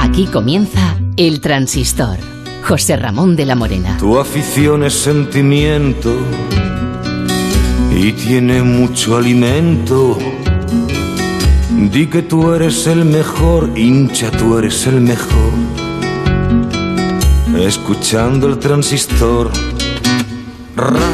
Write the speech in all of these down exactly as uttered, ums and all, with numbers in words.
Aquí comienza El Transistor. José Ramón de la Morena. Tu afición es sentimiento y tiene mucho alimento. Di que tú eres el mejor, hincha, tú eres el mejor. Escuchando el Transistor. Ra, ra,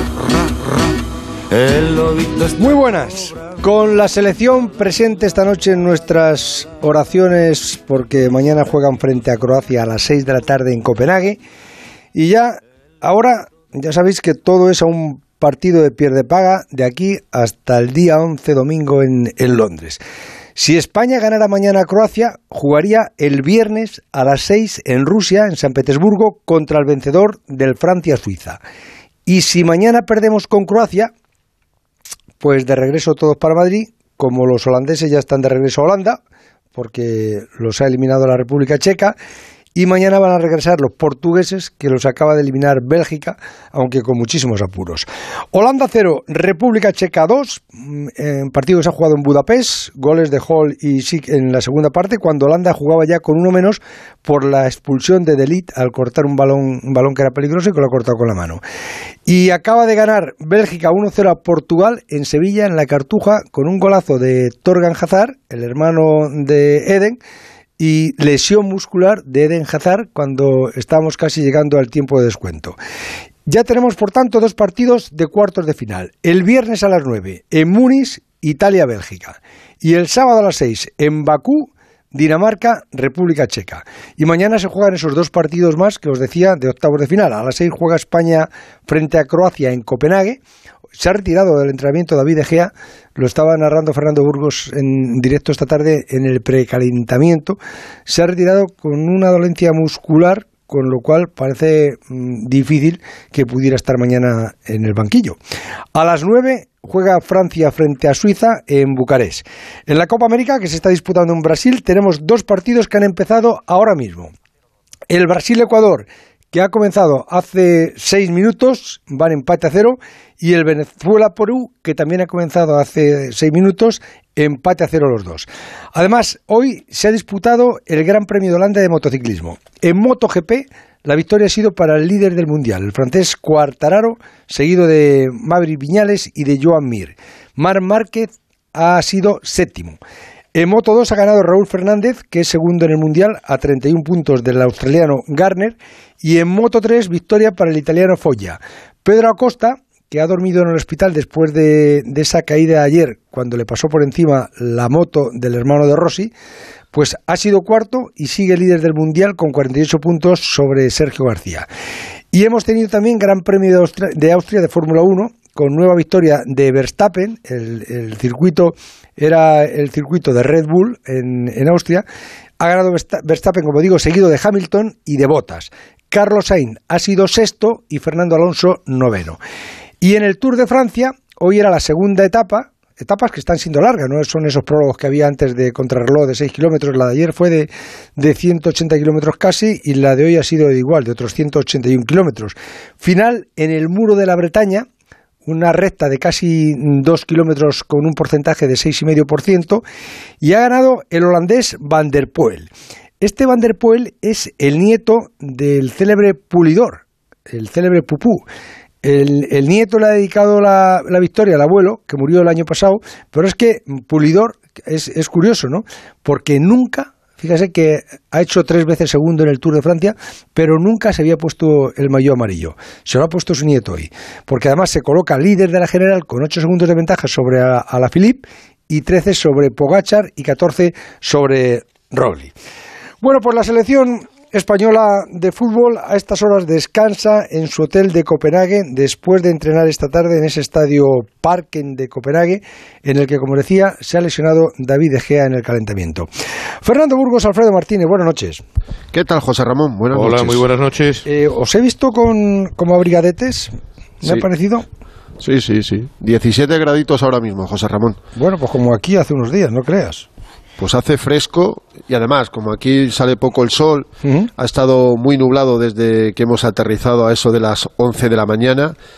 ra. El lobito está... Muy buenas. Con la selección presente esta noche en nuestras oraciones, porque mañana juegan frente a Croacia a las seis de la tarde en Copenhague. Y ya, ahora, ya sabéis que todo es a un partido de pierde-paga de aquí hasta el día once, domingo, en, en Londres. Si España ganara mañana a Croacia, jugaría el viernes a las seis en Rusia, en San Petersburgo, contra el vencedor del Francia-Suiza. Y si mañana perdemos con Croacia, pues de regreso todos para Madrid, como los holandeses ya están de regreso a Holanda, porque los ha eliminado la República Checa, y mañana van a regresar los portugueses, que los acaba de eliminar Bélgica, aunque con muchísimos apuros. Holanda cero, República Checa dos, en partido que se ha jugado en Budapest, goles de Hall y Schick en la segunda parte, cuando Holanda jugaba ya con uno menos por la expulsión de De Ligt al cortar un balón, un balón que era peligroso y que lo ha cortado con la mano. Y acaba de ganar Bélgica uno cero a Portugal en Sevilla, en la Cartuja, con un golazo de Torgan Hazard, el hermano de Eden, y lesión muscular de Eden Hazard cuando estábamos casi llegando al tiempo de descuento. Ya tenemos, por tanto, dos partidos de cuartos de final. El viernes a las nueve en Múnich, Italia-Bélgica. Y el sábado a las seis en Bakú, Dinamarca, República Checa. Y mañana se juegan esos dos partidos más que os decía de octavos de final. A las seis juega España frente a Croacia en Copenhague. Se ha retirado del entrenamiento David De Gea, lo estaba narrando Fernando Burgos en directo esta tarde en el precalentamiento. Se ha retirado con una dolencia muscular, con lo cual parece mmm, difícil que pudiera estar mañana en el banquillo. A las nueve juega Francia frente a Suiza en Bucarest. En la Copa América, que se está disputando en Brasil, tenemos dos partidos que han empezado ahora mismo. El Brasil-Ecuador, que ha comenzado hace seis minutos, van empate a cero, y el Venezuela-Perú, que también ha comenzado hace seis minutos, empate a cero los dos. Además, hoy se ha disputado el Gran Premio de Holanda de motociclismo. En MotoGP, la victoria ha sido para el líder del Mundial, el francés Quartararo, seguido de Maverick Viñales y de Joan Mir. Marc Márquez ha sido séptimo. En Moto dos ha ganado Raúl Fernández, que es segundo en el Mundial, a treinta y uno puntos del australiano Garner. Y en Moto tres, victoria para el italiano Foggia. Pedro Acosta, que ha dormido en el hospital después de, de esa caída ayer, cuando le pasó por encima la moto del hermano de Rossi, pues ha sido cuarto y sigue líder del Mundial con cuarenta y ocho puntos sobre Sergio García. Y hemos tenido también Gran Premio de Austria de, Austria de Fórmula uno, con nueva victoria de Verstappen. El, el circuito era el circuito de Red Bull en, en Austria. Ha ganado Verstappen, como digo, seguido de Hamilton y de Bottas. Carlos Sainz ha sido sexto y Fernando Alonso noveno. Y en el Tour de Francia, hoy era la segunda etapa, etapas que están siendo largas, no son esos prólogos que había antes de contrarreloj de seis kilómetros, la de ayer fue de, de ciento ochenta kilómetros casi, y la de hoy ha sido de igual, de otros ciento ochenta y uno kilómetros. Final en el Muro de la Bretaña, una recta de casi dos kilómetros con un porcentaje de seis coma cinco por ciento, y ha ganado el holandés Van der Poel. Este Van der Poel es el nieto del célebre Pulidor, el célebre Pupú. El, el nieto le ha dedicado la, la victoria al abuelo, que murió el año pasado, pero es que Pulidor es, es curioso, ¿no? Porque nunca, fíjese que ha hecho tres veces segundo en el Tour de Francia, pero nunca se había puesto el maillot amarillo. Se lo ha puesto su nieto hoy, porque además se coloca líder de la general con ocho segundos de ventaja sobre Alaphilippe y trece sobre Pogačar y catorce sobre Roglic. Bueno, pues la selección española de fútbol a estas horas descansa en su hotel de Copenhague después de entrenar esta tarde en ese estadio Parken de Copenhague, en el que, como decía, se ha lesionado David De Gea en el calentamiento. Fernando Burgos, Alfredo Martínez, buenas noches. ¿Qué tal, José Ramón? Buenas Hola, noches. muy buenas noches. Eh, os he visto con como abrigadetes, ¿me sí. ha parecido? Sí, sí, sí. diecisiete graditos ahora mismo, José Ramón. Bueno, pues como aquí hace unos días, no creas. Pues hace fresco y además, como aquí sale poco el sol, Uh-huh. ha estado muy nublado desde que hemos aterrizado a eso de las once de la mañana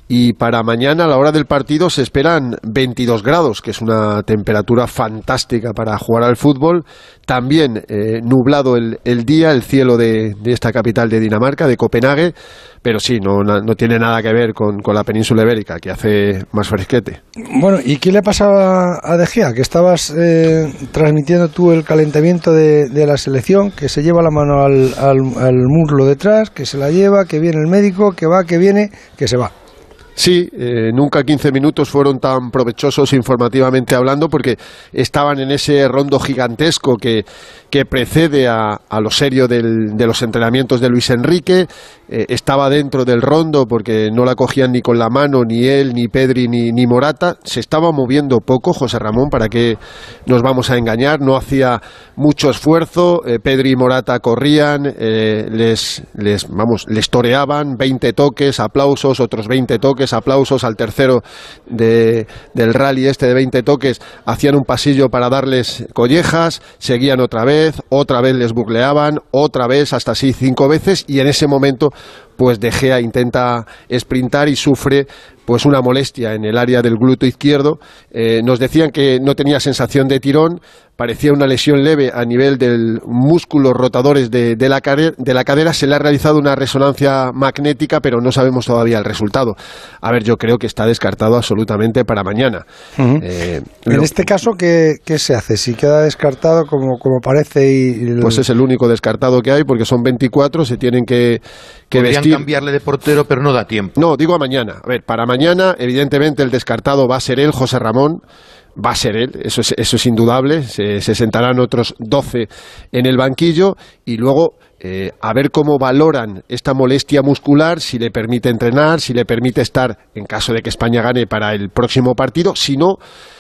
y para mañana a la hora del partido se esperan veintidós grados, que es una temperatura fantástica para jugar al fútbol. También eh, nublado el, el día, el cielo de, de esta capital de Dinamarca, de Copenhague, pero sí, no, no tiene nada que ver con, con la península ibérica, que hace más fresquete. Bueno, ¿y qué le pasaba a De Gea? Que estabas eh, transmitiendo tú el calentamiento de, de la selección, que se lleva la mano al, al, al muslo detrás, que se la lleva, que viene el médico, que va, que viene, que se va. Sí, eh, nunca quince minutos fueron tan provechosos informativamente hablando, porque estaban en ese rondo gigantesco que, que precede a, a lo serio del, de los entrenamientos de Luis Enrique. Eh, estaba dentro del rondo porque no la cogían ni con la mano, ni él, ni Pedri, ni, ni Morata. Se estaba moviendo poco, José Ramón, para qué nos vamos a engañar. No hacía mucho esfuerzo. Eh, Pedri y Morata corrían, eh, les, les, vamos, les toreaban, veinte toques, aplausos, otros veinte toques, aplausos. Al tercero de, del rally este de veinte toques hacían un pasillo para darles collejas, seguían otra vez, otra vez les bucleaban, otra vez, hasta así cinco veces, y en ese momento pues De Gea intenta sprintar y sufre pues una molestia en el área del glúteo izquierdo. Eh, nos decían que no tenía sensación de tirón, parecía una lesión leve a nivel del músculos rotadores de, de, la cadera, de la cadera. Se le ha realizado una resonancia magnética, pero no sabemos todavía el resultado. A ver, yo creo que está descartado absolutamente para mañana. Uh-huh. eh, en lo, este caso, ¿qué, ¿qué se hace? Si queda descartado como, como parece y... El... Pues es el único descartado que hay, porque son veinticuatro, se tienen que, que vestir. Cambiarle de portero, pero no da tiempo. No, digo a mañana. A ver, para mañana, evidentemente, el descartado va a ser él, José Ramón. Va a ser él, eso es, eso es indudable. Se, se sentarán otros doce en el banquillo y luego eh, a ver cómo valoran esta molestia muscular, si le permite entrenar, si le permite estar, en caso de que España gane, para el próximo partido. Si no,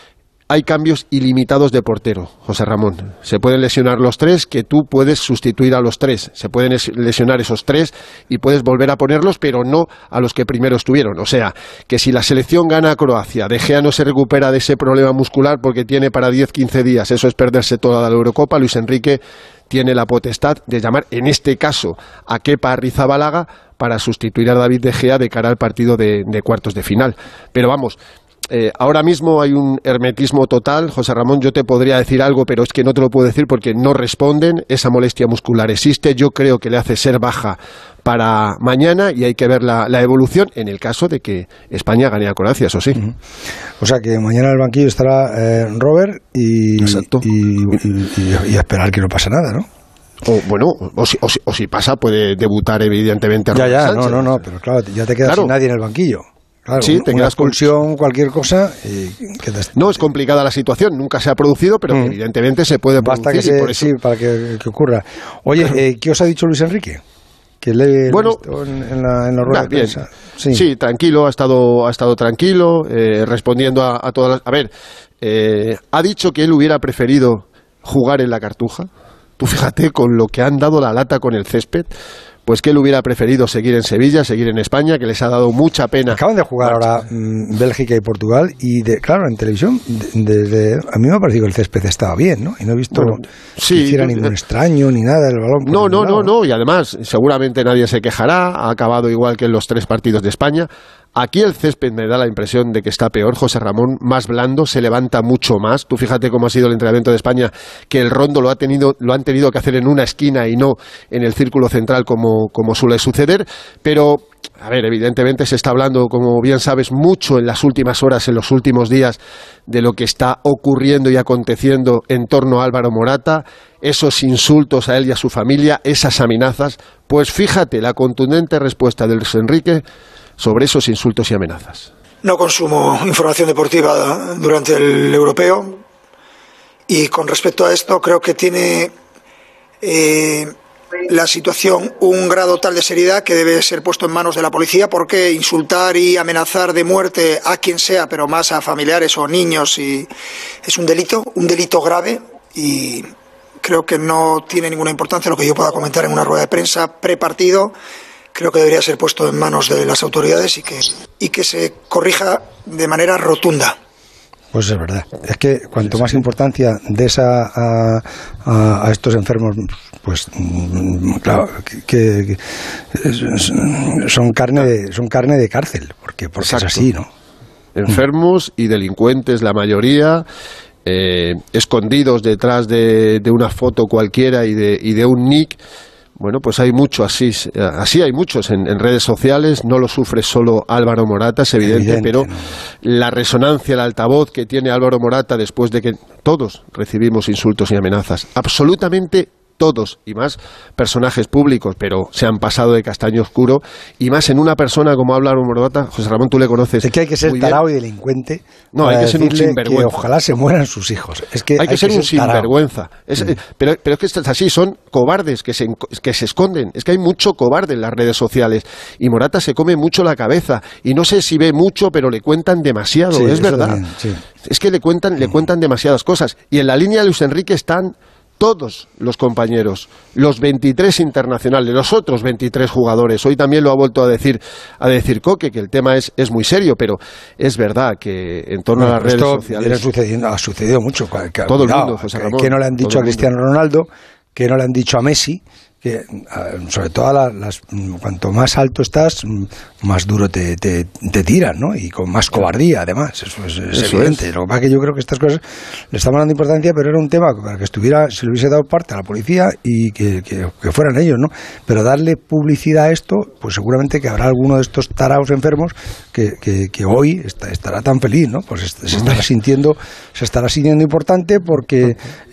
hay cambios ilimitados de portero, José Ramón. Se pueden lesionar los tres, que tú puedes sustituir a los tres. Se pueden lesionar esos tres y puedes volver a ponerlos, pero no a los que primero estuvieron. O sea, que si la selección gana a Croacia, De Gea no se recupera de ese problema muscular porque tiene para diez a quince días, eso es perderse toda la Eurocopa. Luis Enrique tiene la potestad de llamar, en este caso, a Kepa Arrizabalaga para sustituir a David De Gea de cara al partido de, de cuartos de final. Pero vamos... Eh, ahora mismo hay un hermetismo total, José Ramón. Yo te podría decir algo, pero es que no te lo puedo decir porque no responden. Esa molestia muscular existe. Yo creo que le hace ser baja para mañana y hay que ver la, la evolución en el caso de que España gane a Croacia, eso sí. Uh-huh. O sea que mañana en el banquillo estará eh, Robert y, Exacto. Y, y, y, y a esperar que no pase nada, ¿no? O bueno, o si, o, si, o si pasa puede debutar evidentemente ya, Robert ya, Sánchez. no, no, no, pero claro, ya te quedas claro. sin nadie en el banquillo. Claro, sí, una expulsión, cualquier cosa. Y que te... No, es complicada la situación, nunca se ha producido, pero mm. evidentemente se puede producir. Basta que se, y por eso... sí, para que, que ocurra. Oye, eh, ¿qué os ha dicho Luis Enrique? Que le bueno, en, en la, en la rueda de prensa. Sí. sí, tranquilo, ha estado, ha estado tranquilo, eh, respondiendo a, a todas las... A ver, eh, ha dicho que él hubiera preferido jugar en la Cartuja. Tú fíjate con lo que han dado la lata con el césped. Pues que él hubiera preferido seguir en Sevilla, seguir en España, que les ha dado mucha pena. Acaban de jugar marcha. ahora mmm, Bélgica y Portugal y, de, claro, en televisión, de, de, a mí me ha parecido que el césped estaba bien, ¿no? Y no he visto bueno, sí, que hiciera ningún extraño ni nada del balón. No, no, no, no, y además seguramente nadie se quejará, ha acabado igual que en los tres partidos de España. Aquí el césped me da la impresión de que está peor, José Ramón, más blando, se levanta mucho más. Tú fíjate cómo ha sido el entrenamiento de España, que el rondo lo ha tenido, lo han tenido que hacer en una esquina y no en el círculo central como, como suele suceder. Pero, a ver, evidentemente se está hablando, como bien sabes, mucho en las últimas horas, en los últimos días, de lo que está ocurriendo y aconteciendo en torno a Álvaro Morata, esos insultos a él y a su familia, esas amenazas. Pues fíjate la contundente respuesta de Luis Enrique sobre esos insultos y amenazas. No consumo información deportiva durante el europeo y con respecto a esto creo que tiene eh, la situación un grado tal de seriedad que debe ser puesto en manos de la policía, porque insultar y amenazar de muerte a quien sea, pero más a familiares o niños, y es un delito, un delito grave, y creo que no tiene ninguna importancia lo que yo pueda comentar en una rueda de prensa prepartido. Creo que debería ser puesto en manos de las autoridades y que, y que se corrija de manera rotunda. Pues es verdad. Es que cuanto más importancia des a, a, a estos enfermos, pues claro, que, que son carne de, son carne de cárcel, porque, porque es así, ¿no? Enfermos y delincuentes, la mayoría, eh, escondidos detrás de, de una foto cualquiera y de, y de un nick. Bueno, pues hay mucho así, así hay muchos en, en redes sociales, no lo sufre solo Álvaro Morata, es evidente, evidente pero ¿no? La resonancia, el altavoz que tiene Álvaro Morata después de que todos recibimos insultos y amenazas, absolutamente todos, y más personajes públicos, pero se han pasado de castaño oscuro, y más en una persona como Álvaro Morata. José Ramón, tú le conoces. Es que hay que ser tarao y delincuente. No, hay que ser un sinvergüenza. Que ojalá se mueran sus hijos. Es que hay, hay que ser, ser un sinvergüenza. Es, mm. pero, pero es que esto es así, son cobardes que se, que se esconden. Es que hay mucho cobarde en las redes sociales, y Morata se come mucho la cabeza, y no sé si ve mucho, pero le cuentan demasiado, sí, es verdad. También, sí. Es que le cuentan, mm. le cuentan demasiadas cosas. Y en la línea de Luis Enrique están todos los compañeros, los veintitrés internacionales, los otros veintitrés jugadores. Hoy también lo ha vuelto a decir a decir Coque, que el tema es, es muy serio, pero es verdad que en torno bueno, a las redes esto sociales... Sucediendo, ha sucedido mucho. Que, todo cuidado, el mundo, José Ramón. Que no le han dicho a Cristiano Ronaldo, que no le han dicho a Messi, que sobre todo las, las, cuanto más alto estás, más duro te, te, te tiran, ¿no? Y con más cobardía, además. Eso es, es Eso evidente. Es. Lo que pasa es que yo creo que estas cosas le estamos dando importancia, pero era un tema para que estuviera, se le hubiese dado parte a la policía y que, que, que fueran ellos, ¿no? Pero darle publicidad a esto, pues seguramente que habrá alguno de estos taraos enfermos que, que, que hoy está, estará tan feliz, ¿no? Pues se estará sintiendo, se estará sintiendo importante porque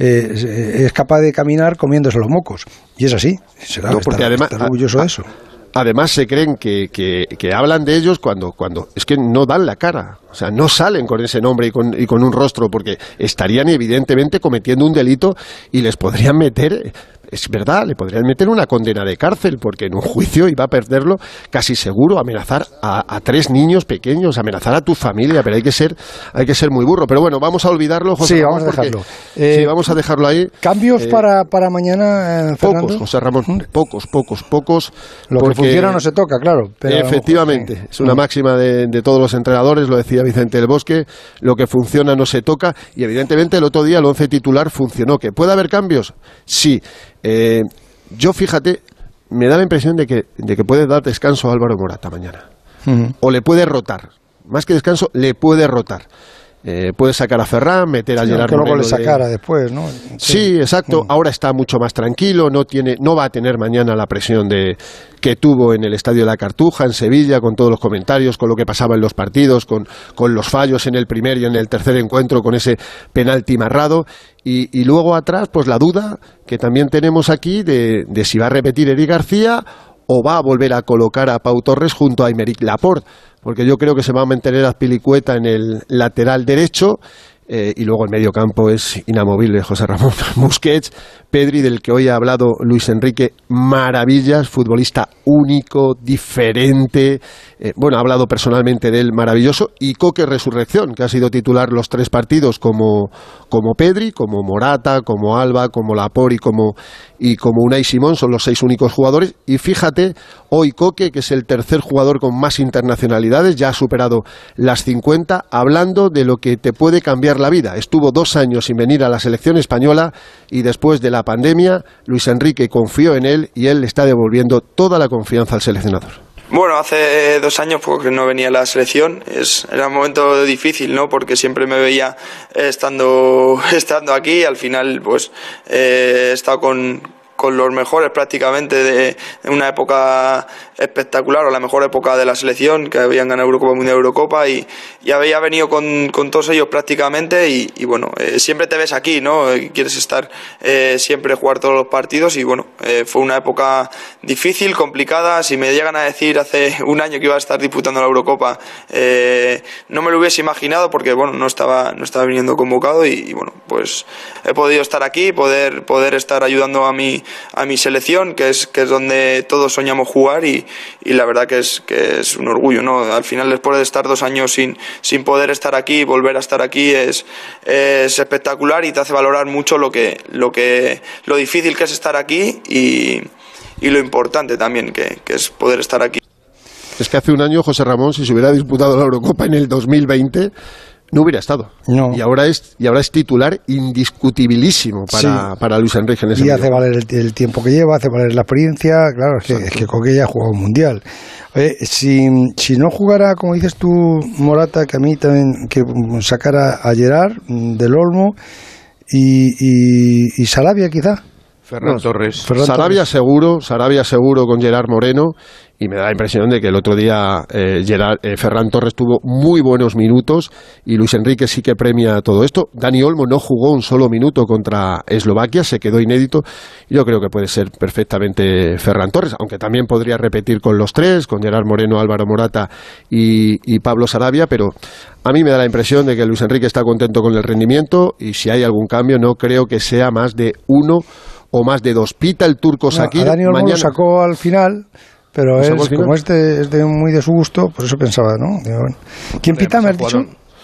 eh, es capaz de caminar comiéndose los mocos. Y es así. Será no, porque estar, además, estar orgulloso a, a, de eso. Además se creen que, que, que hablan de ellos cuando, cuando es que no dan la cara, o sea, no salen con ese nombre y con, y con un rostro, porque estarían evidentemente cometiendo un delito y les podrían meter, es verdad, le podrían meter una condena de cárcel, porque en un juicio iba a perderlo casi seguro, amenazar a, a tres niños pequeños, amenazar a tu familia, pero hay que ser, hay que ser muy burro. Pero bueno, vamos a olvidarlo, José sí, Ramón. Vamos a dejarlo. Porque, eh, sí, vamos a dejarlo ahí. ¿Cambios eh, para, para mañana, eh, Fernando? Pocos, José Ramón, ¿Mm? pocos, pocos, pocos. Lo que funciona no se toca, claro. Pero efectivamente, mejor, sí. Es una mm. máxima de, de todos los entrenadores, lo decía Vicente del Bosque, lo que funciona no se toca, y evidentemente el otro día el once titular funcionó. ¿Que puede haber cambios? Sí. Eh, Yo, fíjate, me da la impresión de que, de que puede dar descanso a Álvaro Morata mañana. Uh-huh. O le puede rotar. Más que descanso, le puede rotar. Eh, puede sacar a Ferran, meter a sí, Gerard Moreno. Que luego le sacara de... después, ¿no? Sí, sí exacto. Uh-huh. Ahora está mucho más tranquilo, no tiene, no va a tener mañana la presión de que tuvo en el Estadio de la Cartuja, en Sevilla, con todos los comentarios, con lo que pasaba en los partidos, con, con los fallos en el primer y en el tercer encuentro, con ese penalti marrado. Y, y luego atrás, pues la duda que también tenemos aquí de, de si va a repetir Eric García o va a volver a colocar a Pau Torres junto a Aymeric Laporte, porque yo creo que se va a mantener Azpilicueta en el lateral derecho. Eh, y luego el medio campo es inamovible, José Ramón. Busquets, Pedri, del que hoy ha hablado Luis Enrique, maravillas, futbolista único, diferente, eh, bueno, ha hablado personalmente de él, maravilloso, y Coque Resurrección, que ha sido titular los tres partidos como, como Pedri, como Morata, como Alba, como Laporte y como, y como Unai Simón, son los seis únicos jugadores. Y fíjate, hoy Coque, que es el tercer jugador con más internacionalidades, ya ha superado las cincuenta, hablando de lo que te puede cambiar la vida. Estuvo dos años sin venir a la selección española y después de la pandemia Luis Enrique confió en él y él le está devolviendo toda la confianza al seleccionador. Bueno, hace dos años porque no venía a la selección, es, era un momento difícil, ¿no? Porque siempre me veía estando, estando aquí, al final pues eh, he estado con... con los mejores prácticamente de una época espectacular, o la mejor época de la selección, que habían ganado Eurocopa, Mundial, Eurocopa, y, y había venido con, con todos ellos prácticamente, y, y bueno, eh, siempre te ves aquí, ¿no? Quieres estar eh, siempre, jugar todos los partidos, y bueno, eh, fue una época difícil, complicada. Si me llegan a decir hace un año que iba a estar disputando la Eurocopa, eh, no me lo hubiese imaginado, porque bueno, no estaba, no estaba viniendo convocado, y, y bueno, pues he podido estar aquí, poder, poder estar ayudando a mi a mi selección, que es que es donde todos soñamos jugar, y, y la verdad que es que es un orgullo, ¿no? Al final, después de estar dos años sin sin poder estar aquí, volver a estar aquí es es espectacular, y te hace valorar mucho lo que lo que lo difícil que es estar aquí, y, y lo importante también que, que es poder estar aquí. Es que hace un año, José Ramón, si se hubiera disputado la Eurocopa en el dos mil veinte, no hubiera estado. No. Y ahora es y ahora es titular indiscutibilísimo para, sí. para Luis Enrique en ese Y momento. hace valer el, el tiempo que lleva, hace valer la experiencia. Claro, es que, es que Coque ya ha jugado un mundial. Oye, si, si no jugara, como dices tú, Morata, que a mí también, que sacara a Gerard del Olmo y, y, y Sarabia quizá. Ferran no, Torres. Ferran Sarabia Torres. seguro, Sarabia seguro con Gerard Moreno. Y me da la impresión de que el otro día eh, Gerard, eh, Ferran Torres tuvo muy buenos minutos y Luis Enrique sí que premia todo esto. Dani Olmo no jugó un solo minuto contra Eslovaquia, se quedó inédito. Yo creo que puede ser perfectamente Ferran Torres, aunque también podría repetir con los tres, con Gerard Moreno, Álvaro Morata y, y Pablo Sarabia, pero a mí me da la impresión de que Luis Enrique está contento con el rendimiento y si hay algún cambio no creo que sea más de uno o más de dos. Pita el turco Sakir. No, a Dani Olmo mañana... lo sacó al final... Pero es, como este es de muy de su gusto, por eso pensaba, ¿no? Digo, bueno. ¿Quién pita, me has dicho?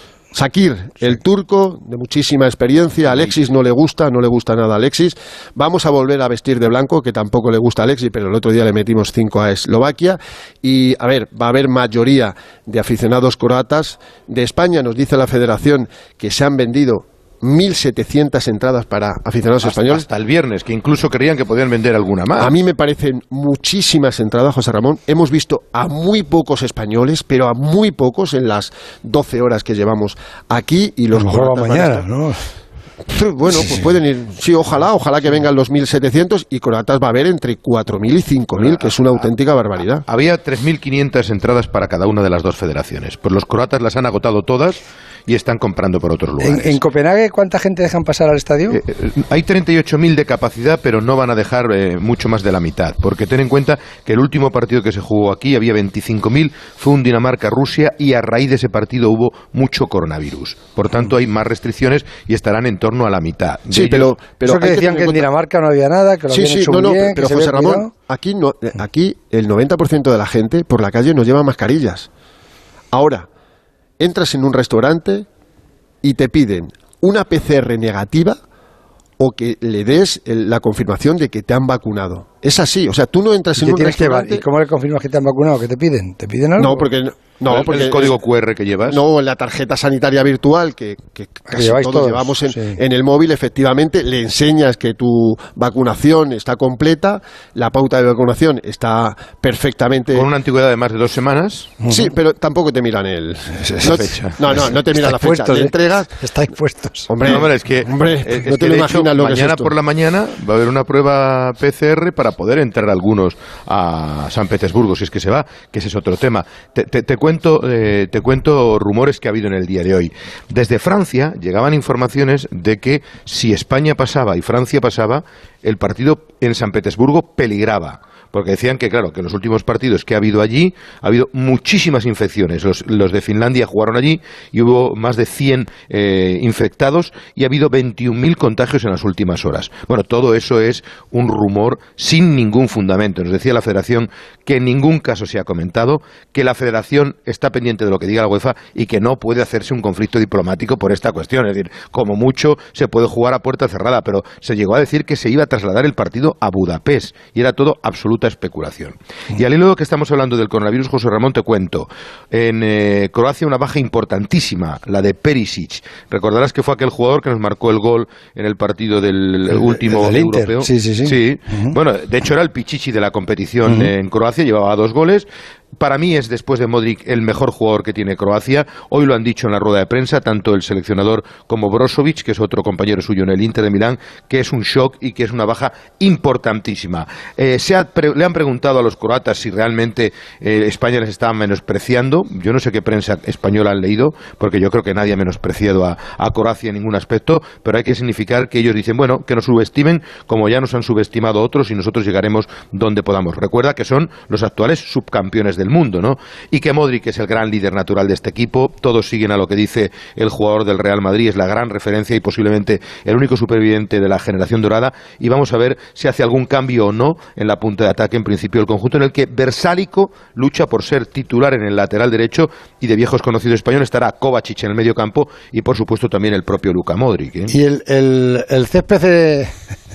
Sakir, el turco, de muchísima experiencia. Alexis no le gusta, no le gusta nada a Alexis. Vamos a volver a vestir de blanco, que tampoco le gusta a Alexis, pero el otro día le metimos cinco a Eslovaquia. Y, a ver, va a haber mayoría de aficionados croatas. De España nos dice la Federación que se han vendido mil setecientas entradas para aficionados hasta, españoles. Hasta el viernes, que incluso creían que podían vender alguna más. A mí me parecen muchísimas entradas, José Ramón. Hemos visto a muy pocos españoles, pero a muy pocos en las doce horas que llevamos aquí. Y los mejor va mañana, ¿no? Bueno, pues pueden ir, sí, ojalá, ojalá que vengan los mil setecientos y croatas va a haber entre cuatro mil y cinco mil, que es una auténtica barbaridad. Había tres mil quinientas entradas para cada una de las dos federaciones. Pues los croatas las han agotado todas y están comprando por otros lugares. ¿En, en Copenhague cuánta gente dejan pasar al estadio? Eh, eh, hay treinta y ocho mil de capacidad, pero no van a dejar eh, mucho más de la mitad, porque ten en cuenta que el último partido que se jugó aquí había veinticinco mil, fue un Dinamarca-Rusia y a raíz de ese partido hubo mucho coronavirus. Por tanto, hay más restricciones y estarán en torno a la mitad. De sí, ellos, pero, pero eso que decían que, que en Dinamarca no había nada, que lo sí, habían sí, hecho no, muy no, bien, pero que José se Ramón, aquí, no, aquí el noventa por ciento de la gente por la calle no lleva mascarillas. Ahora, entras en un restaurante y te piden una P C R negativa o que le des el, la confirmación de que te han vacunado. Es así, o sea, tú no entras en un restaurante... ¿Y cómo le confirmas que te han vacunado? ¿Qué te piden? ¿Te piden algo? No, porque... No, ¿El, porque el código Q R que llevas? No, en la tarjeta sanitaria virtual que, que casi que todos, todos llevamos en, sí. en el móvil, efectivamente, le enseñas que tu vacunación está completa, la pauta de vacunación está perfectamente... ¿Con una antigüedad de más de dos semanas? Sí, uh-huh. pero tampoco te miran el... Esa fecha. No, no, no te miran la fecha. Puestos, ¿Te ¿eh? entregas? Estáis puestos. Hombre, no, hombre, es que, hombre, es no te que lo de imaginas hecho, lo que es mañana esto. por la mañana va a haber una prueba P C R para poder entrar algunos a San Petersburgo, si es que se va, que ese es otro tema. Te, te, te cuento... Eh, te cuento rumores que ha habido en el día de hoy. Desde Francia llegaban informaciones de que si España pasaba y Francia pasaba, el partido en San Petersburgo peligraba. Porque decían que, claro, que en los últimos partidos que ha habido allí, ha habido muchísimas infecciones. Los, los de Finlandia jugaron allí y hubo más de cien eh, infectados y ha habido veintiún mil contagios en las últimas horas. Bueno, todo eso es un rumor sin ningún fundamento. Nos decía la Federación que en ningún caso se ha comentado, que la Federación está pendiente de lo que diga la UEFA y que no puede hacerse un conflicto diplomático por esta cuestión. Es decir, como mucho se puede jugar a puerta cerrada, pero se llegó a decir que se iba a trasladar el partido a Budapest y era todo absoluto especulación. Y al hilo de que estamos hablando del coronavirus, José Ramón, te cuento. En eh, Croacia una baja importantísima, la de Perisic. Recordarás que fue aquel jugador que nos marcó el gol en el partido del el, último el europeo. Sí, sí, sí. sí. Uh-huh. Bueno, de hecho era el pichichi de la competición uh-huh. en Croacia, llevaba dos goles. Para mí es, después de Modric, el mejor jugador que tiene Croacia. Hoy lo han dicho en la rueda de prensa, tanto el seleccionador como Brozovic, que es otro compañero suyo en el Inter de Milán, que es un shock y que es una baja importantísima. Eh, se ha pre- le han preguntado a los croatas si realmente eh, España les estaba menospreciando. Yo no sé qué prensa española han leído, porque yo creo que nadie ha menospreciado a, a Croacia en ningún aspecto, pero hay que significar que ellos dicen, bueno, que nos subestimen como ya nos han subestimado otros y nosotros llegaremos donde podamos. Recuerda que son los actuales subcampeones del mundo, ¿no? Y que Modric es el gran líder natural de este equipo. Todos siguen a lo que dice el jugador del Real Madrid, es la gran referencia y posiblemente el único superviviente de la generación dorada, y vamos a ver si hace algún cambio o no en la punta de ataque, en principio el conjunto en el que Versálico lucha por ser titular en el lateral derecho, y de viejos conocidos españoles estará Kovacic en el medio campo y por supuesto también el propio Luka Modric, ¿eh? ¿Y el, el, el césped de,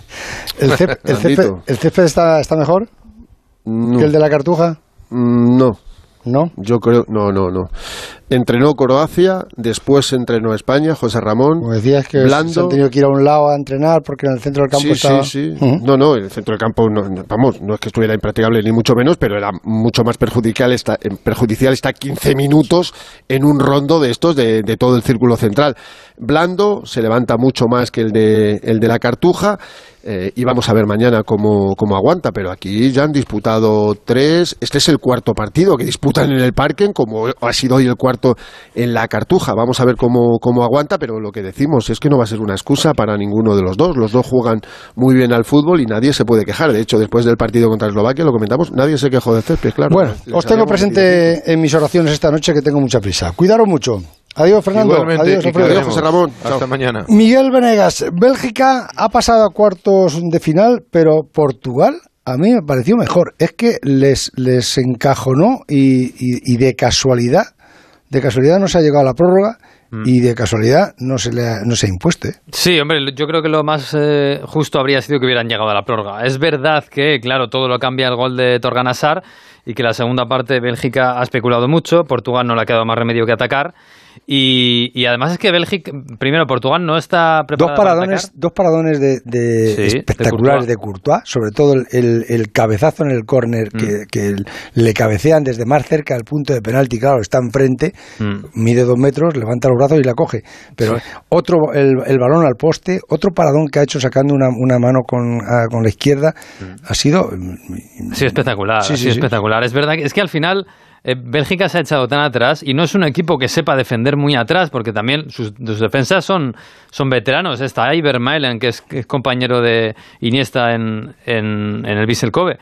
el césped, el césped, el césped está, está mejor no. que el de la Cartuja? No. ¿No? Yo creo, no, no, no. Entrenó Croacia, después entrenó España, José Ramón. Como decías que Blando. se han tenido que ir a un lado a entrenar porque en el centro del campo sí, estaba... Sí, sí, Uh-huh. No, no, el centro del campo, no, no, vamos, no es que estuviera impracticable ni mucho menos, pero era mucho más perjudicial estar, perjudicial estar quince minutos en un rondo de estos de, de todo el círculo central. Blando se levanta mucho más que el de, el de la Cartuja. Eh, y vamos a ver mañana cómo, cómo aguanta, pero aquí ya han disputado tres, este es el cuarto partido que disputan en el Parken, como ha sido hoy el cuarto en la Cartuja. Vamos a ver cómo, cómo aguanta, pero lo que decimos es que no va a ser una excusa para ninguno de los dos. Los dos juegan muy bien al fútbol y nadie se puede quejar. De hecho, después del partido contra Eslovaquia, lo comentamos, nadie se quejó de césped, claro. Bueno, os tengo presente en mis oraciones esta noche, que tengo mucha prisa. Cuidaros mucho. Adiós, Fernando. Igualmente, Adiós, y Alfredo. Adiós, José Ramón. Hasta Chao. mañana. Miguel Venegas, Bélgica ha pasado a cuartos de final, pero Portugal a mí me pareció mejor. Es que les, les encajonó y, y, y de casualidad, de casualidad no se ha llegado a la prórroga mm. y de casualidad no se le ha, no se ha impuesto. ¿eh? Sí, hombre, yo creo que lo más eh, justo habría sido que hubieran llegado a la prórroga. Es verdad que, claro, todo lo cambia el gol de Torgan Hazard y que la segunda parte Bélgica ha especulado mucho, Portugal no le ha quedado más remedio que atacar. Y, y además es que Bélgica, primero Portugal no está preparada dos paradones, para atacar. Dos paradones de, de sí, espectaculares de Courtois. de Courtois, sobre todo el, el, el cabezazo en el córner mm. que, que el, le cabecean desde más cerca al punto de penalti, claro, está enfrente, mm. mide dos metros, levanta los brazos y la coge. Pero sí. otro, el, el balón al poste, otro paradón que ha hecho sacando una, una mano con, a, con la izquierda, mm. ha sido... Sí, espectacular, sí, sí, sí, sí. espectacular. Es verdad que es que al final... Eh, Bélgica se ha echado tan atrás y no es un equipo que sepa defender muy atrás, porque también sus, sus defensas son, son veteranos. Está Iber Mailen, que es, que es compañero de Iniesta en, en, en el Vissel Kobe.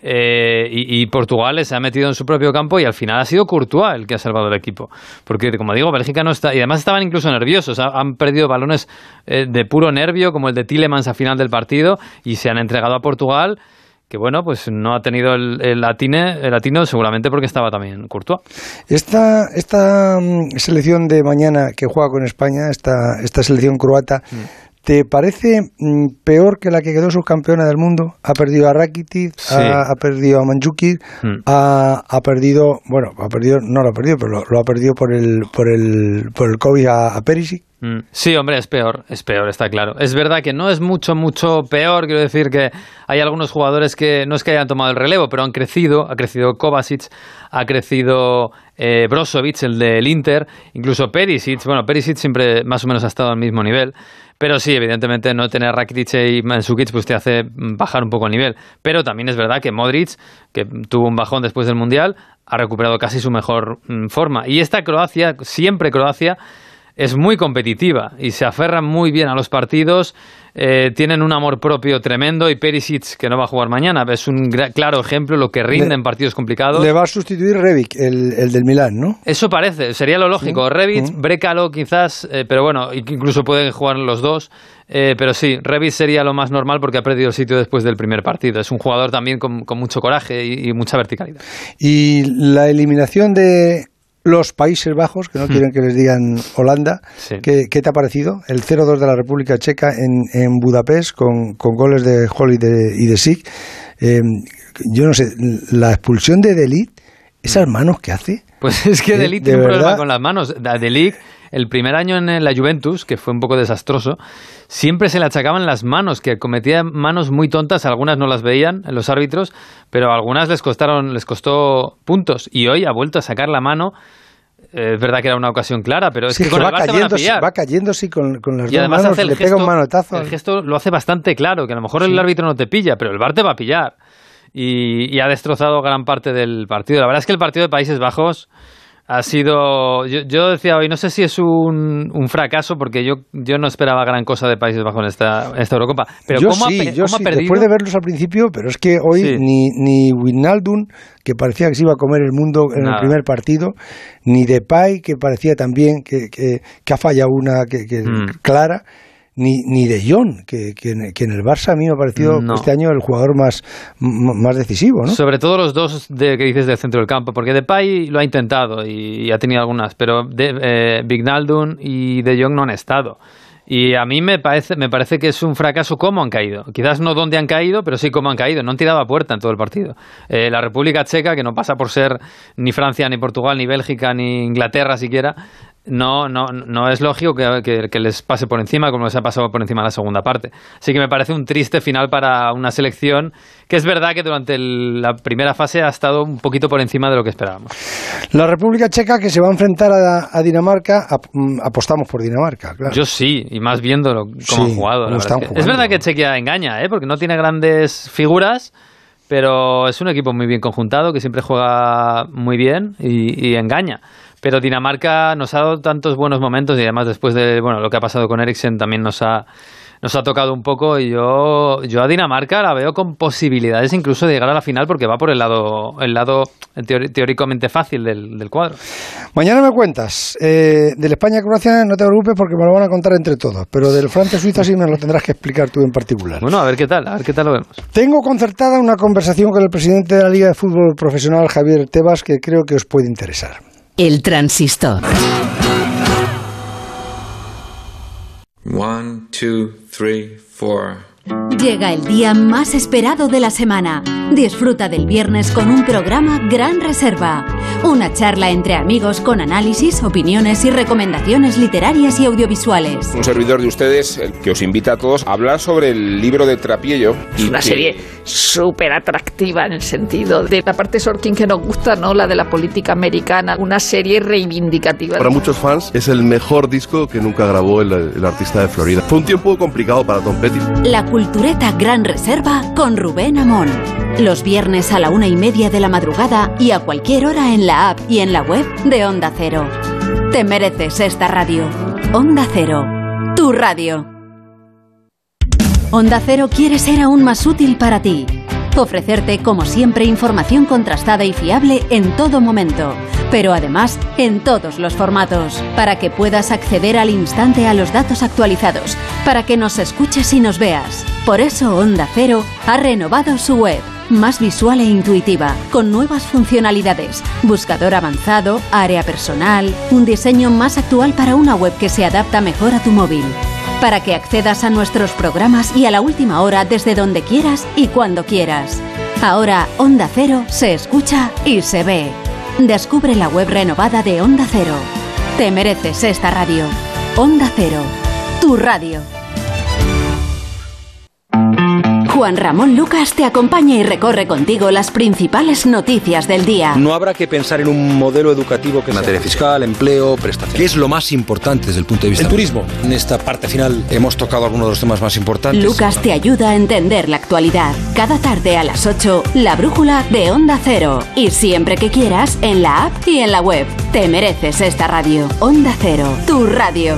Eh, y, y Portugal se ha metido en su propio campo y al final ha sido Courtois el que ha salvado el equipo. Porque, como digo, Bélgica no está... Y además estaban incluso nerviosos. Ha, han perdido balones eh, de puro nervio, como el de Tielemans a final del partido, y se han entregado a Portugal... que bueno, pues no ha tenido el, el, atine, el atino seguramente porque estaba también Courtois. Esta, esta selección de mañana que juega con España, esta, esta selección croata, mm. ¿te parece mm, peor que la que quedó subcampeona del mundo? Ha perdido a Rakitic, sí. ha, ha perdido a Mandzukic, mm. ha, ha perdido, bueno, ha perdido, no lo ha perdido, pero lo, lo ha perdido por el, por el, por el COVID a, a Perisic. Sí, hombre, es peor, es peor, está claro. Es verdad que no es mucho, mucho peor, quiero decir que hay algunos jugadores que no es que hayan tomado el relevo, pero han crecido, ha crecido Kovacic, ha crecido eh, Brozovic, el del Inter, incluso Perisic, bueno, Perisic siempre más o menos ha estado al mismo nivel, pero sí, evidentemente no tener Rakitic y Mandzukic pues te hace bajar un poco el nivel, pero también es verdad que Modric, que tuvo un bajón después del Mundial, ha recuperado casi su mejor mm, forma, y esta Croacia, siempre Croacia, es muy competitiva y se aferran muy bien a los partidos, eh, tienen un amor propio tremendo y Perisic, que no va a jugar mañana, es un gra- claro ejemplo lo que rinde le, en partidos complicados. Le va a sustituir Rebic, el, el del Milán, ¿no? Eso parece, sería lo lógico. ¿Mm? Rebic, ¿Mm? Brekalo quizás, eh, pero bueno, incluso pueden jugar los dos. Eh, pero sí, Rebic sería lo más normal porque ha perdido el sitio después del primer partido. Es un jugador también con, con mucho coraje y, y mucha verticalidad. Y la eliminación de... los Países Bajos, que no quieren que les digan Holanda, sí. ¿Qué, ¿qué te ha parecido? El cero dos de la República Checa en, en Budapest, con, con goles de Hol y de, y de Sik. Eh, yo no sé, la expulsión de De Ligt, esas manos que hace. Pues es que De Ligt tiene un problema con las manos. De Ligt, el primer año en la Juventus, que fue un poco desastroso, siempre se le achacaban las manos, que cometía manos muy tontas, algunas no las veían en los árbitros, pero algunas les costaron, les costó puntos, y hoy ha vuelto a sacar la mano. Eh, es verdad que era una ocasión clara, pero es sí, que, que con el V A R te van a pillar. Va cayéndose con, con las y dos manos, hace el le gesto, pega un manotazo. El gesto lo hace bastante claro, que a lo mejor sí. el árbitro no te pilla, pero el V A R te va a pillar. Y, y ha destrozado gran parte del partido. La verdad es que el partido de Países Bajos ha sido... Yo, yo decía hoy, no sé si es un, un fracaso, porque yo, yo no esperaba gran cosa de Países Bajos en esta, en esta Eurocopa. Pero yo ¿cómo, sí, ha, yo ¿cómo sí. ha perdido? Después de verlos al principio, pero es que hoy sí. ni, ni Wijnaldum, que parecía que se iba a comer el mundo en Nada. el primer partido, ni Depay, que parecía también que, que, que ha fallado una que, que mm. clara, ni, ni De Jong, que, que, que en el Barça a mí me ha parecido no. este año el jugador más, más decisivo, ¿no? Sobre todo los dos de, que dices del centro del campo, porque Depay lo ha intentado y, y ha tenido algunas, pero de, eh, Wijnaldum y De Jong no han estado. Y a mí me parece, me parece que es un fracaso cómo han caído. Quizás no dónde han caído, pero sí cómo han caído. No han tirado a puerta en todo el partido. Eh, la República Checa, que no pasa por ser ni Francia, ni Portugal, ni Bélgica, ni Inglaterra siquiera, no, no, no es lógico que, que, que les pase por encima como les ha pasado por encima en la segunda parte. Así que me parece un triste final para una selección que es verdad que durante el, la primera fase ha estado un poquito por encima de lo que esperábamos. La República Checa, que se va a enfrentar a, a Dinamarca, ap, apostamos por Dinamarca, claro. Yo sí, y más viéndolo cómo sí, han jugado. La están es, que, jugando. es verdad que Chequia engaña, ¿eh? Porque no tiene grandes figuras, pero es un equipo muy bien conjuntado, que siempre juega muy bien y, y engaña. Pero Dinamarca nos ha dado tantos buenos momentos y además después de bueno lo que ha pasado con Eriksen también nos ha nos ha tocado un poco y yo yo a Dinamarca la veo con posibilidades incluso de llegar a la final porque va por el lado el lado teori- teóricamente fácil del, del cuadro. Mañana me cuentas eh, del España-Croacia, no te preocupes porque me lo van a contar entre todos, pero del Francia-Suiza sí me lo tendrás que explicar tú en particular. Bueno, a ver qué tal, a ver qué tal lo vemos. Tengo concertada una conversación con el presidente de la Liga de Fútbol Profesional, Javier Tebas, que creo que os puede interesar. El transistor. One, two, three, four. Llega el día más esperado de la semana. Disfruta del viernes con un programa Gran Reserva. Una charla entre amigos con análisis, opiniones y recomendaciones literarias y audiovisuales. Un servidor de ustedes, el que os invita a todos a hablar sobre el libro de Trapiello. Es una serie súper atractiva en el sentido de la parte Sorkin que nos gusta, ¿no? La de la política americana. Una serie reivindicativa. Para muchos fans es el mejor disco que nunca grabó el, el artista de Florida. Fue un tiempo complicado para Tom Petty. La Cultureta Gran Reserva con Rubén Amón. Los viernes a la una y media de la madrugada y a cualquier hora en la app y en la web de Onda Cero. Te mereces esta radio. Onda Cero, tu radio. Onda Cero quiere ser aún más útil para ti. Ofrecerte, como siempre, información contrastada y fiable en todo momento, pero además en todos los formatos, para que puedas acceder al instante a los datos actualizados, para que nos escuches y nos veas. Por eso Onda Cero ha renovado su web, más visual e intuitiva, con nuevas funcionalidades, buscador avanzado, área personal, un diseño más actual para una web que se adapta mejor a tu móvil, para que accedas a nuestros programas y a la última hora desde donde quieras y cuando quieras. Ahora Onda Cero se escucha y se ve. Descubre la web renovada de Onda Cero. Te mereces esta radio. Onda Cero, tu radio. Juan Ramón Lucas te acompaña y recorre contigo las principales noticias del día. No habrá que pensar en un modelo educativo que en materia fiscal, empleo, prestaciones. ¿Qué es lo más importante desde el punto de vista? El turismo. En esta parte final hemos tocado algunos de los temas más importantes. Lucas te ayuda a entender la actualidad. Cada tarde a las ocho, la brújula de Onda Cero. Y siempre que quieras, en la app y en la web. Te mereces esta radio. Onda Cero, tu radio.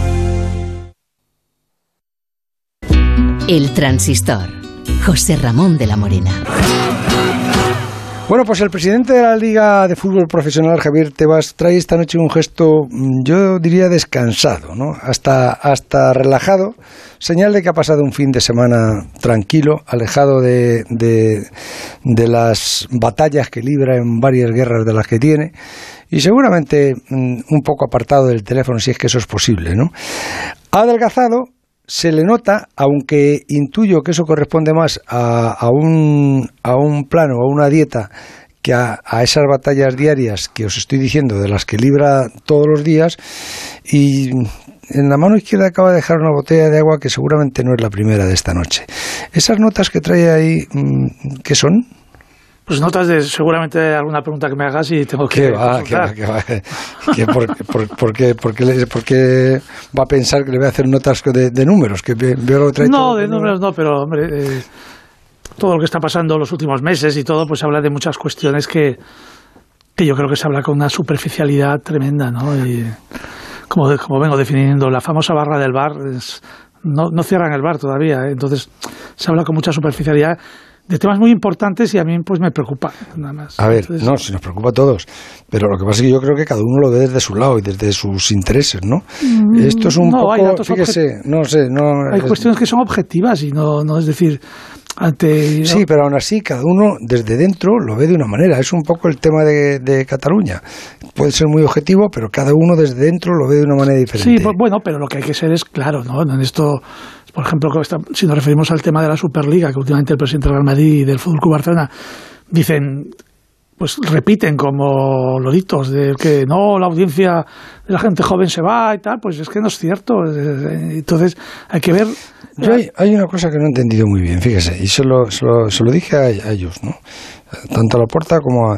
El transistor. José Ramón de la Morena. Bueno, pues el presidente de la Liga de Fútbol Profesional, Javier Tebas, trae esta noche un gesto, yo diría, descansado, ¿no? Hasta, hasta relajado, señal de que ha pasado un fin de semana tranquilo, alejado de, de, de las batallas que libra en varias guerras de las que tiene, y seguramente un poco apartado del teléfono, si es que eso es posible, ¿no? Ha adelgazado. Se le nota, aunque intuyo que eso corresponde más a, a, un, a un plano, a una dieta, que a, a esas batallas diarias que os estoy diciendo, de las que libra todos los días, y en la mano izquierda acaba de dejar una botella de agua que seguramente no es la primera de esta noche. ¿Esas notas que trae ahí, qué son? Pues notas de seguramente alguna pregunta que me hagas y tengo que ¿Qué va, qué va, qué va? ¿Qué, por, por, por, qué, por, qué le, ¿Por qué va a pensar que le voy a hacer notas de, de números? Que veo lo que trae no, todo, de números no, pero hombre, eh, todo lo que está pasando los últimos meses y todo, pues habla de muchas cuestiones que, que yo creo que se habla con una superficialidad tremenda, ¿no? Y como, como vengo definiendo, la famosa barra del bar, es, no, no cierran el bar todavía, ¿eh? Entonces se habla con mucha superficialidad de temas muy importantes y a mí pues me preocupa nada más. A ver, Entonces, no, si nos preocupa a todos, pero lo que pasa es que yo creo que cada uno lo ve desde su lado y desde sus intereses, ¿no? Mm, Esto es un no, poco, hay datos fíjese, no sé, no... Hay es, cuestiones que son objetivas y no, no es decir, ante... Sí, pero aún así cada uno desde dentro lo ve de una manera. Es un poco el tema de, de Cataluña. Puede ser muy objetivo, pero cada uno desde dentro lo ve de una manera diferente. Sí, pues, bueno, pero lo que hay que ser es claro, ¿no? En esto, por ejemplo, si nos referimos al tema de la Superliga, que últimamente el presidente del Real Madrid y del Fútbol Club Barcelona dicen, pues repiten como loritos de que no, la audiencia de la gente joven se va y tal, pues es que no es cierto. Entonces hay que ver. Yo hay, hay una cosa que no he entendido muy bien, fíjese, y se lo, se lo, se lo dije a, a ellos, ¿no? Tanto a Laporta como a...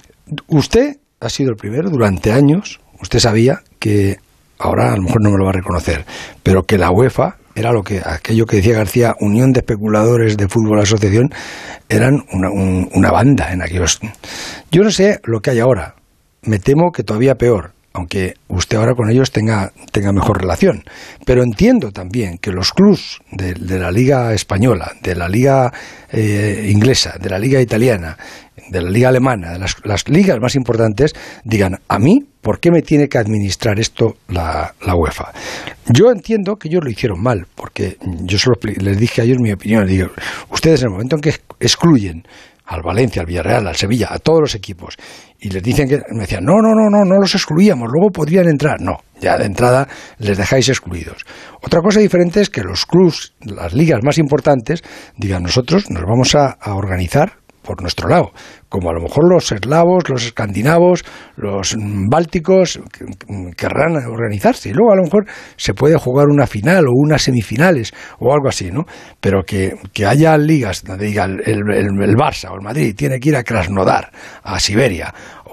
Usted ha sido el primero durante años, usted sabía que, ahora a lo mejor no me lo va a reconocer, pero que la UEFA era lo que, aquello que decía García, Unión de Especuladores de Fútbol Asociación, eran una, un, una banda en aquellos... Yo no sé lo que hay ahora, me temo que todavía peor, aunque usted ahora con ellos tenga, tenga mejor relación. Pero entiendo también que los clubs de, de la Liga Española, de la Liga eh, Inglesa, de la Liga Italiana, de la Liga Alemana, de las, las ligas más importantes, digan, a mí, ¿por qué me tiene que administrar esto la, la UEFA? Yo entiendo que ellos lo hicieron mal, porque yo solo les dije a ellos mi opinión. Les digo, ustedes en el momento en que excluyen al Valencia, al Villarreal, al Sevilla, a todos los equipos, y les dicen que, me decían, no, no, no, no, no los excluíamos, luego podrían entrar. No, ya de entrada les dejáis excluidos. Otra cosa diferente es que los clubs, las ligas más importantes, digan, nosotros nos vamos a, a organizar por nuestro lado, como a lo mejor los eslavos, los escandinavos, los bálticos querrán organizarse, y luego a lo mejor se puede jugar una final o unas semifinales o algo así, ¿no? Pero que, que haya ligas donde diga el, el, el Barça o el Madrid tiene que ir a Krasnodar, a Siberia,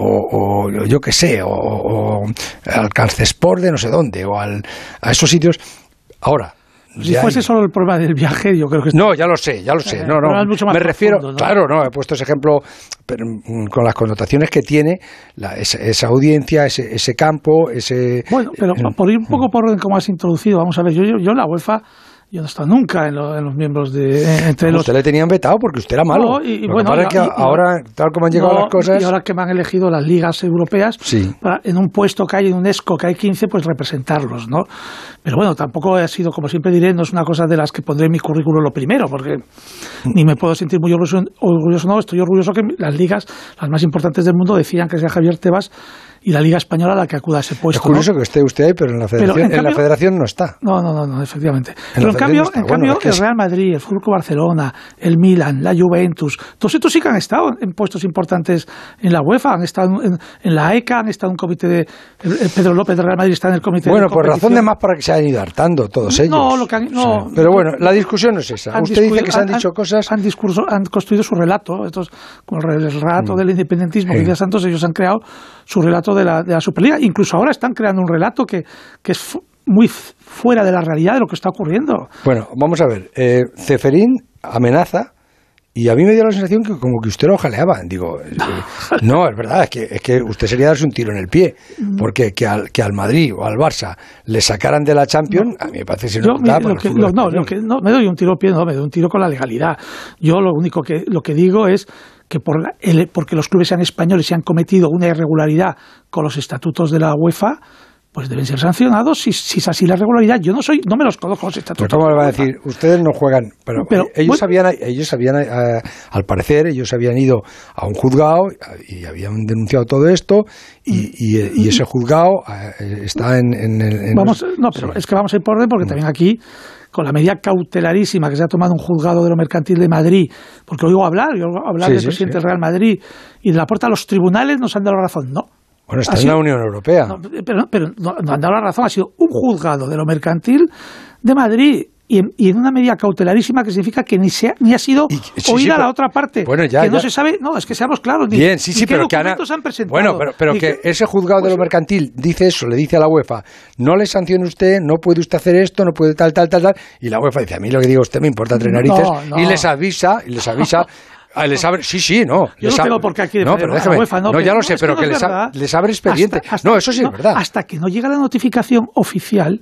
o, o yo qué sé, o, o al Kansspor de no sé dónde, o al, a esos sitios. Ahora, si fuese hay... solo el problema del viaje, yo creo que... No, ya lo sé, ya lo sé. No, no, es mucho más me refiero... profundo, ¿no? Claro, no, he puesto ese ejemplo pero, con las connotaciones que tiene la, esa, esa audiencia, ese, ese campo, ese... Bueno, pero por ir un poco por orden como has introducido, vamos a ver, yo, yo, yo la UEFA... Yo no he estado nunca en, lo, en los miembros de... Entre los... Usted le tenían vetado porque usted era malo. No, y, y Lo bueno, que pasa es que y, ahora, tal como han llegado no, las cosas... Y ahora que me han elegido las ligas europeas, sí. para, en un puesto que hay en UNESCO, que hay quince, pues representarlos, ¿no? Pero bueno, tampoco ha sido, como siempre diré, no es una cosa de las que pondré en mi currículum lo primero, porque ni me puedo sentir muy orgulloso, orgulloso no, estoy orgulloso que las ligas, las más importantes del mundo, decían que sea Javier Tebas y la Liga Española la que acuda a ese puesto. Es curioso, ¿no? que esté usted ahí, pero en la federación, en, en cambio, la federación no está. No, no, no, no efectivamente. En pero en cambio, no en cambio bueno, es que el Real Madrid, el Fútbol Club Barcelona, el Milan, la Juventus, todos estos sí que han estado en puestos importantes en la UEFA, han estado en, en la E C A, han estado en un comité de... El, el Pedro López de Real Madrid está en el comité bueno, de Bueno, por razón de más para que se hayan ido hartando todos ellos. No, lo que han, no, sí. Pero bueno, la discusión no es esa. Usted dice que se han, han dicho cosas... Han, discurso, han construido su relato, estos, con el relato mm. del independentismo sí. que decía Santos, ellos han creado su relato de la, de la Superliga. Incluso ahora están creando un relato que, que es muy fuera de la realidad de lo que está ocurriendo. Bueno, vamos a ver. Eh, Ceferín amenaza y a mí me dio la sensación que como que usted lo jaleaba. Digo, eh, no, es verdad, es que, es que usted sería darse un tiro en el pie. Porque que al, que al Madrid o al Barça le sacaran de la Champions, no, a mí me parece yo, mi, lo que, lo, no, lo que, no, me doy un tiro pie, no, me doy un tiro con la legalidad. Yo lo único que, lo que digo es que por la, el, porque los clubes sean españoles y han cometido una irregularidad con los estatutos de la UEFA, pues deben ser sancionados. Si, si es así la regularidad, yo no soy, no me los conozco los estatutos. Pero ¿cómo le va a decir? Ustedes no juegan, pero, pero ellos bueno, habían, ellos habían, eh, al parecer, ellos habían ido a un juzgado y habían denunciado todo esto y, y, y ese juzgado eh, está en, en, en vamos, no, pero sí. es que vamos a ir por orden porque mm. también aquí, con la medida cautelarísima que se ha tomado un juzgado de lo mercantil de Madrid, porque oigo hablar, yo oigo hablar sí, del sí, presidente sí. del Real Madrid y de Laporta, los tribunales nos han dado la razón. No. Bueno, está en la Unión Europea. No, pero pero no, no han dado la razón, ha sido un juzgado de lo mercantil de Madrid. Y en, y en una medida cautelarísima que significa que ni se ha, ni ha sido y, sí, oída sí, pero, la otra parte, bueno, ya, que no ya. se sabe, no, es que seamos claros, ni, Bien, sí, sí, ni qué pero documentos que han, han presentado. Bueno, pero, pero que, que ese juzgado pues, de lo mercantil dice eso, le dice a la UEFA, no le sancione usted, no puede usted hacer esto, no puede tal, tal, tal, tal, y la UEFA dice, a mí lo que diga usted me importa tres narices, no, no. y les avisa, y les avisa... Ah, les abre, sí, sí, no. Yo les no tengo por qué aquí no, pero déjame, UEFA, no, no, pero, ya lo no, sé, es pero que, que no les, a, les abre expediente. Hasta, hasta, no, eso sí no, es verdad. Hasta que no llega la notificación oficial,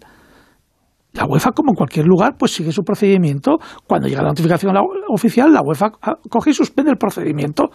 la UEFA, como en cualquier lugar, pues sigue su procedimiento. Cuando llega la notificación oficial, la UEFA coge y suspende el procedimiento.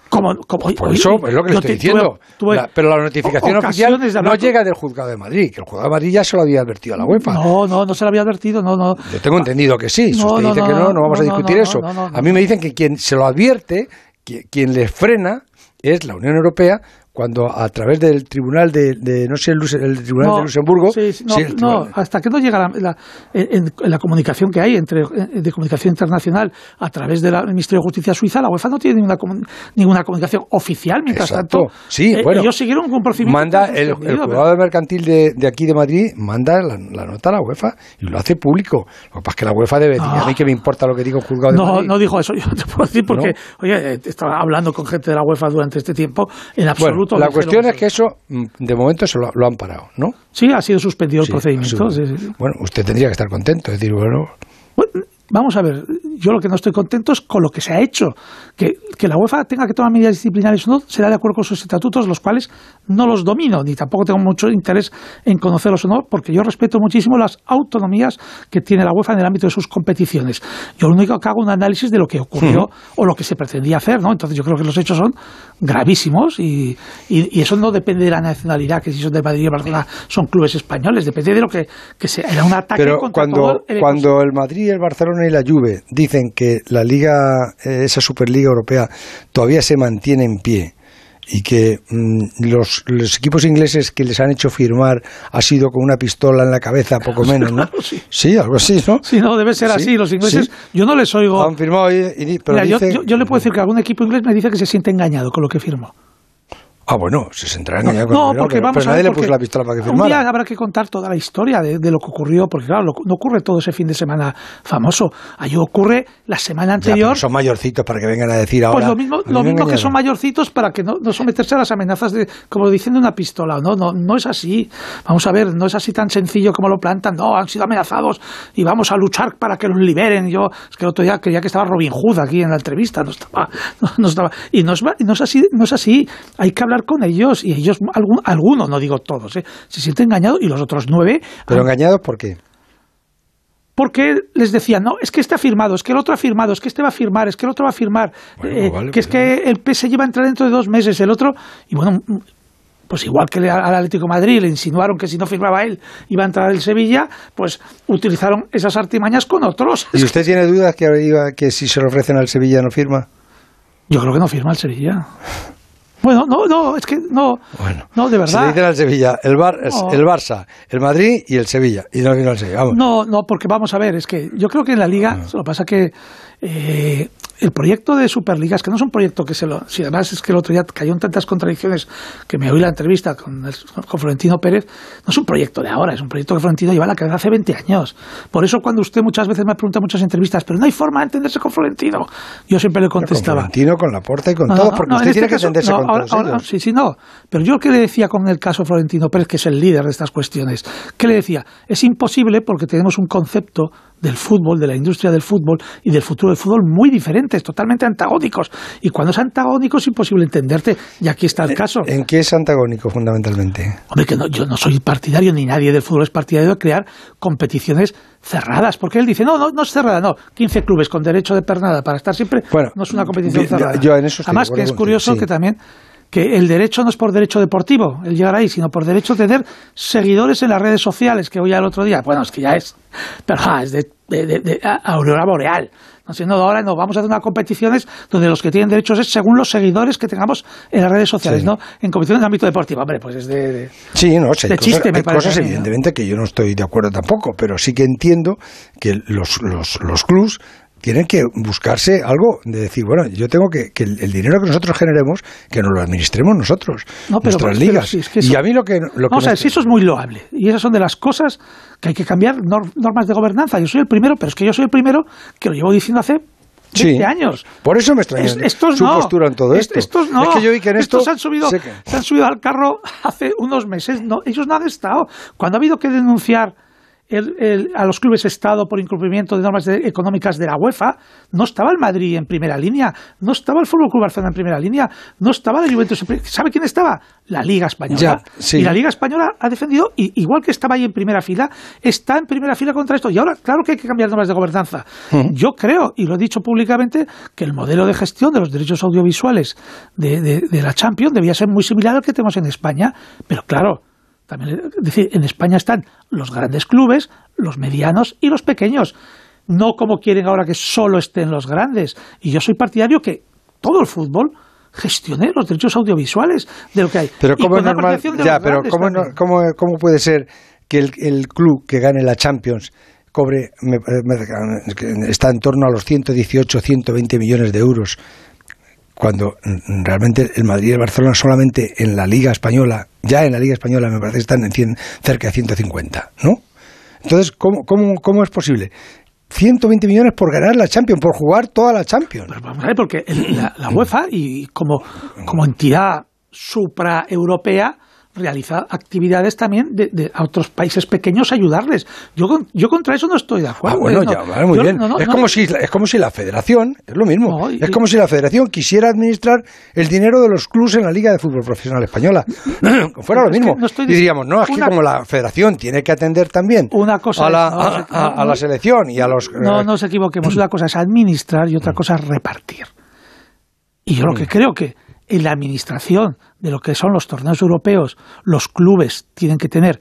Como, como, pues por eso es lo que le estoy te, diciendo. Tuve, tuve la, pero la notificación oficial no llega del Juzgado de Madrid, que el Juzgado de Madrid ya se lo había advertido a la UEFA. No, no, no se lo había advertido, no, no. Yo tengo entendido que sí. Si no, usted no, dice no, que no, no vamos no, a discutir no, no, eso. No, no, no, a mí me dicen que quien se lo advierte, que, quien le frena, es la Unión Europea, cuando a través del tribunal de, de no sé, el, el tribunal no, de Luxemburgo... Sí, sí, no, sí, no, hasta que no llega la, la, en, en la comunicación que hay entre de comunicación internacional a través del Ministerio de Justicia Suiza, la UEFA no tiene ninguna, ninguna comunicación oficial, mientras Exacto. tanto sí, eh, bueno, ellos siguieron un procedimiento... Manda el, el juzgado mercantil de, de aquí de Madrid, manda la, la nota a la UEFA y lo hace público. Lo que pasa es que la UEFA debe decir, no. a mí que me importa lo que diga el juzgado de no, Madrid. No, no dijo eso, yo te puedo decir porque, ¿no? oye, estaba hablando con gente de la UEFA durante este tiempo, en absoluto... Bueno, la cuestión es que eso, de momento, se lo, lo han parado, ¿no? Sí, ha sido suspendido sí, el procedimiento. Sí, sí. Bueno, usted tendría que estar contento, es decir, bueno... bueno vamos a ver, yo lo que no estoy contento es con lo que se ha hecho. Que, que la UEFA tenga que tomar medidas disciplinarias o no, será de acuerdo con sus estatutos, los cuales no los domino, ni tampoco tengo mucho interés en conocerlos o no, porque yo respeto muchísimo las autonomías que tiene la UEFA en el ámbito de sus competiciones. Yo lo único que hago es un análisis de lo que ocurrió uh-huh. o lo que se pretendía hacer, ¿no? Entonces yo creo que los hechos son gravísimos y, y, y eso no depende de la nacionalidad, que si son de Madrid o Barcelona son clubes españoles, depende de lo que, que se, era un ataque Pero contra cuando, todo el cuando el Madrid, el Barcelona y la Juve dicen que la liga, esa Superliga Europea, todavía se mantiene en pie y que mmm, los, los equipos ingleses que les han hecho firmar ha sido con una pistola en la cabeza, poco menos, ¿no? Sí, sí algo así, ¿no? Sí, no, debe ser ¿Sí? así. Los ingleses, ¿Sí? yo no les oigo... Han firmado y, y, pero Mira, dice... yo, yo, yo le puedo decir que algún equipo inglés me dice que se siente engañado con lo que firmó. Ah, bueno, se sentará engañado no, con no, porque pero, vamos pero a nadie ver, le puso la pistola para que firmara. Un día habrá que contar toda la historia de, de lo que ocurrió, porque claro, lo, no ocurre todo ese fin de semana famoso. Ahí ocurre la semana anterior. Ya, son mayorcitos para que vengan a decir ahora. Pues lo mismo, lo mismo que son mayorcitos para que no, no someterse a las amenazas de, como diciendo una pistola. No, no, no es así. Vamos a ver, no es así tan sencillo como lo plantan. No, han sido amenazados y vamos a luchar para que los liberen. Yo es que el otro día creía que estaba Robin Hood aquí en la entrevista, no estaba, no, no estaba. Y no es, no es así, no es así. Hay que hablar con ellos y ellos, algún, algunos, no digo todos, ¿eh? se sienten engañados y los otros nueve... ¿Pero han... engañados por qué? Porque les decían, no, es que este ha firmado, es que el otro ha firmado, es que este va a firmar, es que el otro va a firmar, bueno, eh, vale, que es que el P S G va a entrar dentro de dos meses, el otro... Y bueno, pues igual que al Atlético de Madrid le insinuaron que si no firmaba él iba a entrar el Sevilla, pues utilizaron esas artimañas con otros. ¿Y usted tiene dudas que, que si se lo ofrecen al Sevilla no firma? Yo creo que no firma el Sevilla. Bueno, no, no, es que no, bueno, no, de verdad. Se le dicen al Sevilla, el, Bar, no. el Barça, el Madrid y el Sevilla, y no vino al Sevilla, vamos. No, no, porque vamos a ver, es que yo creo que en la Liga, no. lo que pasa que eh, el proyecto de Superliga, es que no es un proyecto que se lo... Si además es que el otro día cayó en tantas contradicciones que me oí la entrevista con, el, con Florentino Pérez, no es un proyecto de ahora, es un proyecto que Florentino lleva a la cabeza hace veinte años. Por eso cuando usted muchas veces me pregunta en muchas entrevistas, pero no hay forma de entenderse con Florentino, yo siempre le contestaba... Con Florentino, con Laporta y con no, todos, porque no, usted este tiene caso, que entenderse no, con ahora, todos ahora, ellos. Sí, sí, no, pero yo lo que le decía con el caso Florentino Pérez, que es el líder de estas cuestiones, ¿qué le decía? Es imposible porque tenemos un concepto del fútbol, de la industria del fútbol y del futuro del fútbol muy diferentes, totalmente antagónicos. Y cuando es antagónico es imposible entenderte, y aquí está el caso. ¿En qué es antagónico fundamentalmente? Hombre, que no, yo no soy partidario, ni nadie del fútbol es partidario de crear competiciones cerradas, porque él dice, no, no, no es cerrada, no, quince clubes con derecho de pernada para estar siempre, bueno, no es una competición yo, cerrada. Yo en eso Además que es curioso sí. que también que el derecho no es por derecho deportivo, el llegar ahí, sino por derecho de tener seguidores en las redes sociales, que oía el otro día. Bueno, es que ya es, pero ah, es de, de, de, de aurora boreal. No sé, no, ahora no, vamos a hacer unas competiciones donde los que tienen derechos es según los seguidores que tengamos en las redes sociales, sí. ¿no? En competiciones de ámbito deportivo, hombre, pues es de, de sí, no, sí, de hay chiste, cosas, me hay parece. Cosas, evidentemente, que yo no estoy de acuerdo tampoco, pero sí que entiendo que los, los, los clubs tienen que buscarse algo de decir, bueno, yo tengo que, que el, el dinero que nosotros generemos, que nos lo administremos nosotros, no, pero, nuestras pero, ligas. Pero, si es que eso, y a mí lo que... Lo que vamos a ver, si eso es muy loable, y esas son de las cosas que hay que cambiar, normas de gobernanza. Yo soy el primero, pero es que yo soy el primero que lo llevo diciendo hace veinte sí, años. Por eso me extraña es, estos su no, postura en todo esto. Estos no. Es que yo vi que en esto estos se han, subido, que... se han subido al carro hace unos meses. No, ellos no han estado. Cuando ha habido que denunciar el, el, a los clubes Estado por incumplimiento de normas de, económicas de la UEFA, no estaba el Madrid en primera línea, no estaba el Fútbol Club Barcelona en primera línea, no estaba la Juventus. ¿Sabe quién estaba? La Liga Española. Ya, sí. Y la Liga Española ha defendido, y, igual que estaba ahí en primera fila, está en primera fila contra esto. Y ahora, claro que hay que cambiar normas de gobernanza. Uh-huh. Yo creo, y lo he dicho públicamente, que el modelo de gestión de los derechos audiovisuales de, de, de la Champions debía ser muy similar al que tenemos en España. Pero claro, también, es decir, en España están los grandes clubes, los medianos y los pequeños. No como quieren ahora que solo estén los grandes. Y yo soy partidario que todo el fútbol gestione los derechos audiovisuales de lo que hay. Pero cómo es normal, ya, pero cómo, no, cómo, cómo puede ser que el, el club que gane la Champions cobre, me, me, está en torno a los ciento dieciocho, ciento veinte millones de euros, cuando realmente el Madrid y el Barcelona solamente en la Liga Española, ya en la Liga Española me parece que están en cien, cerca de ciento cincuenta, ¿no? Entonces, ¿cómo, cómo, cómo es posible? ciento veinte millones por ganar la Champions, por jugar toda la Champions. Pero vamos a ver, porque el, la, la UEFA, y como, como entidad supraeuropea, realiza actividades también de, de a otros países pequeños, ayudarles. Yo yo contra eso no estoy de acuerdo. Ah, bueno, no, ya, vale, muy yo, bien. No, no, es, no, como no. si, es como si la federación, es lo mismo, No, y, es como si la federación quisiera administrar el dinero de los clubes en la Liga de Fútbol Profesional Española. Fuera lo mismo. No y diríamos, no, es una, que como la federación tiene que atender también una cosa a, la, es, no, a, a, a la selección y a los... No, no nos equivoquemos. Una cosa es administrar y otra cosa es repartir. Y yo lo que creo que en la administración de lo que son los torneos europeos, los clubes tienen que tener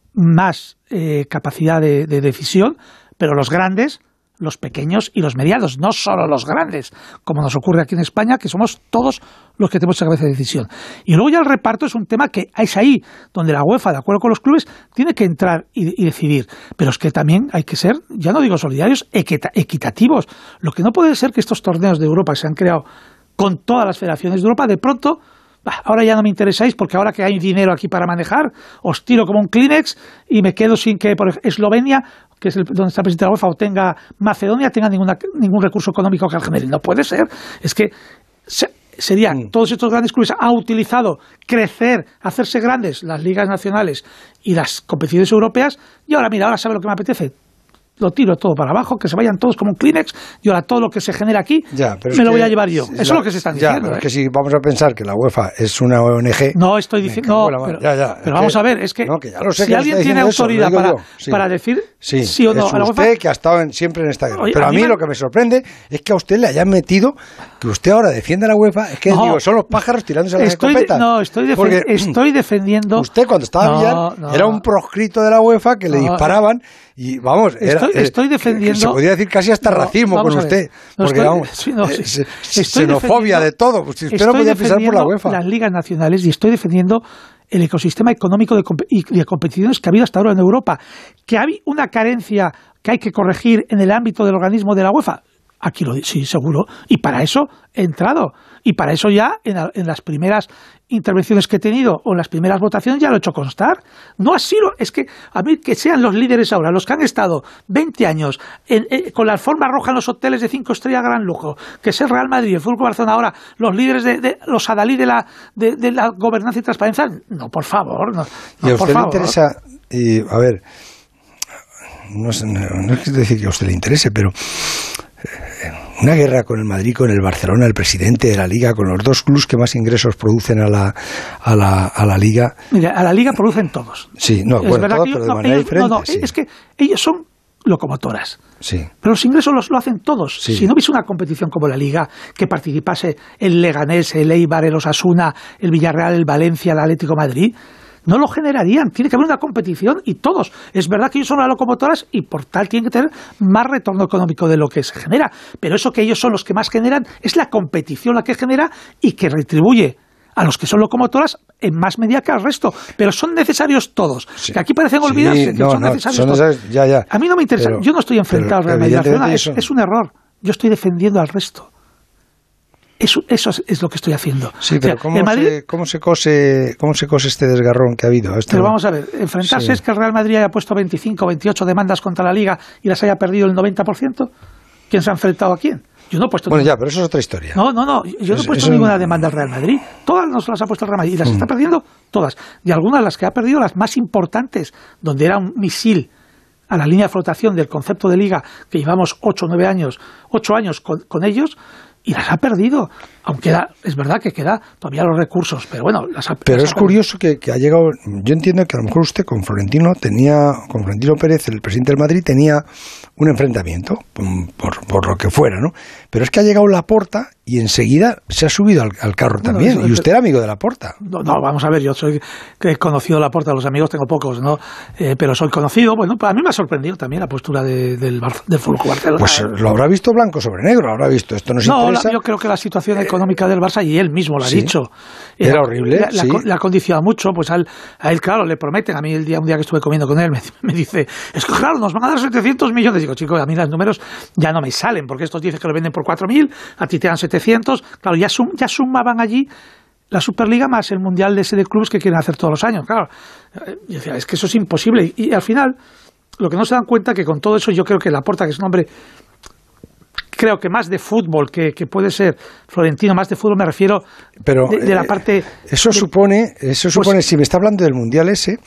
más eh, capacidad de, de decisión, pero los grandes, los pequeños y los medianos, no solo los grandes, como nos ocurre aquí en España, que somos todos los que tenemos esa cabeza de decisión. Y luego ya el reparto es un tema que es ahí donde la UEFA, de acuerdo con los clubes, tiene que entrar y, y decidir. Pero es que también hay que ser, ya no digo solidarios, equita, equitativos. Lo que no puede ser que estos torneos de Europa que se han creado con todas las federaciones de Europa, de pronto, bah, ahora ya no me interesáis porque ahora que hay dinero aquí para manejar, os tiro como un Kleenex y me quedo sin que, por ejemplo, Eslovenia, que es el, donde está el presidente de la UEFA, o tenga Macedonia, tenga ninguna, ningún recurso económico que genere. No puede ser. Es que se, serían mm. todos estos grandes clubes ha utilizado crecer, hacerse grandes las ligas nacionales y las competiciones europeas, y ahora, mira, ahora sabe lo que me apetece. Lo tiro todo para abajo, que se vayan todos como un Kleenex, y ahora todo lo que se genera aquí ya, me lo voy a llevar yo. Eso la, es lo que se están diciendo. Ya, pero ¿eh? es que si vamos a pensar que la UEFA es una O N G... No estoy diciendo... No, pero, ya, ya, pero vamos que, a ver, es que, no, que ya lo sé si que alguien tiene autoridad eso, para, sí. para decir sí, sí o no es a la usted UEFA... que ha estado en, siempre en esta guerra. Oye, pero a mí, a mí me... lo que me sorprende es que a usted le hayan metido, que usted ahora defiende a la UEFA, es que no, digo, son los pájaros tirándose a las estoy escopetas. De, no, estoy, defen porque, estoy defendiendo... Usted cuando estaba no, Villar no, era un proscrito de la UEFA que le disparaban y vamos, estoy, era, estoy defendiendo... Se podía decir casi hasta no, racismo con usted, no porque estoy, vamos, sí, no, eh, se, xenofobia de todo. Pues si usted no podía pisar por la UEFA. Las ligas nacionales y estoy defendiendo el ecosistema económico de, y de competiciones que ha habido hasta ahora en Europa. Que hay una carencia que hay que corregir en el ámbito del organismo de la UEFA. Aquí lo sí, seguro. Y para eso he entrado. Y para eso ya, en, en las primeras intervenciones que he tenido, o en las primeras votaciones, ya lo he hecho constar. No así, lo, es que a mí que sean los líderes ahora, los que han estado veinte años en, en, con la alfombra roja en los hoteles de cinco estrellas gran lujo, que es el Real Madrid, el Fútbol Club Barcelona ahora, los líderes de, de los adalí de la, de, de la gobernanza y transparencia, no, por favor. No, no, y a por usted favor. le interesa, y, a ver, no, no, no es decir que a usted le interese, pero... una guerra con el Madrid, con el Barcelona, el presidente de la Liga, con los dos clubes que más ingresos producen a la, a la, a la Liga. Mira, a la Liga producen todos. Sí, no, es bueno, todos, ellos, pero de no, manera ellos, diferente. No, no, sí. es que ellos son locomotoras. Sí. Pero los ingresos los, lo hacen todos. Sí. Si no hubiese una competición como la Liga, que participase el Leganés, el Eibar, el Osasuna, el Villarreal, el Valencia, el Atlético de Madrid... no lo generarían. Tiene que haber una competición y todos. Es verdad que ellos son las locomotoras y por tal tienen que tener más retorno económico de lo que se genera. Pero eso que ellos son los que más generan es la competición la que genera y que retribuye a los que son locomotoras en más medida que al resto. Pero son necesarios todos. Sí. Que aquí parecen olvidarse sí, que no, son no, necesarios son todos. Necesarios, ya, ya. A mí no me interesa. Pero, yo no estoy enfrentado al Real Madrid. Barcelona. Es, es un error. Yo estoy defendiendo al resto. Eso, eso es lo que estoy haciendo. Sí, pero o sea, ¿cómo, Madrid, se, ¿cómo, se cose, ¿cómo se cose este desgarrón que ha habido? Este pero vamos a ver, enfrentarse sí. es que el Real Madrid haya puesto veinticinco o veintiocho demandas contra la Liga y las haya perdido el noventa por ciento. ¿Quién se ha enfrentado a quién? Yo no he puesto bueno, ninguna. ya, pero eso es otra historia. No, no, no. Yo no he puesto eso, ninguna eso... demanda al Real Madrid. Todas nos las ha puesto el Real Madrid y las mm. está perdiendo todas. Y algunas de las que ha perdido, las más importantes, donde era un misil a la línea de flotación del concepto de liga que llevamos ocho o nueve años, ocho años con, con ellos, y las ha perdido, aunque da, es verdad que queda todavía los recursos, pero bueno, las ha Pero las es ha curioso que, que ha llegado, yo entiendo que a lo mejor usted con Florentino tenía, con Florentino Pérez, el presidente del Madrid, tenía un enfrentamiento, por, por lo que fuera, ¿no? Pero es que ha llegado Laporta y enseguida se ha subido al, al carro bueno, también, eso, y usted era amigo de Laporta. No, no, vamos a ver, yo soy que he conocido a Laporta, los amigos tengo pocos, ¿no? Eh, pero soy conocido, bueno, pues a mí me ha sorprendido también la postura de, del, del Fútbol Club Barcelona. Pues lo habrá visto blanco sobre negro, habrá visto, esto nos no, interesa. La, yo creo que la situación económica del Barça, y él mismo lo ha sí, dicho, era, era horrible, la, sí. La, la ha condicionado mucho, pues a él, a él, claro, le prometen, a mí el día, un día que estuve comiendo con él, me, me dice, es que claro, nos van a dar setecientos millones, digo, chico, a mí los números ya no me salen, porque estos dicen que lo venden por cuatro mil, a ti te dan setecientos, claro, ya, sum, ya sumaban allí la Superliga más el Mundial de ese de clubes que quieren hacer todos los años, claro, yo decía, es que eso es imposible, y, y al final, lo que no se dan cuenta que con todo eso yo creo que Laporta, que es un hombre, creo que más de fútbol que, que puede ser Florentino, más de fútbol me refiero pero, de, de la parte... Eso de, supone, eso supone pues, si me está hablando del Mundial ese,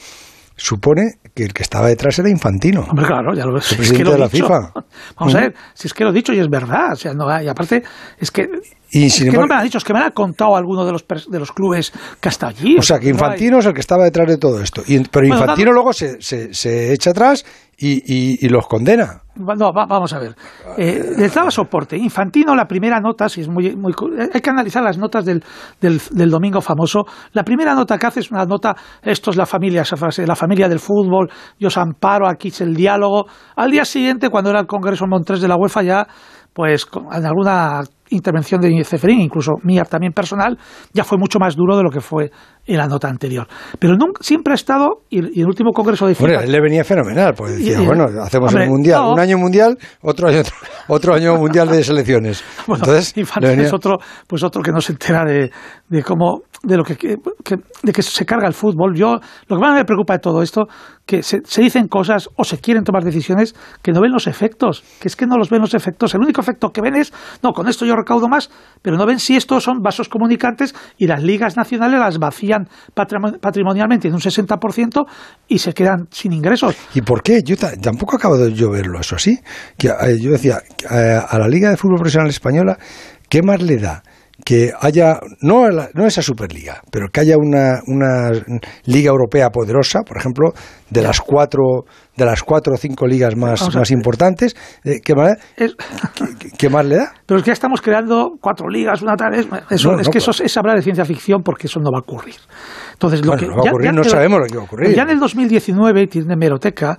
supone que el que estaba detrás era Infantino. Hombre, claro, ya lo ves. El presidente es que lo de la dicho. FIFA. Vamos uh-huh. a ver, si es que lo he dicho y es verdad. O sea, no, y aparte, es que... Y sin es embargo, que no me han dicho, es que me han contado alguno de los de los clubes que hasta allí. O sea, que Infantino no hay... es el que estaba detrás de todo esto. Y, pero bueno, Infantino dando... luego se, se, se echa atrás y, y, y los condena. No, va, vamos a ver. Eh, les daba soporte. Infantino, la primera nota, si es muy, muy, hay que analizar las notas del, del, del domingo famoso. La primera nota que hace es una nota, esto es la familia, esa frase, la familia del fútbol, yo os amparo, aquí es el diálogo. Al día siguiente, cuando era el Congreso Montrés de la UEFA, ya, pues, en alguna intervención de Ceferín, incluso mía también personal, ya fue mucho más duro de lo que fue en la nota anterior. Pero nunca, siempre ha estado, y, y el último congreso de FIFA... Bueno, él le venía fenomenal, pues decía, y, y, bueno, hacemos hombre, el mundial, no, un año mundial, otro año otro año mundial de selecciones. Bueno, entonces Infante venía... es otro, pues otro que no se entera de, de cómo, de lo que, que, de que se carga el fútbol. Yo, lo que más me preocupa de todo esto, que se, se dicen cosas o se quieren tomar decisiones que no ven los efectos, que es que no los ven los efectos. El único efecto que ven es, no, con esto yo recaudo más, pero no ven si estos son vasos comunicantes y las ligas nacionales las vacían patrimonialmente en un sesenta por ciento y se quedan sin ingresos. ¿Y por qué? Yo t- tampoco acabo de yo verlo eso así. Que, eh, yo decía, eh, a la Liga de Fútbol Profesional Española, ¿qué más le da? Que haya, no, la, no esa Superliga, pero que haya una, una liga europea poderosa, por ejemplo, de las cuatro de las cuatro o cinco ligas más, más importantes, eh, ¿qué, más, es, ¿qué, ¿qué más le da? Pero es que ya estamos creando cuatro ligas, una tal vez, eso, no, es no, que eso es, es hablar de ciencia ficción porque eso no va a ocurrir. Entonces, lo bueno, que no va ya, a ocurrir, ya, no ya, sabemos lo que va a ocurrir. Ya en el dos mil diecinueve, tiene hemeroteca,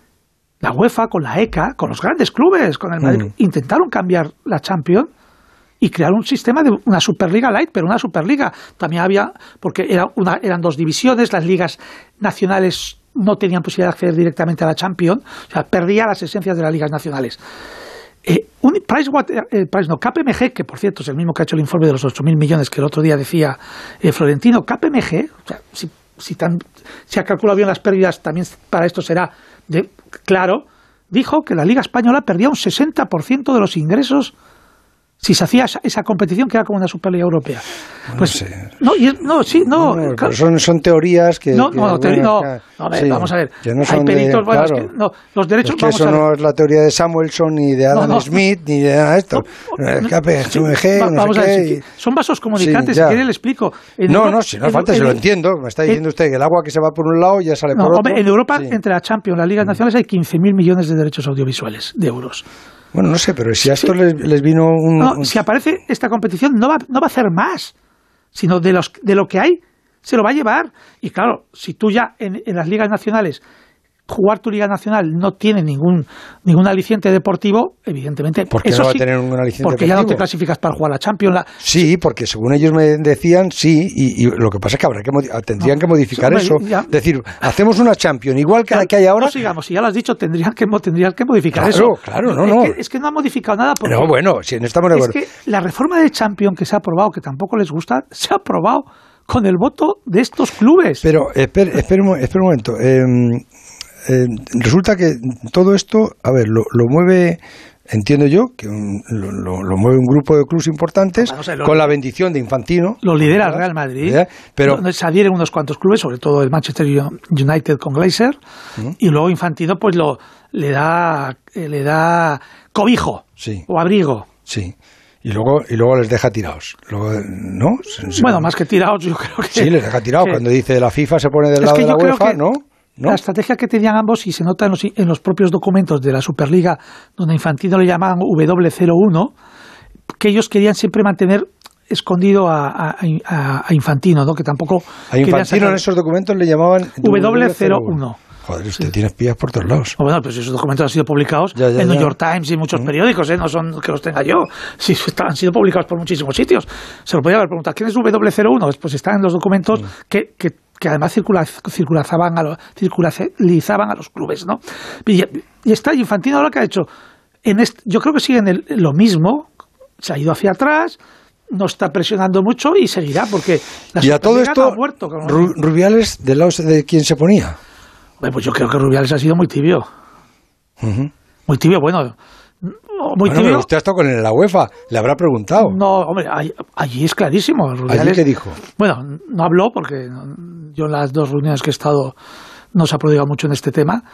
la UEFA con la E C A, con los grandes clubes, con el Madrid, mm. intentaron cambiar la Champions y crear un sistema de una Superliga Light, pero una Superliga. También había, porque era una, eran dos divisiones, las ligas nacionales no tenían posibilidad de acceder directamente a la Champions, o sea, perdía las esencias de las ligas nacionales. Eh, un Price, eh, Price no, K P M G, que por cierto es el mismo que ha hecho el informe de los ocho mil millones que el otro día decía eh, Florentino, K P M G, o sea, si, si, tan, si ha calculado bien las pérdidas, también para esto será de, claro, dijo que la Liga Española perdía un sesenta por ciento de los ingresos si se hacía esa, esa competición que era como una Superliga Europea. Pues, no sé. No, y, no, sí, no. no claro. Son, son teorías que... No, que, no, teoría, bueno, no, que, no a ver, sí, vamos a ver. Que no son hay peritos, de, bueno, claro, es que, no, los derechos... Es que vamos eso a ver. no es la teoría de Samuelson ni de Adam no, no, Smith ni de nada de esto. No, el K P M G, sí, no vamos sé a ver, qué, si, son vasos comunicantes, sí, si quiere le explico. En no, Europa, no, si no falta, en, se lo en, entiendo. Me está diciendo en, usted que el agua que se va por un lado ya sale no, por hombre, otro. En Europa, sí. entre la Champions y las ligas nacionales, hay quince mil millones de derechos audiovisuales, de euros. Bueno, no sé, pero si a esto sí. les, les vino un... No, un... si aparece esta competición no va, no va a hacer más, sino de, los, de lo que hay se lo va a llevar. Y claro, si tú ya en, en las ligas nacionales, jugar tu liga nacional no tiene ningún ningún aliciente deportivo, evidentemente... ¿Por qué eso no va sí, a tener ningún aliciente porque deportivo? Ya no te clasificas para jugar la Champions. La... Sí, porque según ellos me decían, sí, y, y lo que pasa es que habrá que tendrían no, que modificar hombre, eso. Ya... Es decir, hacemos una Champions igual que ya, la que hay ahora... No sigamos, si ya lo has dicho, tendrían que, tendrían que modificar claro, eso. Claro, no, es no. Que, es que no ha modificado nada. Porque no, bueno, si no estamos de acuerdo. Es que la reforma de Champions que se ha aprobado, que tampoco les gusta, se ha aprobado con el voto de estos clubes. Pero, espera, espera, un, espera un momento. Eh, Eh, resulta que todo esto, a ver, lo, lo mueve entiendo yo, que un, lo, lo, lo mueve un grupo de clubes importantes, no, no sé, lo, con la bendición de Infantino. Lo lidera el Real Madrid, ¿verdad? Pero no, se adhieren unos cuantos clubes, sobre todo el Manchester United con Glazer, uh-huh. y luego Infantino pues lo le da eh, le da cobijo sí. o abrigo. Sí. Y luego, y luego les deja tirados. Luego, ¿no? Bueno, más que tirados, yo creo que... Sí, les deja tirados. Que, cuando dice la FIFA se pone del es lado que de la UEFA, ¿no? ¿no? La estrategia que tenían ambos, y se nota en los, en los propios documentos de la Superliga, donde Infantino le llamaban W cero uno, que ellos querían siempre mantener escondido a, a, a Infantino, ¿no? Que tampoco... A Infantino en esos documentos le llamaban W cero uno. Joder, usted sí. tiene espías por todos lados. Bueno, pues esos documentos han sido publicados ya, ya, en New ya. York Times y muchos ¿Mm? periódicos, ¿eh? No son que los tenga yo. Sí, han sido publicados por muchísimos sitios. Se lo podía haber preguntado, ¿quién es W cero uno? Pues están en los documentos ¿Mm? que, que, que además circula, circulazaban, a lo, circularizaban a los clubes, ¿no? Y, y está Infantino ahora que ha hecho. En este, yo creo que siguen el, lo mismo, se ha ido hacia atrás, no está presionando mucho y seguirá, porque la y a todo esto, no ha muerto, como Ru, Rubiales, ¿del lado de quién se ponía? Pues yo creo que Rubiales ha sido muy tibio. Uh-huh. Muy tibio, bueno. Muy bueno, tibio. Pero usted ha estado con él en la UEFA, le habrá preguntado. No, hombre, allí, allí es clarísimo. Rubiales, ¿allí qué dijo? Bueno, no habló porque yo en las dos reuniones que he estado no se ha prodigado mucho en este tema.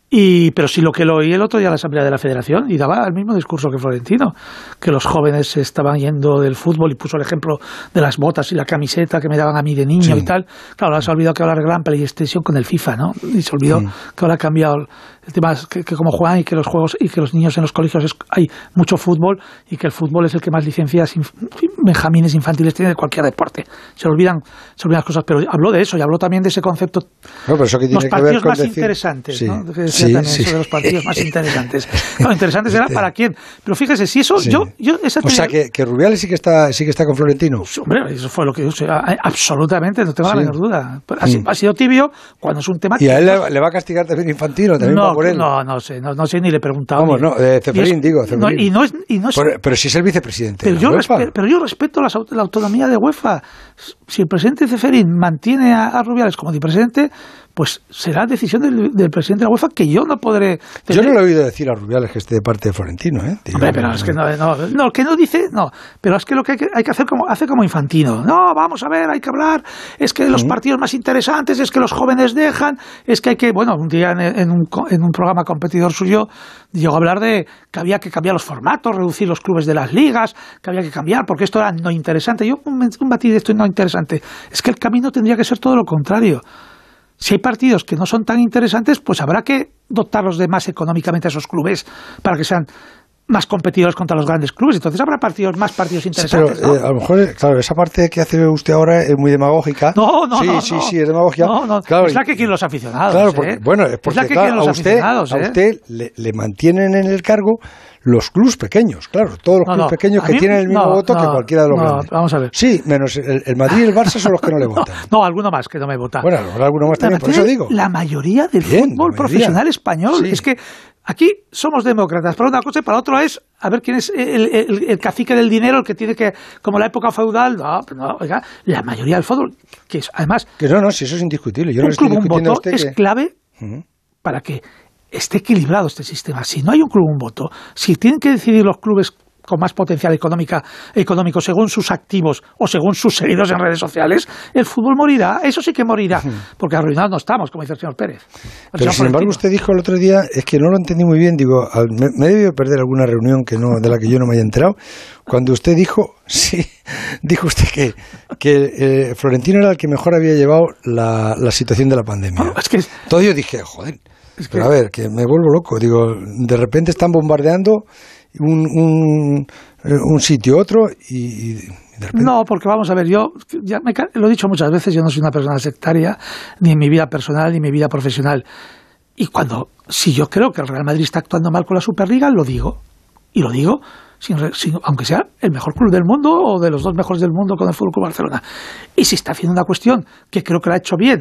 Y, pero sí lo que lo oí el otro día en la Asamblea de la Federación, y daba el mismo discurso que Florentino, que los jóvenes se estaban yendo del fútbol, y puso el ejemplo de las botas y la camiseta que me daban a mí de niño sí. y tal. Claro, ahora se ha olvidado que ahora arreglan PlayStation con el FIFA, ¿no? Y se olvidó sí. que ahora ha cambiado el tema, que, que como juegan y que los juegos y que los niños en los colegios es, hay mucho fútbol, y que el fútbol es el que más licencias inf, benjamines infantiles tiene de cualquier deporte. Se olvidan, se olvidan las cosas, pero habló de eso y habló también de ese concepto. No, pero eso que tiene los que partidos ver con más decir... interesantes, sí. ¿no? Que Sí, también sí. eso de los partidos más interesantes. Claro, interesantes será para quién. Pero fíjese, si eso, sí. yo, yo esa o sea que, que Rubiales sí que está, sí que está con Florentino. Hombre, eso fue lo que yo sé. Absolutamente, no tengo sí. la menor duda. Ha, mm. ha sido tibio cuando es un tema. Y a él le, le va a castigar también Infantino, también no, va por él. No, no sé, no, no sé ni le he preguntado. Vamos, no, eh, Ceferín, es, digo, Ceferín. No, y no es, y no es, pero, pero si es el vicepresidente. Pero, de yo, la UEFA. respe, pero yo respeto las, la autonomía de UEFA. Si el presidente Ceferín mantiene a, a Rubiales como vicepresidente, pues será decisión del, del presidente de la UEFA, que yo no podré... Yo no le he oído decir a Rubiales que esté de parte de Florentino, ¿eh? Digo, Hombre, pero no, es que no, no, no, que no dice, no, pero es que lo que hay que, hay que hacer como, hace como Infantino. No, vamos a ver, hay que hablar, es que los uh-huh. partidos más interesantes, es que los jóvenes dejan, es que hay que, bueno, un día en, en, un, en un programa competidor suyo llegó a hablar de que había que cambiar los formatos, reducir los clubes de las ligas, que había que cambiar, porque esto era no interesante. Yo, un, un matiz de esto no interesante, es que el camino tendría que ser todo lo contrario. Si hay partidos que no son tan interesantes, pues habrá que dotarlos de más económicamente a esos clubes para que sean más competidores contra los grandes clubes. Entonces habrá partidos más partidos interesantes. Sí, pero, ¿no? eh, a lo mejor, claro, esa parte que hace usted ahora es muy demagógica. No, no, sí, no. Sí, no. sí, es demagogia. No, no, claro, es la que quieren los aficionados. Claro, porque, ¿eh? bueno, es porque es la que claro, quieren los a usted, aficionados. a ¿eh? usted le, le mantienen en el cargo los clubes pequeños, claro, todos los no, clubes no. pequeños que mí, tienen el mismo no, voto no, que cualquiera de los no, grandes. Vamos a ver. Sí, menos el, el Madrid y el Barça son los que no le votan. No, alguno más que no me vota. Bueno, a lo mejor alguno más también, por eso digo. La mayoría del Bien, fútbol mayoría. profesional español. Sí. Es que aquí somos demócratas para una cosa y para otra es a ver quién es el, el, el cacique del dinero, el que tiene que, como la época feudal, no, no, oiga, la mayoría del fútbol, que es además... Que no, no, si eso es indiscutible. Yo un no estoy club, un discutiendo voto a usted es que... clave uh-huh. para que esté equilibrado este sistema. Si no hay un club, un voto, si tienen que decidir los clubes con más potencial económica, económico según sus activos o según sus seguidores en redes sociales, el fútbol morirá, eso sí que morirá, porque arruinados no estamos, como dice el señor Pérez. El Pero señor sin embargo usted dijo el otro día, es que no lo entendí muy bien, digo, me, me he debido perder alguna reunión que no, de la que yo no me haya enterado, cuando usted dijo, sí, dijo usted que, que eh, Florentino era el que mejor había llevado la, la situación de la pandemia. No, es que es... Todo yo dije, joder, es que... pero a ver, que me vuelvo loco, digo, de repente están bombardeando Un, un, un sitio otro y, y de repente... No, porque vamos a ver, yo ya me, lo he dicho muchas veces, yo no soy una persona sectaria ni en mi vida personal ni en mi vida profesional, y cuando si yo creo que el Real Madrid está actuando mal con la Superliga, lo digo, y lo digo sin, sin, aunque sea el mejor club del mundo o de los dos mejores del mundo con el Fútbol Club Barcelona, y si está haciendo una cuestión que creo que la ha hecho bien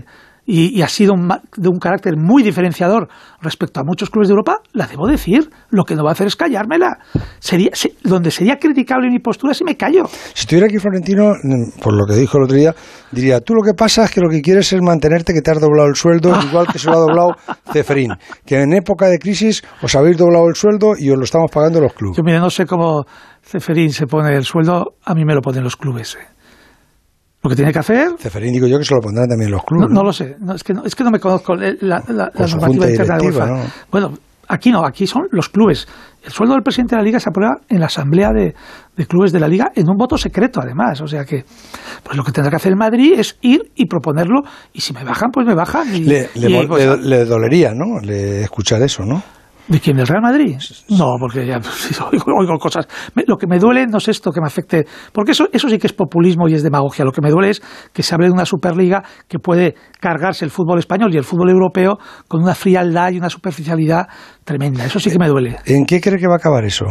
y, y ha sido un, de un carácter muy diferenciador respecto a muchos clubes de Europa, la debo decir. Lo que no va a hacer es callármela. Sería, se, donde sería criticable mi postura si me callo. Si estuviera aquí Florentino, por lo que dijo el otro día, diría, tú lo que pasa es que lo que quieres es mantenerte, que te has doblado el sueldo, igual que se lo ha doblado Ceferín, que en época de crisis os habéis doblado el sueldo y os lo estamos pagando los clubes. Yo, mira, no sé cómo Ceferín se pone el sueldo, a mí me lo ponen los clubes, ¿eh? Lo que tiene que hacer... Ceferín, digo yo, que se lo pondrán también los clubes. No, no lo sé, no, es, que no, es que no me conozco la, la, la normativa interna de UEFA. ¿No? Bueno, aquí no, aquí son los clubes. El sueldo del presidente de la Liga se aprueba en la asamblea de, de clubes de la Liga en un voto secreto, además. O sea que, pues lo que tendrá que hacer el Madrid es ir y proponerlo, y si me bajan, pues me bajan. Y, le, le, y, pues, le, le dolería, ¿no?, le escuchar eso, ¿no? ¿De quién? ¿Del Real Madrid? No, porque ya pues, oigo, oigo cosas. Me, lo que me duele no es esto que me afecte, porque eso, eso sí que es populismo y es demagogia. Lo que me duele es que se hable de una Superliga que puede cargarse el fútbol español y el fútbol europeo con una frialdad y una superficialidad tremenda. Eso sí que me duele. ¿En qué cree que va a acabar eso?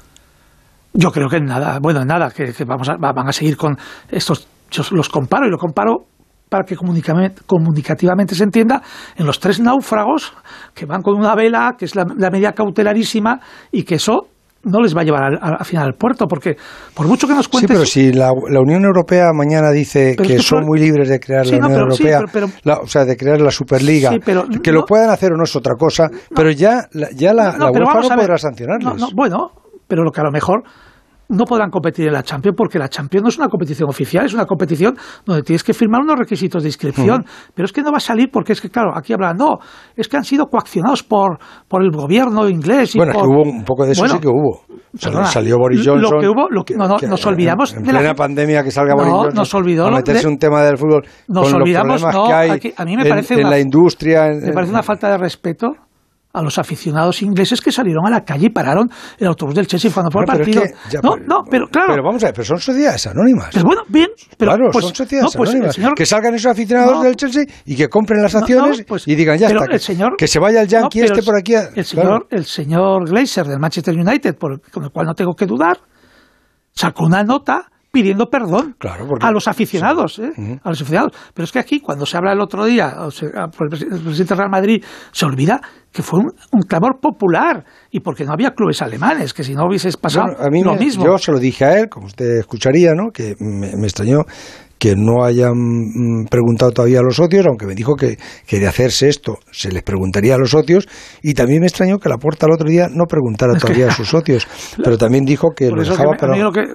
Yo creo que en nada. Bueno, en nada, que, que vamos a, van a seguir con estos. Yo los comparo y lo comparo para que comunicativamente se entienda, en los tres náufragos que van con una vela, que es la, la medida cautelarísima, y que eso no les va a llevar al, al final al puerto, porque por mucho que nos cuentes... Sí, pero si la, la Unión Europea mañana dice que, que son pero, muy libres de crear sí, la Unión no, pero, Europea, sí, pero, pero, la, o sea, de crear la Superliga, sí, pero, que no, lo puedan hacer o no es otra cosa, no, pero ya, ya la, no, la UEFA no podrá sancionarles. No, no, bueno, pero lo que a lo mejor... no podrán competir en la Champions, porque la Champions no es una competición oficial, es una competición donde tienes que firmar unos requisitos de inscripción, uh-huh. pero es que no va a salir porque es que, claro, aquí hablan, no, es que han sido coaccionados por, por el gobierno inglés. Y bueno, por... es que hubo un poco de eso, bueno, sí que hubo. Perdona, salió Boris Johnson. Lo que hubo, lo que, no, no, que, nos olvidamos en, en de plena la... pandemia que salga no, Boris Johnson nos olvidó a meterse de... un tema del fútbol nos con olvidamos, los problemas no, que hay aquí, a mí me en, parece en una, la industria. En, me parece una falta de respeto a los aficionados ingleses que salieron a la calle y pararon el autobús del Chelsea cuando fue el partido. Es que, ya, no, pero, no, pero claro. Pero vamos a ver, pero son sociedades anónimas. Pero bueno, bien. Pero, claro, pues, son sociedades no, pues, anónimas. Señor, que salgan esos aficionados no, del Chelsea y que compren las acciones no, no, pues, y digan, ya está, que, señor, que se vaya el Yankee no, este por aquí. A, el, señor, claro. el señor Glazer del Manchester United, por, con el cual no tengo que dudar, sacó una nota pidiendo perdón claro, porque, a los aficionados, ¿eh? uh-huh. a los aficionados. Pero es que aquí, cuando se habla el otro día, o sea, por el presidente del Real Madrid, se olvida que fue un, un clamor popular y porque no había clubes alemanes, que si no hubieses pasado bueno, a mí lo me, mismo. Yo se lo dije a él, como usted escucharía, ¿no?, que me, me extrañó que no hayan preguntado todavía a los socios, aunque me dijo que, que de hacerse esto se les preguntaría a los socios, y también me extrañó que Laporta el otro día no preguntara todavía a sus socios, pero también dijo que por lo eso dejaba... Que me, pero... a mí lo que...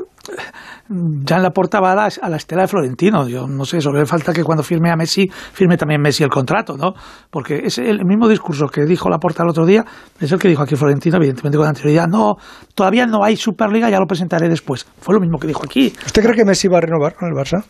Ya en Laporta va a la, a la estela de Florentino. Yo no sé, solo le falta que cuando firme a Messi, firme también Messi el contrato, ¿no? Porque es el mismo discurso que dijo Laporta el otro día, es el que dijo aquí Florentino, evidentemente con anterioridad. No, todavía no hay Superliga, ya lo presentaré después. Fue lo mismo que dijo aquí. ¿Usted cree que Messi va a renovar con el Barça?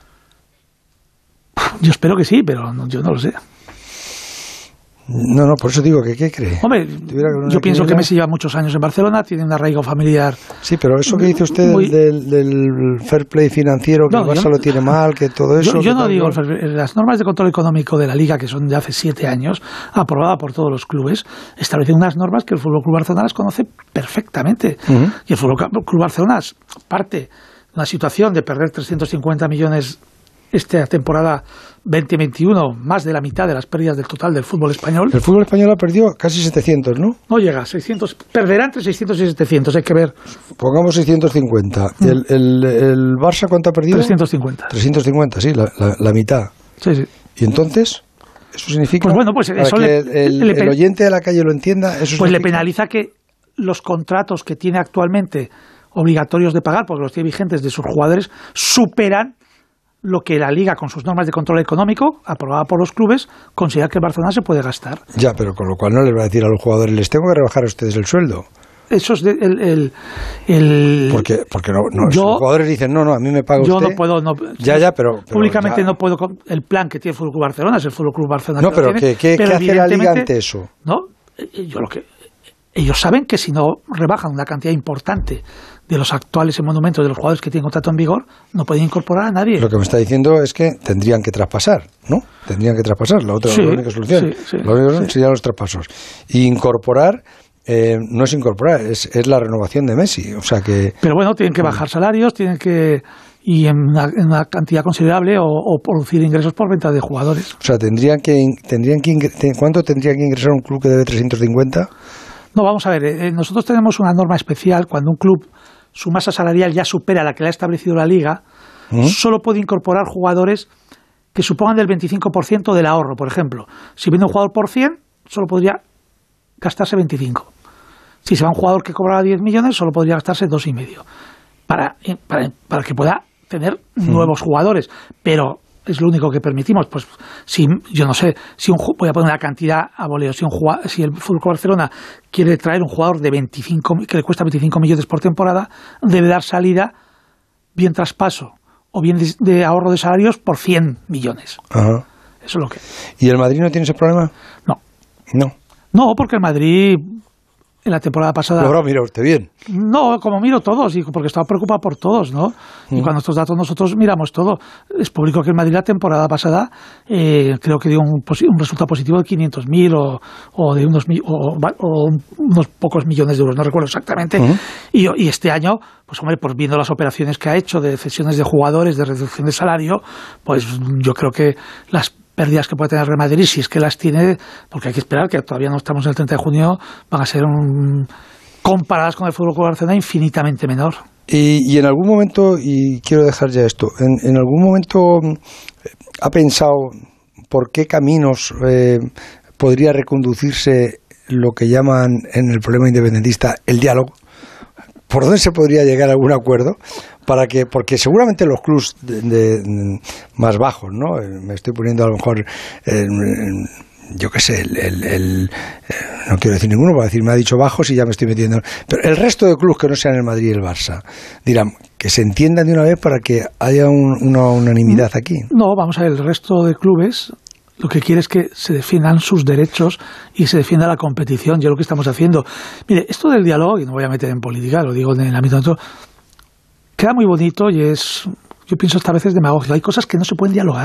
Yo espero que sí, pero no, yo no lo sé. No, no, por eso digo que ¿qué cree? Hombre, yo pienso que Messi lleva muchos años en Barcelona, tiene un arraigo familiar. Sí, pero eso que dice usted muy... del, del fair play financiero, que no, el Barça no, lo tiene mal, que todo eso... Yo, yo no digo, las normas de control económico de la Liga, que son de hace siete años, aprobada por todos los clubes, establecen unas normas que el F C Barcelona las conoce perfectamente. Uh-huh. Y el F C Barcelona parte de una situación de perder trescientos cincuenta millones esta temporada veinte veintiuno, más de la mitad de las pérdidas del total del fútbol español. El fútbol español ha perdido casi setecientos, ¿no? No llega, seiscientos, perderá entre seiscientos y setecientos, hay que ver. Pongamos seiscientos cincuenta. Mm. ¿El, el, el Barça cuánto ha perdido? trescientos cincuenta. trescientos cincuenta, sí, la, la, la mitad. Sí, sí. ¿Y entonces? ¿Eso significa? Pues bueno, pues eso para le, que el, le, el oyente de la calle lo entienda, eso pues significa... le penaliza que los contratos que tiene actualmente obligatorios de pagar, porque los tiene vigentes de sus jugadores, superan lo que la Liga, con sus normas de control económico, aprobada por los clubes, considera que el Barcelona se puede gastar. Ya, pero con lo cual no les va a decir a los jugadores, les tengo que rebajar a ustedes el sueldo. Eso es de, el, el, el... Porque, porque no, no, yo, los jugadores dicen, no, no, a mí me paga yo usted. Yo no puedo... No, ya, ya, pero... pero públicamente ya. no puedo... El plan que tiene el F C Barcelona es el F C Barcelona. No, que pero, lo tiene, ¿qué, pero ¿qué hace la Liga ante eso? No, yo lo que... Ellos saben que si no rebajan una cantidad importante de los actuales monumentos de los jugadores que tienen contrato en vigor, no pueden incorporar a nadie. Lo que me está diciendo es que tendrían que traspasar, ¿no? Tendrían que traspasar, la otra sí, la única solución. Sí, sí, la única solución sí. serían los traspasos. Y incorporar, eh, no es incorporar, es, es la renovación de Messi. O sea que... Pero bueno, tienen que bajar salarios, tienen que... y en una, en una cantidad considerable o, o producir ingresos por venta de jugadores. O sea, tendrían que tendrían que ingre- ¿cuánto tendría que ingresar un club que debe trescientos cincuenta? No, vamos a ver, eh, nosotros tenemos una norma especial cuando un club su masa salarial ya supera la que le ha establecido la Liga, ¿Mm? solo puede incorporar jugadores que supongan del veinticinco por ciento del ahorro. Por ejemplo, si viene un jugador por cien, solo podría gastarse veinticinco. Si se va un jugador que cobraba diez millones, solo podría gastarse dos y medio. Para, para, para que pueda tener ¿Mm? nuevos jugadores. Pero es lo único que permitimos. Pues si yo no sé, si un voy a poner una cantidad a voleo, si un si el F C Barcelona quiere traer un jugador de veinticinco que le cuesta veinticinco millones por temporada, debe dar salida bien traspaso o bien de, de ahorro de salarios por cien millones. Ajá. Eso es lo que. ¿Y el Madrid no tiene ese problema? No. No. No, porque el Madrid en la temporada pasada... Logró, mira usted bien. No, como miro todos, y porque estaba preocupado por todos, ¿no? Mm. Y cuando estos datos nosotros miramos todo. Es público que el Madrid la temporada pasada eh, creo que dio un, un resultado positivo de quinientos mil o, o de unos, o, o unos pocos millones de euros, no recuerdo exactamente. Mm. Y, y este año, pues hombre, pues viendo las operaciones que ha hecho de cesiones de jugadores, de reducción de salario, pues yo creo que las pérdidas que puede tener el Real Madrid, si es que las tiene, porque hay que esperar que todavía no estamos en el treinta de junio, van a ser un, comparadas con el F C Barcelona infinitamente menor. Y, y en algún momento, y quiero dejar ya esto, en, en algún momento ha pensado por qué caminos eh, podría reconducirse lo que llaman en el problema independentista el diálogo. ¿Por dónde se podría llegar a algún acuerdo? Para que, porque seguramente los clubs de, de, más bajos, ¿no? Me estoy poniendo a lo mejor, eh, yo qué sé, el, el, el, no quiero decir ninguno, para decir me ha dicho bajos y ya me estoy metiendo. Pero el resto de clubs que no sean el Madrid y el Barça, dirán que se entiendan de una vez para que haya un, una unanimidad aquí. No, vamos a ver, el resto de clubes lo que quiere es que se defiendan sus derechos y se defienda la competición, y es lo que estamos haciendo. Mire, esto del diálogo, y no voy a meter en política, lo digo en el ámbito de otro, queda muy bonito y es, yo pienso esta vez es demagógico. Hay cosas que no se pueden dialogar.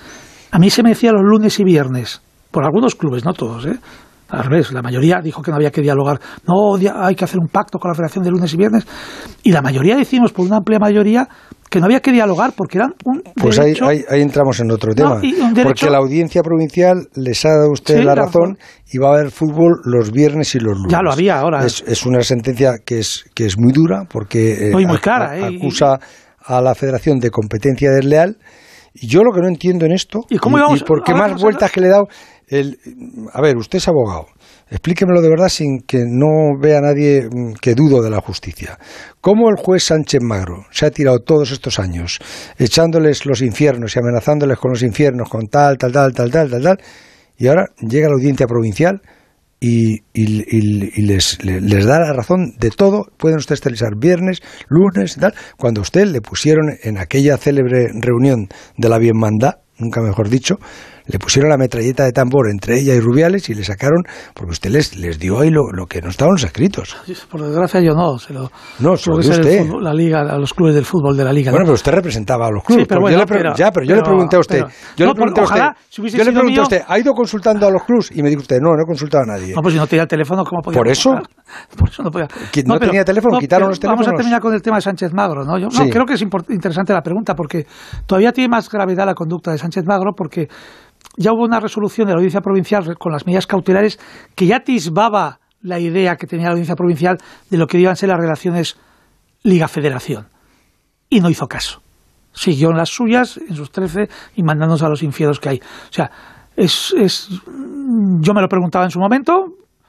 A mí se me decía los lunes y viernes, por algunos clubes, no todos, ¿eh? Al revés, la mayoría dijo que no había que dialogar. No, hay que hacer un pacto con la Federación de lunes y viernes. Y la mayoría decimos, por una amplia mayoría, que no había que dialogar porque eran un pues derecho... Pues ahí, ahí, ahí entramos en otro tema. No, derecho... Porque la audiencia provincial les ha dado usted sí, la razón y va a haber fútbol los viernes y los lunes. Ya lo había ahora. Es, es una sentencia que es, que es muy dura porque eh, muy, muy clara, a, eh, acusa y... a la Federación de competencia desleal. Y yo lo que no entiendo en esto, ¿y, cómo íbamos, y por qué más vueltas que le he dado... El, a ver, usted es abogado. Explíquemelo de verdad sin que no vea nadie que dudo de la justicia. ¿Cómo el juez Sánchez Magro se ha tirado todos estos años echándoles los infiernos y amenazándoles con los infiernos, con tal, tal, tal, tal, tal, tal, tal, y ahora llega la audiencia provincial y, y, y, y les, les, les da la razón de todo? Pueden ustedes televisar viernes, lunes y tal, cuando a usted le pusieron en aquella célebre reunión de la bienmandad, nunca mejor dicho, le pusieron la metralleta de tambor entre ella y Rubiales y le sacaron, porque usted les, les dio ahí lo, lo que no estaban los escritos. Por desgracia yo no, se lo, no, se lo dio usted. Fútbol, la liga, a los clubes del fútbol de la liga. Bueno, ¿no? pero usted representaba a los clubes. Sí, pero bueno, yo le pre- pero, ya, pero yo pero, le pregunté a usted, pero, yo no, le pregunté por, a usted, ojalá, si hubiese yo le pregunté mío, a usted, ¿ha ido consultando a los clubes? Y me dijo usted, no, no he consultado a nadie. No, pues si no tenía el teléfono, ¿cómo podía? ¿Por eso? Por eso no podía. No, no tenía teléfono, no, quitaron los teléfonos. Vamos a terminar con el tema de Sánchez Magro, ¿no? Yo, sí. no, creo que es import- interesante la pregunta porque todavía tiene más gravedad la conducta de Sánchez Magro porque ya hubo una resolución de la Audiencia Provincial con las medidas cautelares que ya atisbaba la idea que tenía la Audiencia Provincial de lo que iban a ser las relaciones Liga-Federación. Y no hizo caso. Siguió en las suyas, en sus trece, y mandándonos a los infiernos que hay. O sea, es, es yo me lo preguntaba en su momento,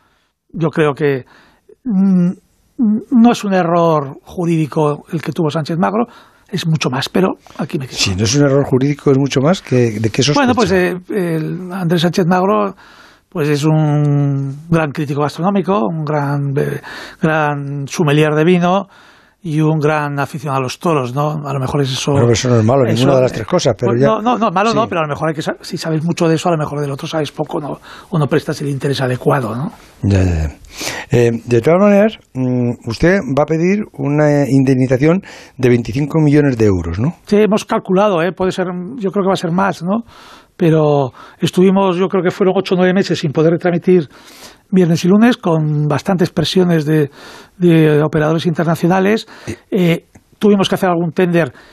yo creo que mmm, no es un error jurídico el que tuvo Sánchez Magro, es mucho más, pero aquí me quedo. Si no es un error jurídico, es mucho más, que ¿de qué sospecha? Bueno, pues eh, el Andrés Sánchez Magro pues es un gran crítico gastronómico, un gran, eh, gran sommelier de vino y un gran aficionado a los toros, ¿no? A lo mejor es eso... Bueno, pero eso no es malo, eso, ninguna de las tres cosas, pero pues ya... No, no, no malo sí. No, pero a lo mejor hay que si sabes mucho de eso, a lo mejor del otro sabes poco, ¿no? O no prestas el interés adecuado, ¿no? Ya, ya, ya. Eh, de todas maneras, usted va a pedir una indemnización de veinticinco millones de euros, ¿no? Sí, hemos calculado, ¿eh? Puede ser, yo creo que va a ser más, ¿no? Pero estuvimos, yo creo que fueron ocho o nueve meses sin poder retransmitir viernes y lunes, con bastantes presiones de, de operadores internacionales. Eh, tuvimos que hacer algún tender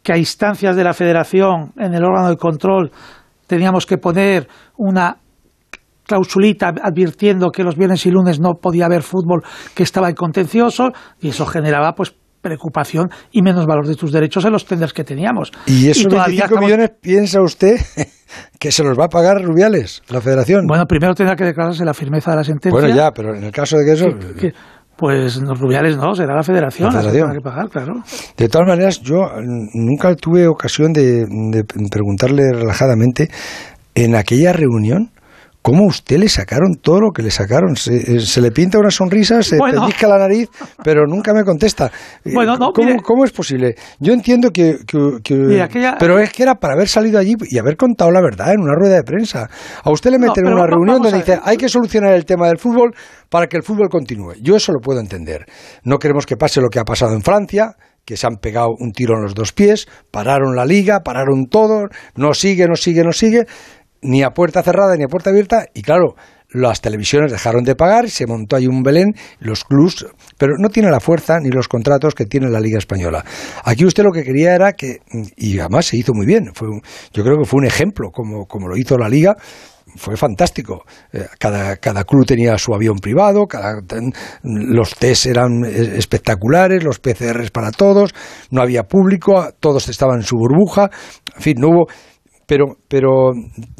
que a instancias de la Federación, en el órgano de control, teníamos que poner una clausulita advirtiendo que los viernes y lunes no podía haber fútbol, que estaba en contencioso, y eso generaba pues preocupación y menos valor de tus derechos en los tenders que teníamos. ¿Y esos y veinticinco estamos... millones piensa usted que se los va a pagar Rubiales, la Federación? Bueno, primero tendrá que declararse la firmeza de la sentencia. Bueno, ya, pero en el caso de que eso... Que, que, pues los Rubiales no, será la Federación la, federación. la que pagar, claro. De todas maneras, yo nunca tuve ocasión de, de preguntarle relajadamente en aquella reunión ¿cómo a usted le sacaron todo lo que le sacaron? Se, se le pinta una sonrisa, se bueno. pellizca la nariz, pero nunca me contesta. Bueno, no, ¿Cómo, mire, ¿Cómo es posible? Yo entiendo que... que, que mire, aquella, pero es que era para haber salido allí y haber contado la verdad en una rueda de prensa. A usted le meten no, en una no, reunión donde dice hay que solucionar el tema del fútbol para que el fútbol continúe. Yo eso lo puedo entender. No queremos que pase lo que ha pasado en Francia, que se han pegado un tiro en los dos pies, pararon la liga, pararon todo, no sigue, no sigue, no sigue... ni a puerta cerrada ni a puerta abierta, y claro, las televisiones dejaron de pagar, se montó ahí un Belén, los clubs, pero no tiene la fuerza ni los contratos que tiene la Liga Española. Aquí usted lo que quería era que, y además se hizo muy bien, fue un, yo creo que fue un ejemplo, como, como lo hizo la Liga, fue fantástico. Cada, cada club tenía su avión privado, cada, los test eran espectaculares, los P C Rs para todos, no había público, todos estaban en su burbuja, en fin, no hubo... Pero, pero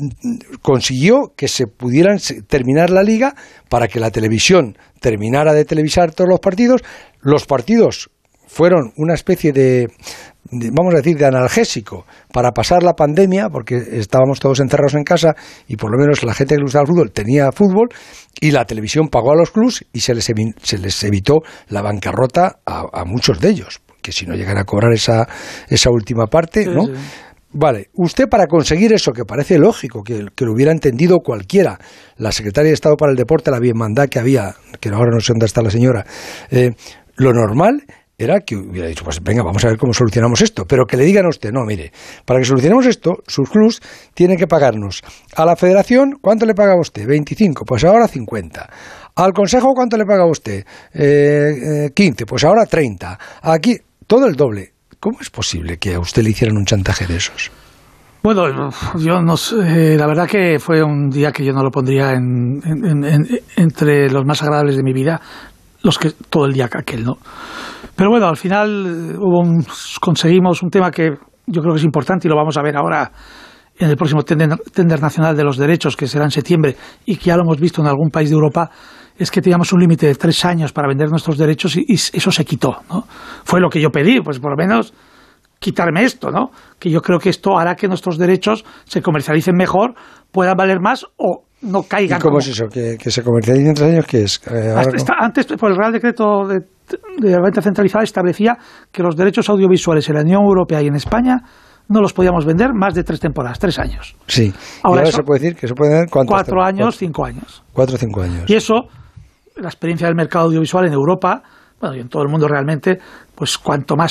consiguió que se pudieran terminar la liga para que la televisión terminara de televisar todos los partidos. Los partidos fueron una especie de, de, vamos a decir, de analgésico para pasar la pandemia, porque estábamos todos encerrados en casa y por lo menos la gente que le gustaba el fútbol tenía fútbol, y la televisión pagó a los clubs y se les, evi- se les evitó la bancarrota a, a muchos de ellos, porque si no llegan a cobrar esa, esa última parte, sí, ¿no? Sí. Vale, usted para conseguir eso, que parece lógico, que, que lo hubiera entendido cualquiera, la secretaria de Estado para el Deporte, la bienmandad que había, que ahora no sé dónde está la señora, eh, lo normal era que hubiera dicho, pues venga, vamos a ver cómo solucionamos esto, pero que le digan a usted, no, mire, para que solucionemos esto, sus clubs tienen que pagarnos a la Federación, ¿cuánto le paga usted? veinticinco, pues ahora cincuenta. Al Consejo, ¿cuánto le paga usted? Eh, eh, quince, pues ahora treinta. Aquí, todo el doble. ¿Cómo es posible que a usted le hicieran un chantaje de esos? Bueno, yo no sé, la verdad que fue un día que yo no lo pondría en, en, en, entre los más agradables de mi vida, los que todo el día aquel, ¿no? Pero bueno, al final hubo un, conseguimos un tema que yo creo que es importante y lo vamos a ver ahora en el próximo tender, tender nacional de los derechos, que será en septiembre, y que ya lo hemos visto en algún país de Europa, es que teníamos un límite de tres años para vender nuestros derechos y, y eso se quitó, ¿no? Fue lo que yo pedí, pues por lo menos quitarme esto, ¿no? Que yo creo que esto hará que nuestros derechos se comercialicen mejor, puedan valer más o no caigan. ¿Y cómo como... es eso? ¿Que, que se comercialicen en tres años? ¿Qué es? Eh, Hasta, está, antes, por el Real Decreto de, de la venta centralizada, establecía que los derechos audiovisuales en la Unión Europea y en España no los podíamos vender más de tres temporadas, tres años. Sí. Ahora, y ahora eso, se puede decir que se puede vender ¿cuántos? Cuatro años, cuatro, cinco años. Cuatro o cinco años. Y eso, la experiencia del mercado audiovisual en Europa, bueno, y en todo el mundo realmente, pues cuanto más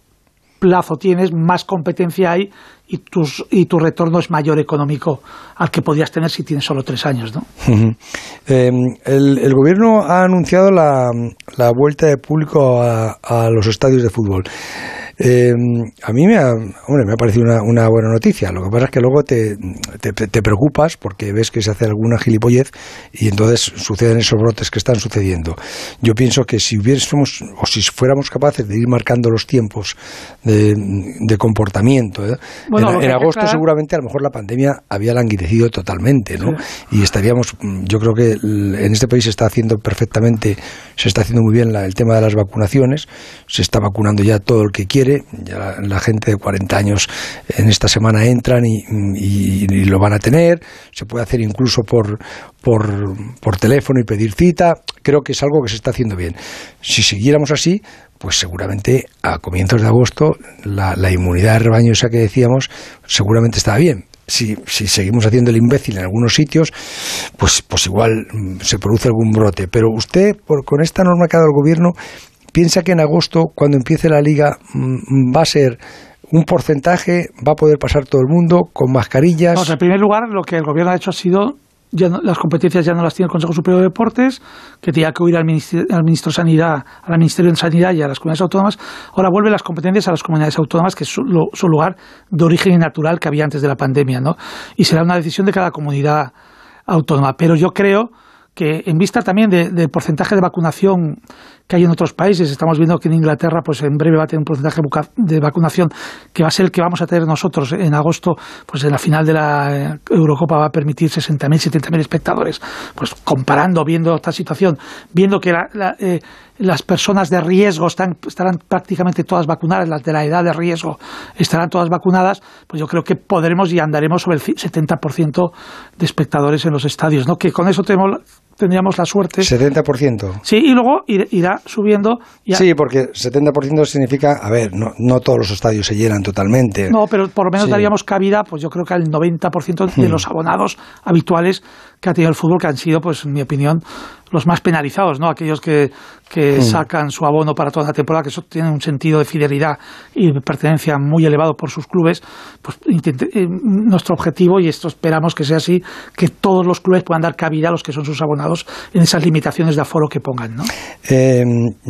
plazo tienes, más competencia hay y, tus, y tu retorno es mayor económico al que podías tener si tienes solo tres años, ¿no? Uh-huh. eh, el, el gobierno ha anunciado la, la vuelta de público a, a los estadios de fútbol. Eh, a mí me ha, hombre, me ha parecido una, una buena noticia. Lo que pasa es que luego te, te, te preocupas porque ves que se hace alguna gilipollez y entonces suceden esos brotes que están sucediendo. Yo pienso que si hubiésemos o si fuéramos capaces de ir marcando los tiempos de, de comportamiento, ¿eh? bueno, en, en agosto aclarar... seguramente a lo mejor la pandemia había languidecido totalmente, ¿no? Sí. Y estaríamos, yo creo que en este país se está haciendo perfectamente, se está haciendo muy bien la, el tema de las vacunaciones, se está vacunando ya todo el que quiere. Ya la, la gente de cuarenta años en esta semana entran y, y, y lo van a tener. Se puede hacer incluso por, por, por teléfono y pedir cita. Creo que es algo que se está haciendo bien. Si siguiéramos así, pues seguramente a comienzos de agosto la, la inmunidad de rebaño esa que decíamos seguramente estaba bien. Si, si seguimos haciendo el imbécil en algunos sitios, pues, pues igual se produce algún brote. Pero usted, por, con esta norma que ha dado el gobierno, ¿piensa que en agosto, cuando empiece la liga, va a ser un porcentaje, va a poder pasar todo el mundo con mascarillas? No, en primer lugar, lo que el gobierno ha hecho ha sido ya no, las competencias ya no las tiene el Consejo Superior de Deportes, que tenía que oír al Ministerio, al Ministro de Sanidad, al Ministerio de Sanidad y a las comunidades autónomas. Ahora vuelven las competencias a las comunidades autónomas, que es su, lo, su lugar de origen natural que había antes de la pandemia, ¿no? Y será una decisión de cada comunidad autónoma. Pero yo creo que en vista también de, del porcentaje de vacunación que hay en otros países, estamos viendo que en Inglaterra pues en breve va a tener un porcentaje de vacunación que va a ser el que vamos a tener nosotros en agosto, pues en la final de la Eurocopa va a permitir sesenta mil, setenta mil espectadores. Pues comparando, viendo esta situación, viendo que la, la, eh, las personas de riesgo están, estarán prácticamente todas vacunadas, las de la edad de riesgo estarán todas vacunadas, pues yo creo que podremos y andaremos sobre el setenta por ciento de espectadores en los estadios, ¿no? Que con eso tenemos, tendríamos la suerte. setenta por ciento. Sí, y luego irá subiendo. Ya. Sí, porque setenta por ciento significa, a ver, no, no todos los estadios se llenan totalmente. No, pero por lo menos sí. daríamos cabida, pues yo creo que al noventa por ciento de los abonados habituales que ha tenido el fútbol, que han sido, pues en mi opinión, los más penalizados, ¿no? Aquellos que, que mm. sacan su abono para toda la temporada, que eso tiene un sentido de fidelidad y de pertenencia muy elevado por sus clubes. Pues intente, eh, nuestro objetivo, y esto esperamos que sea así, que todos los clubes puedan dar cabida a los que son sus abonados en esas limitaciones de aforo que pongan, ¿no? Eh,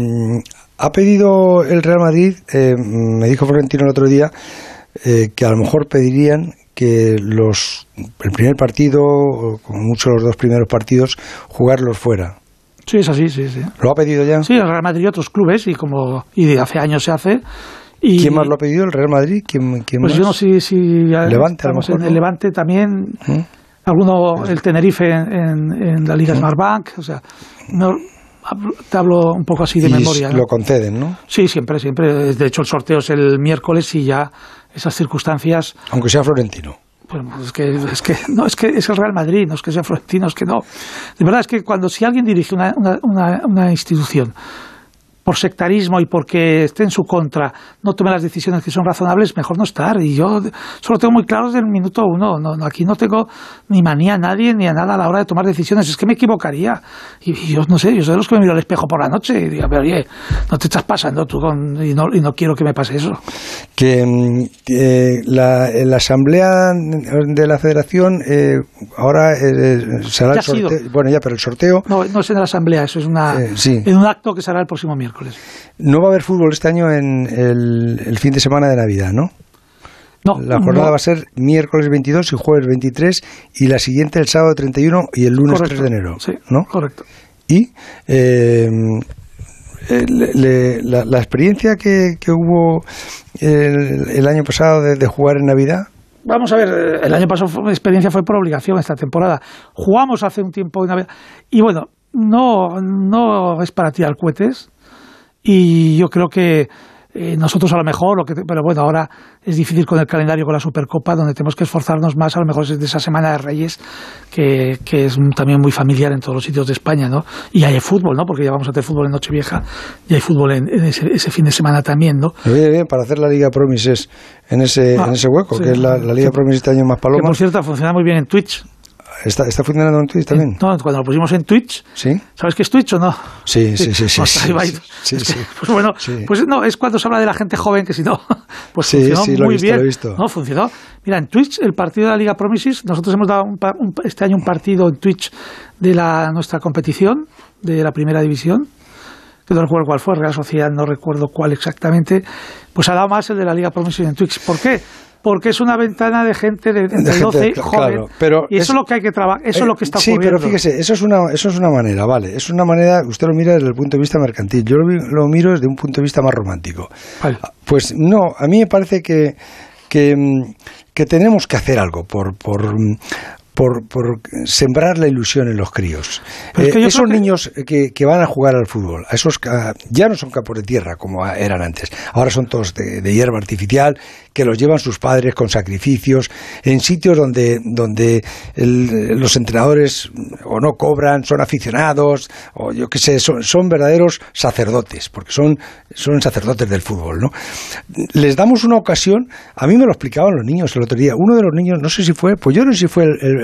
ha pedido el Real Madrid, eh, me dijo Florentino el otro día, eh, que a lo mejor pedirían que los el primer partido, o como mucho los dos primeros partidos, jugarlos fuera. Sí, es así, sí, sí. ¿Lo ha pedido ya? Sí, el Real Madrid y otros clubes, y como y de hace años se hace. Y ¿quién más lo ha pedido? ¿El Real Madrid? ¿Quién, quién pues más? Yo no sé si... Levante, a lo mejor, en ¿no? el Levante también, ¿Mm? alguno, el Tenerife en, en, en la Liga ¿Mm? Smartbank, o sea, no, te hablo un poco así de y memoria, ¿no? Lo conceden, ¿no? Sí, siempre, siempre. De hecho, el sorteo es el miércoles y ya esas circunstancias... Aunque sea Florentino. Pues es que, es que no es que es el Real Madrid, no es que sea Florentino, es que no. De verdad es que cuando si alguien dirige una, una, una, una institución por sectarismo y porque esté en su contra, no tome las decisiones que son razonables, mejor no estar. Y yo solo tengo muy claro desde el minuto uno. No, no, aquí no tengo ni manía a nadie ni a nada a la hora de tomar decisiones. Es que me equivocaría. Y, y yo no sé, yo soy de los que me miro al espejo por la noche y digo, pero oye, no te estás pasando tú con, y, no, y no quiero que me pase eso. Que eh, la, la asamblea de la Federación eh, ahora eh, será ya el sorteo. Sido. Bueno, ya, pero el sorteo. No, no es en la asamblea, eso es una eh, sí. en un acto que será el próximo miércoles. No va a haber fútbol este año en el, el fin de semana de Navidad, ¿no? No. La jornada no. va a ser miércoles veintidós y jueves veintitrés y la siguiente el sábado treinta y uno y el lunes correcto. tres de enero, sí, ¿no? Correcto. Y eh, le, le, la, la experiencia que, que hubo el, el año pasado de, de jugar en Navidad. Vamos a ver, el año pasado la experiencia fue por obligación esta temporada. Jugamos hace un tiempo en Navidad y bueno, no, no es para tirar cohetes. Y yo creo que eh, nosotros a lo mejor, lo que, pero bueno, ahora es difícil con el calendario, con la Supercopa, donde tenemos que esforzarnos más, a lo mejor es de esa Semana de Reyes, que, que es también muy familiar en todos los sitios de España, ¿no? Y hay fútbol, ¿no? Porque ya vamos a tener fútbol en Nochevieja y hay fútbol en, en ese, ese fin de semana también, ¿no? Me viene bien para hacer la Liga Promises en ese, ah, en ese hueco, sí, que es la, la Liga Promises este año más paloma. Que por cierto funciona muy bien en Twitch. ¿Está, ¿Está funcionando en Twitch también? No, cuando lo pusimos en Twitch. ¿Sí? ¿Sabes qué es Twitch o no? Sí, sí, sí. sí, pues, sí, sí, sí, es sí, que, pues bueno, sí. pues no, es cuando se habla de la gente joven que si no, pues sí, funcionó sí, muy lo he visto, bien. Lo he visto. No, funcionó. Mira, en Twitch, el partido de la Liga Promises, nosotros hemos dado un, un, este año un partido en Twitch de la nuestra competición, de la primera división, que no recuerdo cuál fue, Real Sociedad, no recuerdo cuál exactamente, pues ha dado más el de la Liga Promises en Twitch. ¿Por qué? Porque es una ventana de gente de entre doce y joven, claro, pero y eso es, es lo que hay que trabajar, eso eh, es lo que está sí, ocurriendo. Sí, pero fíjese, eso es una eso es una manera, vale, es una manera, usted lo mira desde el punto de vista mercantil, yo lo, lo miro desde un punto de vista más romántico. Vale. Pues no, a mí me parece que que, que tenemos que hacer algo por por Por, por sembrar la ilusión en los críos. Eh, esos que... niños que, que van a jugar al fútbol, a esos a, ya no son campos de tierra como eran antes, ahora son todos de, de hierba artificial, que los llevan sus padres con sacrificios, en sitios donde, donde el, los entrenadores o no cobran, son aficionados, o yo qué sé, son, son verdaderos sacerdotes, porque son, son sacerdotes del fútbol, ¿no? Les damos una ocasión, a mí me lo explicaban los niños el otro día, uno de los niños, no sé si fue, pues yo no sé si fue el, el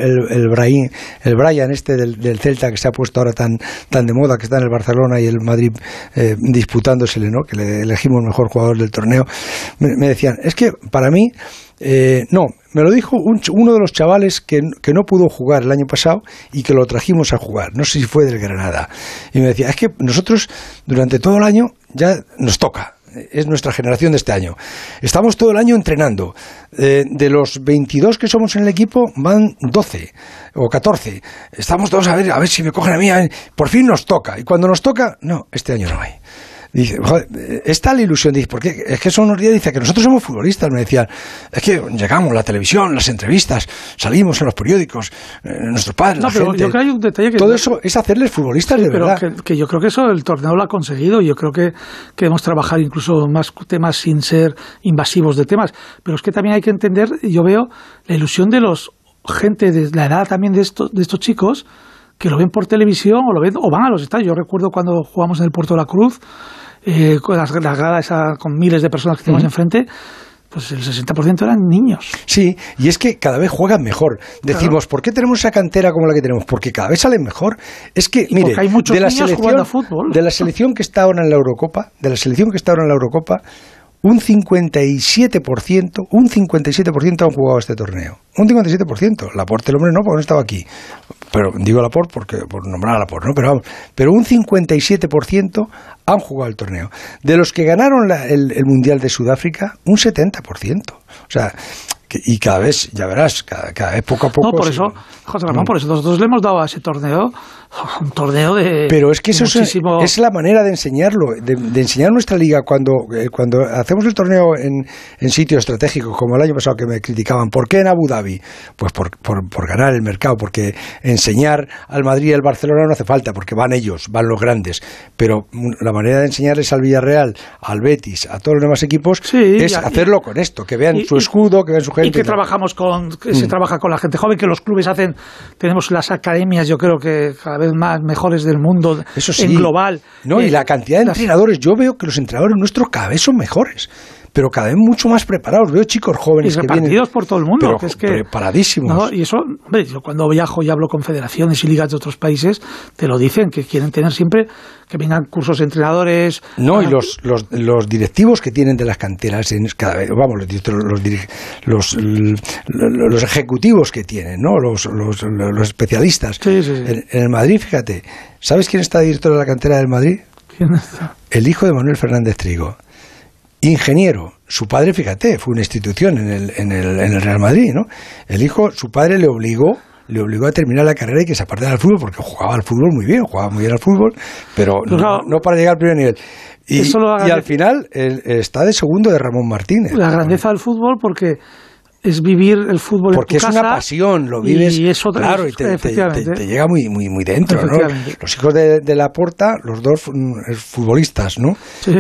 el, el, Brahim, el Brian este del, del Celta que se ha puesto ahora tan, tan de moda, que está en el Barcelona y el Madrid eh, disputándosele, ¿no? Que le elegimos mejor jugador del torneo, me, me decían, es que para mí, eh, no, me lo dijo un, uno de los chavales que, que no pudo jugar el año pasado y que lo trajimos a jugar, no sé si fue del Granada, y me decía, es que nosotros durante todo el año ya nos toca, es nuestra generación de este año. Estamos todo el año entrenando. Eh, de los veintidós que somos en el equipo, van doce o catorce. Estamos todos a ver, a ver si me cogen a mí. A ver, por fin nos toca. Y cuando nos toca, no, este año no hay. Dice, joder, está la ilusión, dice, porque es que son unos días, dice, que nosotros somos futbolistas, me decían, es que llegamos, la televisión, las entrevistas, salimos en los periódicos, eh, nuestros padres, no, la pero gente, yo creo que hay un detalle que... todo eso es hacerles futbolistas, sí, de pero verdad. Que, que yo creo que eso el torneo lo ha conseguido, yo creo que, que hemos trabajado incluso más temas sin ser invasivos de temas, pero es que también hay que entender, yo veo la ilusión de los gente de la edad también de estos, de estos chicos, que lo ven por televisión o lo ven o van a los estadios. Yo recuerdo cuando jugamos en el Puerto de la Cruz, Eh, con las, las gradas esa, con miles de personas que tenemos uh-huh. enfrente, pues el sesenta por ciento eran niños. Sí, y es que cada vez juegan mejor. Decimos, claro. ¿Por qué tenemos esa cantera como la que tenemos? Porque cada vez salen mejor. Es que, mire, hay muchos de la niños jugando a fútbol. De la selección que está ahora en la Eurocopa, de la selección que está ahora en la Eurocopa, un cincuenta y siete por ciento, un cincuenta y siete por ciento han jugado este torneo. Un cincuenta y siete por ciento. Laporte, el hombre no, porque no estaba aquí. Pero digo Laporte porque por nombrar a Laporte, ¿no? Pero vamos, pero un cincuenta y siete por ciento han jugado el torneo. De los que ganaron la, el, el Mundial de Sudáfrica, un setenta por ciento. O sea, que, y cada vez, ya verás, cada, cada vez poco a poco... No, por eso, José Ramón, no. por eso nosotros le hemos dado a ese torneo un torneo de... Pero es que eso muchísimo... es, es la manera de enseñarlo, de, de enseñar nuestra liga. Cuando, eh, cuando hacemos el torneo en, en sitios estratégicos, como el año pasado que me criticaban, ¿por qué en Abu Dhabi? Pues por, por, por ganar el mercado, porque enseñar al Madrid y al Barcelona no hace falta, porque van ellos, van los grandes. Pero la manera de enseñarles al Villarreal, al Betis, a todos los demás equipos, sí, es ya, hacerlo y, con esto, que vean y, su escudo, que vean su gente. Y que ¿no? trabajamos con, que mm. se trabaja con la gente joven, que los clubes hacen, tenemos las academias, yo creo que cada vez más mejores del mundo. Eso sí. En global. No, eh, y la cantidad de las... entrenadores, yo veo que los entrenadores nuestros cada vez son mejores, pero cada vez mucho más preparados. Veo chicos jóvenes y que vienen repartidos por todo el mundo, pero que es que, preparadísimos. No, y eso, hombre, yo cuando viajo y hablo con federaciones y ligas de otros países, te lo dicen, que quieren tener siempre que vengan cursos de entrenadores. No, y los, los, los directivos que tienen de las canteras, en cada vez, vamos, los, los, los, los ejecutivos que tienen, ¿no? Los, los, los especialistas. Sí, sí, sí. En, en el Madrid, fíjate, ¿sabes quién está director de la cantera del Madrid? ¿Quién está? El hijo de Manuel Fernández Trigo. Ingeniero, su padre, fíjate, fue una institución en el, en el, en el Real Madrid, ¿no? El hijo, su padre le obligó, le obligó a terminar la carrera y que se apartara del fútbol, porque jugaba al fútbol muy bien, jugaba muy bien al fútbol, pero no, no, no para llegar al primer nivel. Y, y al final él, está de segundo de Ramón Martínez. La grandeza del fútbol, porque es vivir el fútbol porque en tu casa. Porque es una pasión, lo vives, y eso claro, y te, te, te, te llega muy muy muy dentro, ¿no? Los hijos de, de Laporta, los dos futbolistas, ¿no? Sí.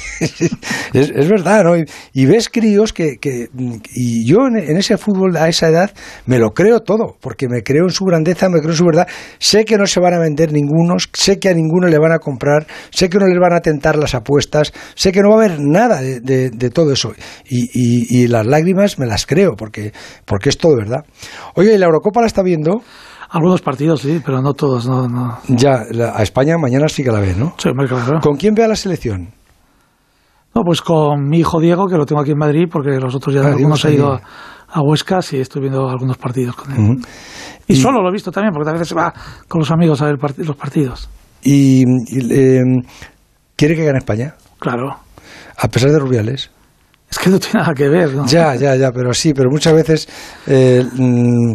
es, es verdad, ¿no? Y, y ves críos que, que y yo en, en ese fútbol a esa edad me lo creo todo, porque me creo en su grandeza, me creo en su verdad. Sé que no se van a vender ningunos, sé que a ninguno le van a comprar, sé que no les van a tentar las apuestas, sé que no va a haber nada de, de, de todo eso. Y, y, y las lágrimas me las creo. Porque, porque es todo verdad. Oye, ¿y la Eurocopa la está viendo? Algunos partidos sí, pero no todos. No, no. Ya, la, a España mañana sí que la ve, ¿no? Sí, muy claro. ¿Con quién ve a la selección? No, pues con mi hijo Diego, que lo tengo aquí en Madrid, porque los otros ya ah, algunos han ido a, a Huesca, sí, estoy viendo algunos partidos con él. Uh-huh. Y, y solo lo he visto también, porque a veces se va con los amigos a ver part- los partidos. ¿Y, y eh, quiere que gane España? Claro. A pesar de Rubiales. Es que no tiene nada que ver, ¿no? Ya, ya, ya, pero sí, pero muchas veces, eh, mm,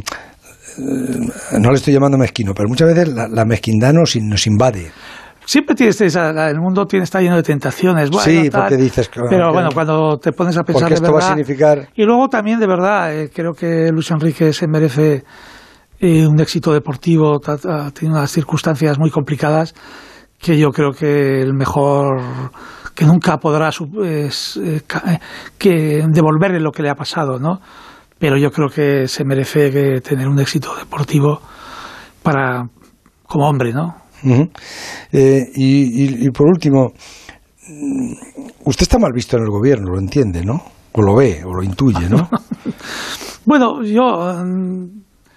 no le estoy llamando mezquino, pero muchas veces la, la mezquindad nos, nos invade. Siempre tienes esa, el mundo tiene, está lleno de tentaciones. Bueno, sí, tal, porque dices que... Pero bueno, cuando te pones a pensar porque esto de verdad... va a significar... Y luego también, de verdad, eh, creo que Luis Enrique se merece eh, un éxito deportivo, ha tenido unas circunstancias muy complicadas, que yo creo que el mejor... que nunca podrá es, eh, que devolverle lo que le ha pasado, ¿no? Pero yo creo que se merece que tener un éxito deportivo para como hombre, ¿no? Uh-huh. eh, y, y, y por último, usted está mal visto en el gobierno, lo entiende, ¿no? O lo ve, o lo intuye, ¿no? Bueno, yo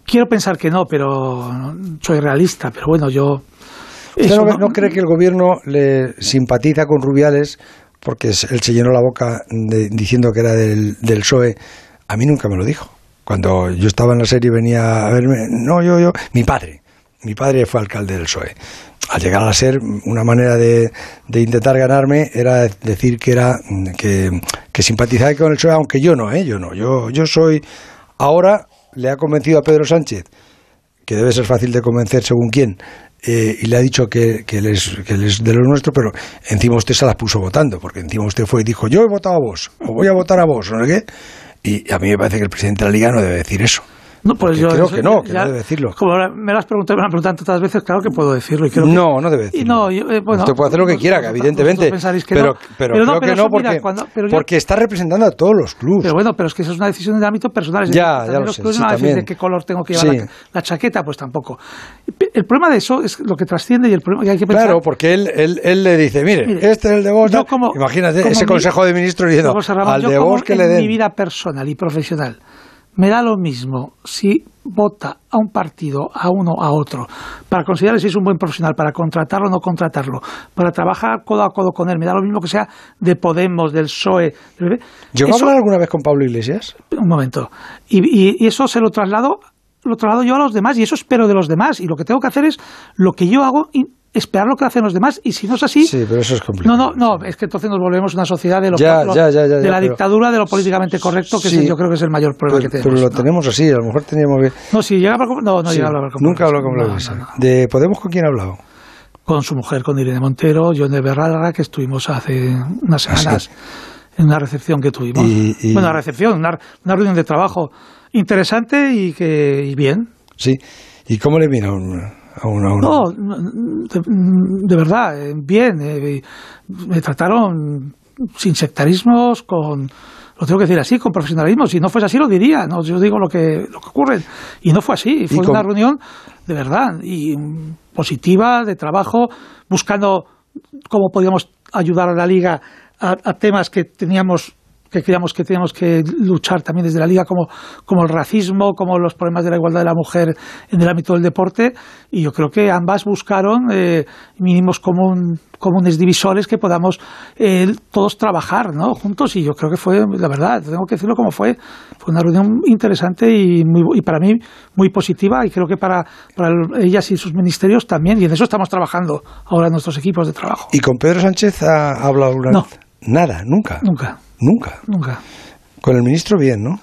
quiero pensar que no, pero soy realista, pero bueno, yo... ¿Usted no, no, no cree que el gobierno le simpatiza con Rubiales porque él se llenó la boca de, diciendo que era del, del P S O E? A mí nunca me lo dijo. Cuando yo estaba en la serie venía a verme, no, yo, yo, mi padre, mi padre fue alcalde del P S O E. Al llegar a la SER, una manera de, de intentar ganarme era decir que era que, que simpatizaba con el P S O E, aunque yo no, ¿eh? yo no, yo, yo soy, ahora le ha convencido a Pedro Sánchez, que debe ser fácil de convencer según quién, eh, y le ha dicho que, que, él es, que él es de lo nuestro, pero encima usted se las puso votando, porque encima usted fue y dijo, yo he votado a vos, o voy a votar a vos, ¿no sé qué? Y a mí me parece que el presidente de la Liga no debe decir eso. No, pues yo creo eso, que no, que ya, no debe decirlo. Como me lo has preguntado, me lo han preguntado tantas veces, claro que puedo decirlo. Y creo no, que, no debe decirlo. Y no, yo, eh, bueno, usted puede hacer lo que quiera, que evidentemente, que pero, no, pero, pero creo no, pero que no porque, mira, cuando, pero yo, porque está representando a todos los clubes. Pero bueno, pero es que eso es una decisión de ámbito personal. Es ya, decir, ya lo los sé, clubes sí, no van a decir también. de qué color tengo que llevar sí. la, la chaqueta, pues tampoco. El problema de eso es lo que trasciende y el problema que hay que pensar. Claro, porque él, él, él le dice, mire, mire, este es el de vos. Como, imagínate como ese mi, consejo de ministros diciendo, Ramón, al de vos que le den. En mi vida personal y profesional me da lo mismo si vota a un partido, a uno, a otro, para considerar si es un buen profesional, para contratarlo o no contratarlo, para trabajar codo a codo con él, me da lo mismo que sea de Podemos, del P S O E. ¿Llegó a hablar alguna vez con Pablo Iglesias? Un momento. Y, y, y eso se lo traslado, lo traslado yo a los demás, y eso espero de los demás, y lo que tengo que hacer es lo que yo hago, esperar lo que hacen los demás, y si no es así... Sí, pero eso es complicado. No, no, no, es que entonces nos volvemos una sociedad de, lo, ya, lo, ya, ya, ya, de ya, la pero, dictadura, de lo políticamente correcto, que sí, es, yo creo que es el mayor problema pero, que tenemos. Pero lo ¿no? tenemos así, a lo mejor teníamos que... No, si llega a hablar con... No, no sí, llega a hablar con... Nunca habló con Pablo Iglesias. No, no, no. ¿De Podemos con quién ha hablado? Con su mujer, con Irene Montero, John de Berralga, que estuvimos hace unas semanas ¿Ah, sí? en una recepción que tuvimos. Y, y... Bueno, una recepción, una, una reunión de trabajo interesante y que y bien. Sí. ¿Y cómo le vino a uno? No, de, de verdad, bien. Eh, me trataron sin sectarismos, con... Lo tengo que decir así, con profesionalismo. Si no fuese así, lo diría. No, yo digo lo que, lo que ocurre. Y no fue así. Fue una con... reunión de verdad y positiva, de trabajo, buscando cómo podíamos ayudar a la Liga a, a temas que teníamos que creíamos que teníamos que luchar también desde la Liga, como, como el racismo, como los problemas de la igualdad de la mujer en el ámbito del deporte, y yo creo que ambas buscaron eh, mínimos común, comunes divisores que podamos eh, todos trabajar, ¿no?, juntos, y yo creo que fue, la verdad, tengo que decirlo como fue, fue una reunión interesante y, muy, y para mí muy positiva, y creo que para, para ellas y sus ministerios también, y en eso estamos trabajando ahora en nuestros equipos de trabajo. ¿Y con Pedro Sánchez ha, ha hablado alguna no. vez? Nada, nunca. Nunca. Nunca. Nunca. Con el ministro bien, ¿no?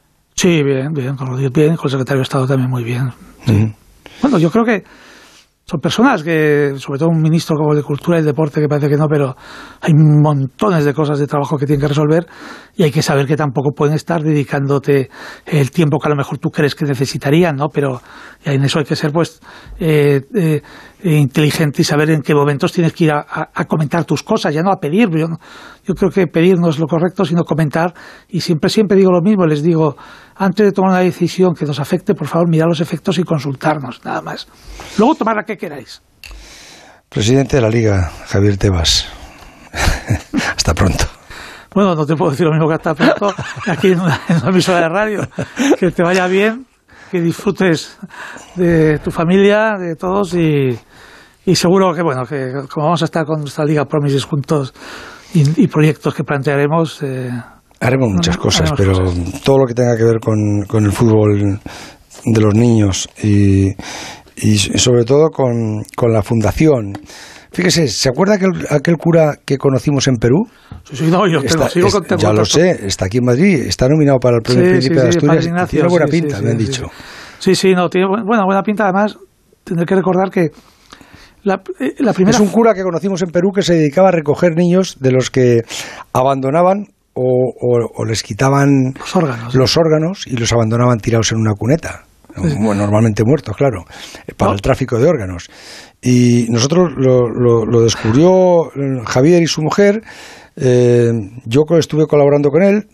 Sí, bien, bien. Con Rodríguez bien, con el secretario de Estado también muy bien. Sí. Uh-huh. Bueno, yo creo que son personas que, sobre todo un ministro como el de Cultura y el Deporte, que parece que no, pero hay montones de cosas de trabajo que tienen que resolver y hay que saber que tampoco pueden estar dedicándote el tiempo que a lo mejor tú crees que necesitarían, ¿no? Pero y en eso hay que ser, pues, eh, eh, inteligente y saber en qué momentos tienes que ir a, a, a comentar tus cosas, ya no a pedir. Yo, yo creo que pedir no es lo correcto, sino comentar. Y siempre, siempre digo lo mismo, les digo, antes de tomar una decisión que nos afecte, por favor, mirad los efectos y consultarnos, nada más. Luego tomar la que queráis. Presidente de la Liga, Javier Tebas. Hasta pronto. Bueno, no te puedo decir lo mismo que hasta pronto aquí en una, en una emisora de radio. Que te vaya bien, que disfrutes de tu familia, de todos y, y seguro que, bueno, que como vamos a estar con nuestra Liga Promises juntos y, y proyectos que plantearemos... Eh, haremos muchas no, cosas, haremos pero cosas. Todo lo que tenga que ver con, con el fútbol de los niños y, y sobre todo con, con la fundación. Fíjese, ¿se acuerda aquel, aquel cura que conocimos en Perú? Sí, sí, no, yo está, sigo es, contento. Ya lo sé, está aquí en Madrid, está nominado para el Premio sí, Príncipe sí, de sí, Asturias. Ignacio, tiene buena sí, pinta, sí, me sí, han sí, dicho. Sí, sí, no, tiene buena, buena pinta. Además, tendré que recordar que la, la primera... Es un cura que conocimos en Perú que se dedicaba a recoger niños de los que abandonaban o, o, o les quitaban los órganos, los órganos y los abandonaban tirados en una cuneta. Bueno, normalmente muertos, claro, para ¿no? el tráfico de órganos. Y nosotros lo, lo, lo descubrió Javier y su mujer. Eh, yo estuve colaborando con él,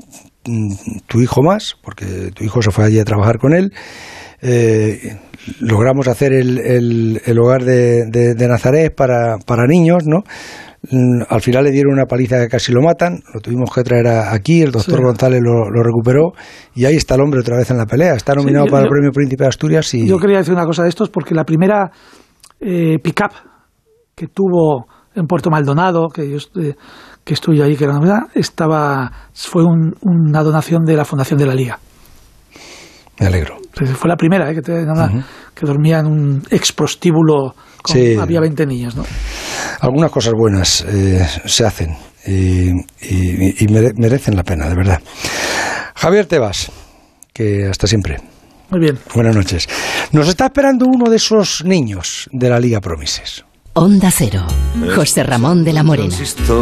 tu hijo más, porque tu hijo se fue allí a trabajar con él. Eh, logramos hacer el, el, el hogar de, de, de Nazaret para, para niños, ¿no? Al final le dieron una paliza que casi lo matan, lo tuvimos que traer aquí, el doctor Sí. González lo, lo recuperó y ahí está el hombre otra vez en la pelea. Está nominado Sí, yo, para el yo, Premio Príncipe de Asturias. Y... Yo quería decir una cosa de estos porque la primera eh, pick-up que tuvo en Puerto Maldonado, que yo eh, que estuve ahí, que era novedad, estaba, fue un, una donación de la Fundación de la Liga. Me alegro. Fue la primera, ¿eh? que, te, nada, uh-huh. que dormía en un exprostíbulo, con, sí. había veinte niños, ¿no? Algunas cosas buenas eh, se hacen y, y, y merecen la pena, de verdad. Javier Tebas, que hasta siempre. Muy bien. Buenas noches. Nos está esperando uno de esos niños de la Liga Promises. Onda Cero, José Ramón de la Morena.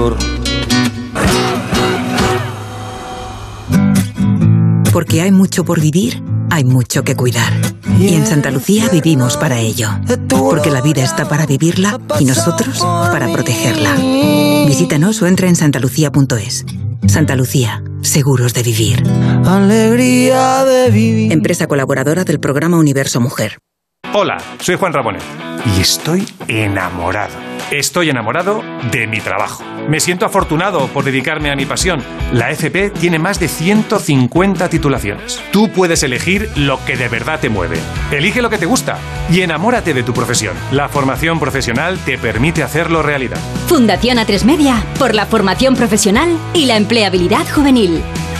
Porque hay mucho por vivir, hay mucho que cuidar. Y en Santa Lucía vivimos para ello. Porque la vida está para vivirla y nosotros para protegerla. Visítanos o entra en santalucía punto es. Santa Lucía, seguros de vivir. Alegría de vivir. Empresa colaboradora del programa Universo Mujer. Hola, soy Juan Rabonet y estoy enamorado. Estoy enamorado de mi trabajo. Me siento afortunado por dedicarme a mi pasión. La F P tiene más de ciento cincuenta titulaciones. Tú puedes elegir lo que de verdad te mueve. Elige lo que te gusta y enamórate de tu profesión. La formación profesional te permite hacerlo realidad. Fundación A tres Media, por la formación profesional y la empleabilidad juvenil.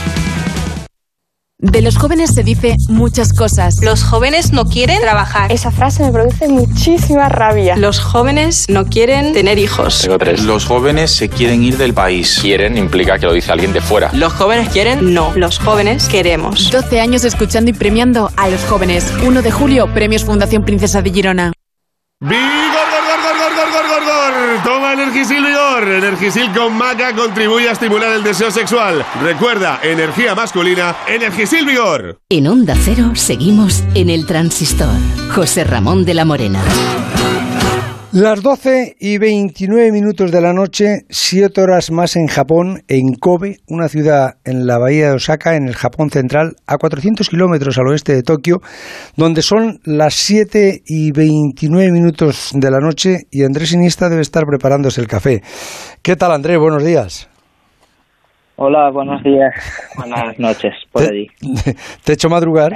De los jóvenes se dice muchas cosas. Los jóvenes no quieren trabajar. Esa frase me produce muchísima rabia. Los jóvenes no quieren tener hijos. Tengo tres. Los jóvenes se quieren ir del país. Quieren implica que lo dice alguien de fuera. Los jóvenes quieren, no. Los jóvenes queremos. doce años escuchando y premiando a los jóvenes. uno de julio, Premios Fundación Princesa de Girona. ¡Vigor, gor, gor, gor, gor, gor, gor, gor! Toma Energisil Vigor. Energisil con maca contribuye a estimular el deseo sexual. Recuerda, energía masculina, Energisil Vigor. En Onda Cero seguimos en el Transistor. José Ramón de la Morena. Las doce y veintinueve minutos de la noche, siete horas más en Japón, en Kobe, una ciudad en la bahía de Osaka, en el Japón central, a cuatrocientos kilómetros al oeste de Tokio, donde son las siete y veintinueve minutos de la noche y Andrés Iniesta debe estar preparándose el café. ¿Qué tal, Andrés? Buenos días. Hola, buenos días. Buenas noches, por ¿Te, allí. ¿Te he hecho madrugar?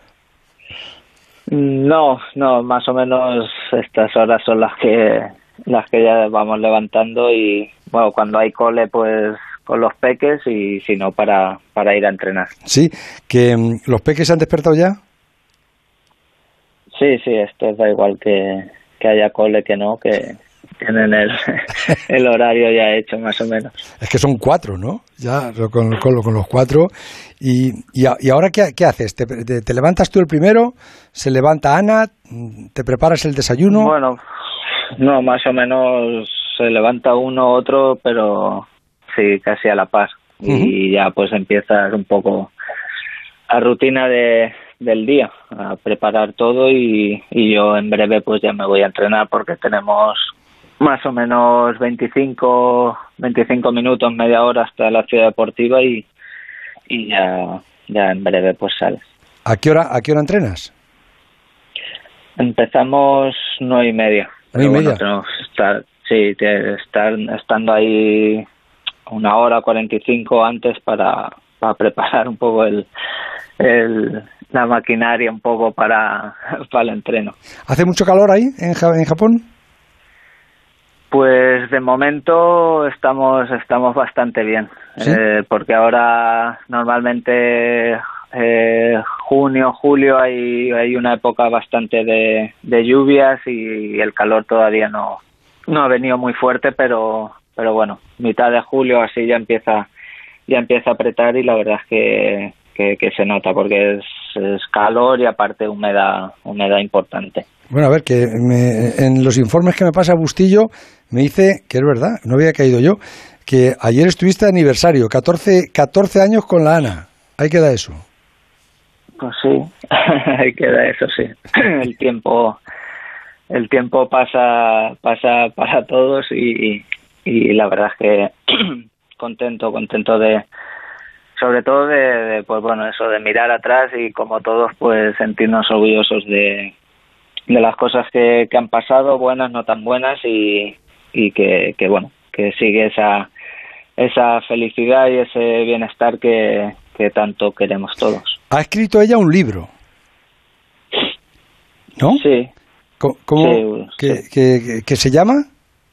No, no, más o menos estas horas son las que las que ya vamos levantando y bueno, cuando hay cole pues con los peques y si no para, para ir a entrenar. Sí, que um, los peques se han despertado ya. Sí, sí, esto da igual que, que haya cole que no, que tienen el, el horario ya hecho más o menos. Es que son cuatro, ¿no? Ya con, con, con los cuatro. Y, y, y ahora, ¿qué, qué haces? ¿Te, te, ¿Te levantas tú el primero? ¿Se levanta Ana? ¿Te preparas el desayuno? Bueno, no, más o menos se levanta uno otro, pero sí, casi a la par. Uh-huh. Y ya pues empiezas un poco la rutina de, del día, a preparar todo y, y yo en breve pues ya me voy a entrenar porque tenemos más o menos veinticinco, veinticinco minutos, media hora hasta la ciudad deportiva y, y ya, ya en breve pues sales. ¿A qué hora, a qué hora entrenas? Empezamos nueve y media. ¿Nueve y media? Bueno, tenemos que estar, sí, estar, estando ahí una hora cuarenta y cinco antes para, para preparar un poco el, el, la maquinaria un poco para, para el entreno. ¿Hace mucho calor ahí en, en Japón? Pues de momento estamos estamos bastante bien, ¿sí? eh, porque ahora normalmente eh, junio, julio hay hay una época bastante de, de lluvias y el calor todavía no no ha venido muy fuerte, pero pero bueno, mitad de julio así ya empieza ya empieza a apretar y la verdad es que que, que se nota porque es, es calor y aparte humedad humedad importante. Bueno, a ver, que me, en los informes que me pasa Bustillo me dice, que es verdad, no había caído yo, que ayer estuviste de aniversario, catorce, catorce años con la Ana. Ahí queda eso. Pues sí, ahí queda eso, sí. El tiempo el tiempo pasa pasa para todos y, y la verdad es que contento, contento de, sobre todo de, de, pues bueno, eso de mirar atrás y como todos, pues sentirnos orgullosos de de las cosas que, que han pasado, buenas, no tan buenas, y, y que, que, bueno, que sigue esa esa felicidad y ese bienestar que, que tanto queremos todos. Ha escrito ella un libro, ¿no? Sí. ¿Cómo, cómo sí, que, sí. Que, que se llama?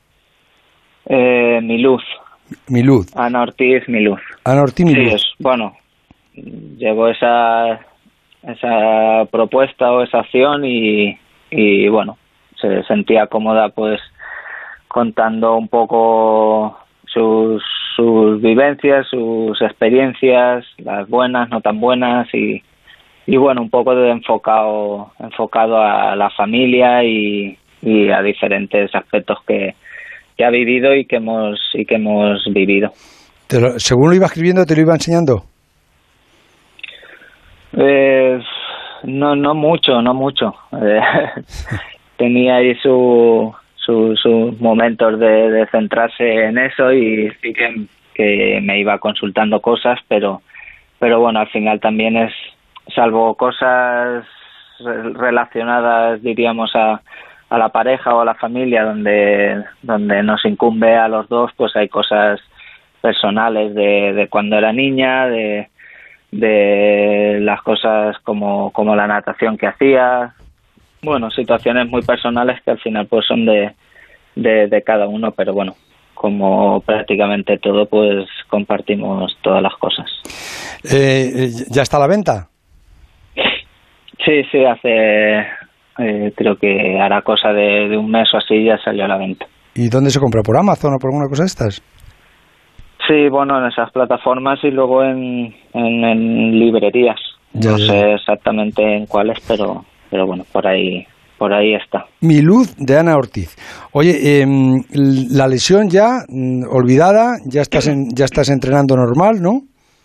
Eh, Mi Luz. Mi Luz. Ana Ortiz, Mi Luz. Ana Ortiz, Mi Luz. Sí, es, bueno, llevó esa esa propuesta o esa acción y, y bueno, se sentía cómoda pues contando un poco sus, sus vivencias, sus experiencias, las buenas, no tan buenas y, y bueno, un poco de enfocado enfocado a la familia y, y a diferentes aspectos que, que ha vivido y que hemos y que hemos vivido. Te lo, según lo iba escribiendo, ¿te lo iba enseñando? Eh, no, no mucho, no mucho. Eh, tenía ahí su, su, sus momentos de, de centrarse en eso y sí que, que me iba consultando cosas, pero, pero bueno, al final también es, salvo cosas relacionadas, diríamos, a, a la pareja o a la familia, donde, donde nos incumbe a los dos, pues hay cosas personales de, de cuando era niña, de de las cosas como, como la natación que hacía, bueno, situaciones muy personales que al final pues son de, de, de cada uno, pero bueno, como prácticamente todo, pues compartimos todas las cosas. Eh, ¿Ya está a la venta? Sí, sí, hace, eh, creo que hará cosa de, de un mes o así ya salió a la venta. ¿Y dónde se compra? ¿Por Amazon o por alguna cosa de estas? Sí, bueno, en esas plataformas y luego en, en, en librerías. Ya, no ya. sé exactamente en cuáles, pero pero bueno, por ahí por ahí está. Mi Luz, de Ana Ortiz. Oye, eh, la lesión ya mm, olvidada, ya estás en, ya estás entrenando normal, ¿no?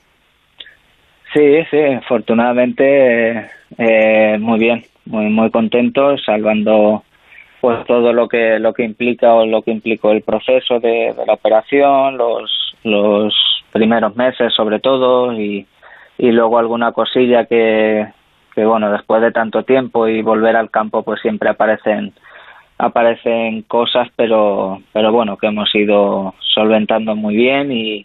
Sí, sí, afortunadamente eh, muy bien, muy muy contento, salvando pues todo lo que lo que implica o lo que implicó el proceso de, de la operación, los los primeros meses sobre todo y, y luego alguna cosilla que, que bueno, después de tanto tiempo y volver al campo pues siempre aparecen aparecen cosas, pero pero bueno, que hemos ido solventando muy bien y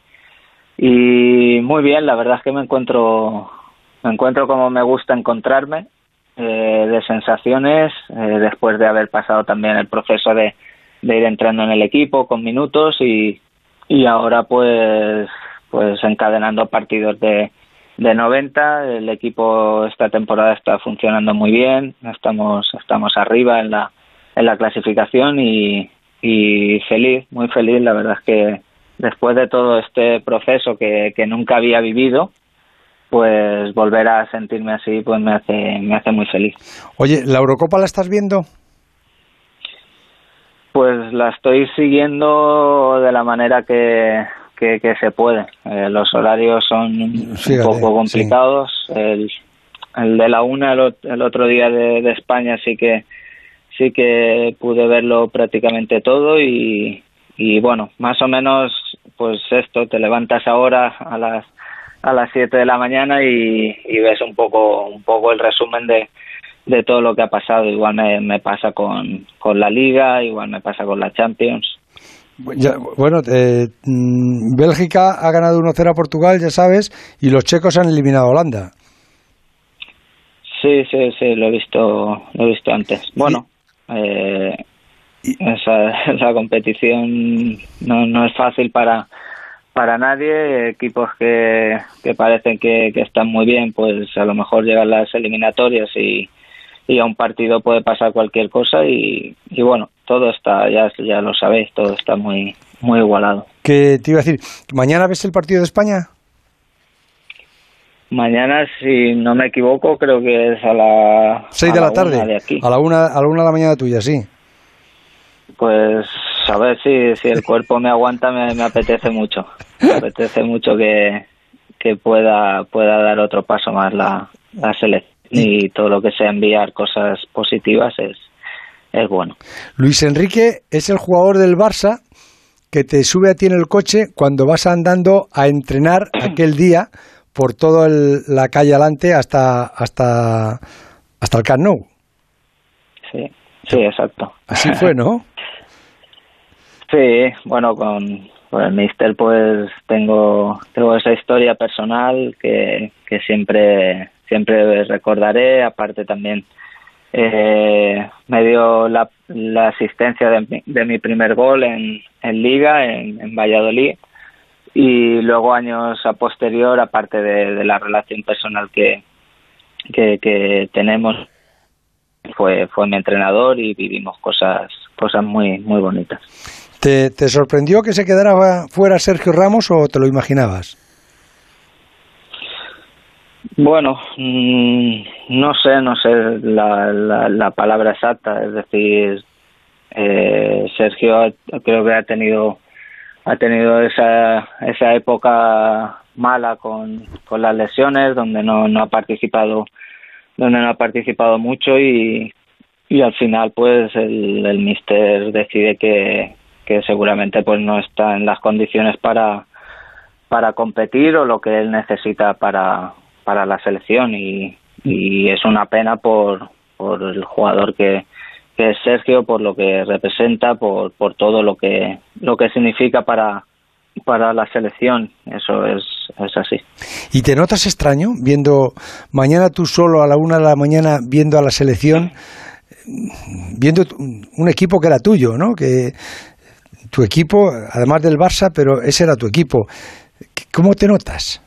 y muy bien, la verdad es que me encuentro me encuentro como me gusta encontrarme, eh, de sensaciones, eh, después de haber pasado también el proceso de, de ir entrando en el equipo con minutos y y ahora pues pues encadenando partidos de, de noventa. El equipo esta temporada está funcionando muy bien, estamos estamos arriba en la en la clasificación y, y feliz, muy feliz, la verdad es que después de todo este proceso que, que nunca había vivido, pues volver a sentirme así pues me hace me hace muy feliz. Oye, ¿la Eurocopa la estás viendo? Pues la estoy siguiendo de la manera que, que, que se puede. Eh, los horarios son Fíjate, un poco complicados. Sí. El, el de la una, el, el otro día de, de España, sí que sí que pude verlo prácticamente todo y, y bueno, más o menos, pues esto, te levantas ahora a las a las siete de la mañana y, y ves un poco un poco el resumen de de todo lo que ha pasado. Igual me, me pasa con, con la Liga, igual me pasa con la Champions. Ya, bueno, eh, Bélgica ha ganado uno cero a Portugal, ya sabes, y los checos han eliminado a Holanda. Sí, sí, sí, lo he visto, lo he visto antes. Bueno, eh, esa, esa competición no, no es fácil para para nadie. Equipos que, que parecen que, que están muy bien, pues a lo mejor llegan las eliminatorias y y a un partido puede pasar cualquier cosa y, y bueno, todo está, ya ya lo sabéis, todo está muy muy igualado. ¿Qué te iba a decir? ¿Mañana ves el partido de España? Mañana, si no me equivoco, creo que es a la seis de la tarde, de aquí. a la una a la una de la mañana tuya, sí. Pues a ver si si el cuerpo me aguanta, me, me apetece mucho, me apetece mucho que que pueda pueda dar otro paso más la la selección. Y todo lo que sea enviar cosas positivas es, es bueno. Luis Enrique es el jugador del Barça que te sube a ti en el coche cuando vas andando a entrenar aquel día por toda la calle adelante hasta hasta hasta el Camp Nou. Sí, sí, exacto. Así fue, ¿no? Sí, bueno, con, con el míster pues tengo tengo esa historia personal que, que siempre siempre recordaré. Aparte también eh, me dio la, la asistencia de mi, de mi primer gol en, en Liga, en, en Valladolid, y luego años a posterior, aparte de, de la relación personal que, que, que tenemos, fue fue mi entrenador y vivimos cosas cosas muy muy bonitas. ¿Te, ¿Te sorprendió que se quedara fuera Sergio Ramos o te lo imaginabas? Bueno, mmm, no sé, no sé la, la, la palabra exacta. Es decir, eh, Sergio creo que ha tenido ha tenido esa esa época mala con, con las lesiones, donde no, no ha participado donde no ha participado mucho y, y al final pues el, el míster decide que que seguramente pues no está en las condiciones para para competir o lo que él necesita para para la selección, y, y es una pena por por el jugador que, que es Sergio, por lo que representa, por por todo lo que lo que significa para para la selección. Eso es es así. ¿Y te notas extraño viendo mañana tú solo a la una de la mañana viendo a la selección, viendo un equipo que era tuyo, ¿no? Que tu equipo, además del Barça, pero ese era tu equipo. ¿Cómo te notas?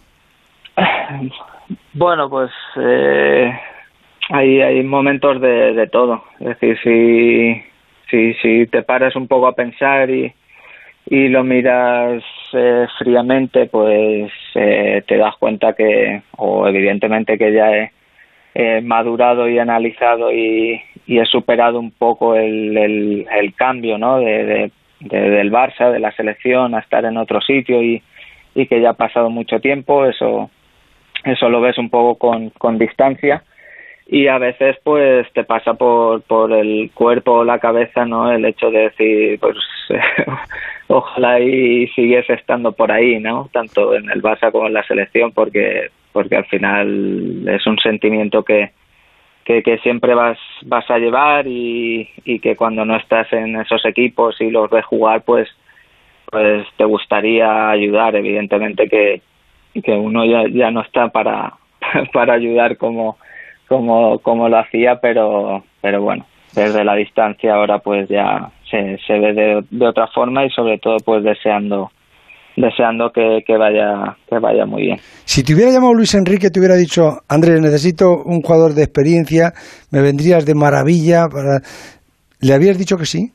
Bueno, pues eh, hay, hay momentos de, de todo. Es decir, si, si, si te paras un poco a pensar y, y lo miras eh, fríamente, pues eh, te das cuenta que, o evidentemente que ya he, he madurado y analizado y, y he superado un poco el, el, el cambio, ¿no? de, de De, del Barça, de la selección, a estar en otro sitio y, y que ya ha pasado mucho tiempo. Eso eso lo ves un poco con, con distancia, y a veces pues te pasa por por el cuerpo o la cabeza, ¿no? El hecho de decir, pues ojalá y siguiese estando por ahí, ¿no? Tanto en el Barça como en la selección, porque porque al final es un sentimiento que Que, que siempre vas vas a llevar y, y que cuando no estás en esos equipos y los ves jugar, pues pues te gustaría ayudar. Evidentemente que, que uno ya, ya no está para para ayudar como como como lo hacía, pero pero bueno, desde la distancia ahora pues ya se, se ve de, de otra forma, y sobre todo pues deseando deseando que, que vaya que vaya muy bien. Si te hubiera llamado Luis Enrique, te hubiera dicho, Andrés, necesito un jugador de experiencia, me vendrías de maravilla para... ¿Le habías dicho que sí?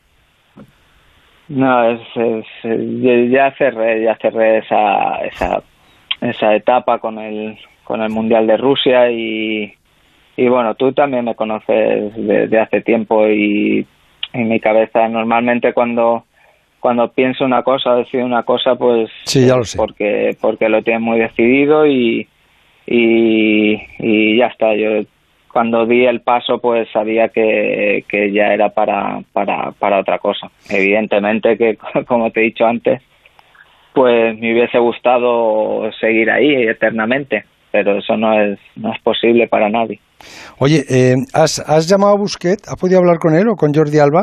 No, es, es ya cerré, ya cerré esa esa esa etapa con el con el Mundial de Rusia, y y bueno, tú también me conoces desde hace tiempo, y en mi cabeza normalmente cuando cuando pienso una cosa, decido una cosa, pues sí, ya lo sé. porque porque lo tienes muy decidido, y y y ya está. Yo cuando di el paso pues sabía que, que ya era para para para otra cosa. Evidentemente que, como te he dicho antes, pues me hubiese gustado seguir ahí eternamente, pero eso no es no es posible para nadie. Oye, eh, ¿has, ¿has llamado a Busquets? ¿Has podido hablar con él o con Jordi Alba?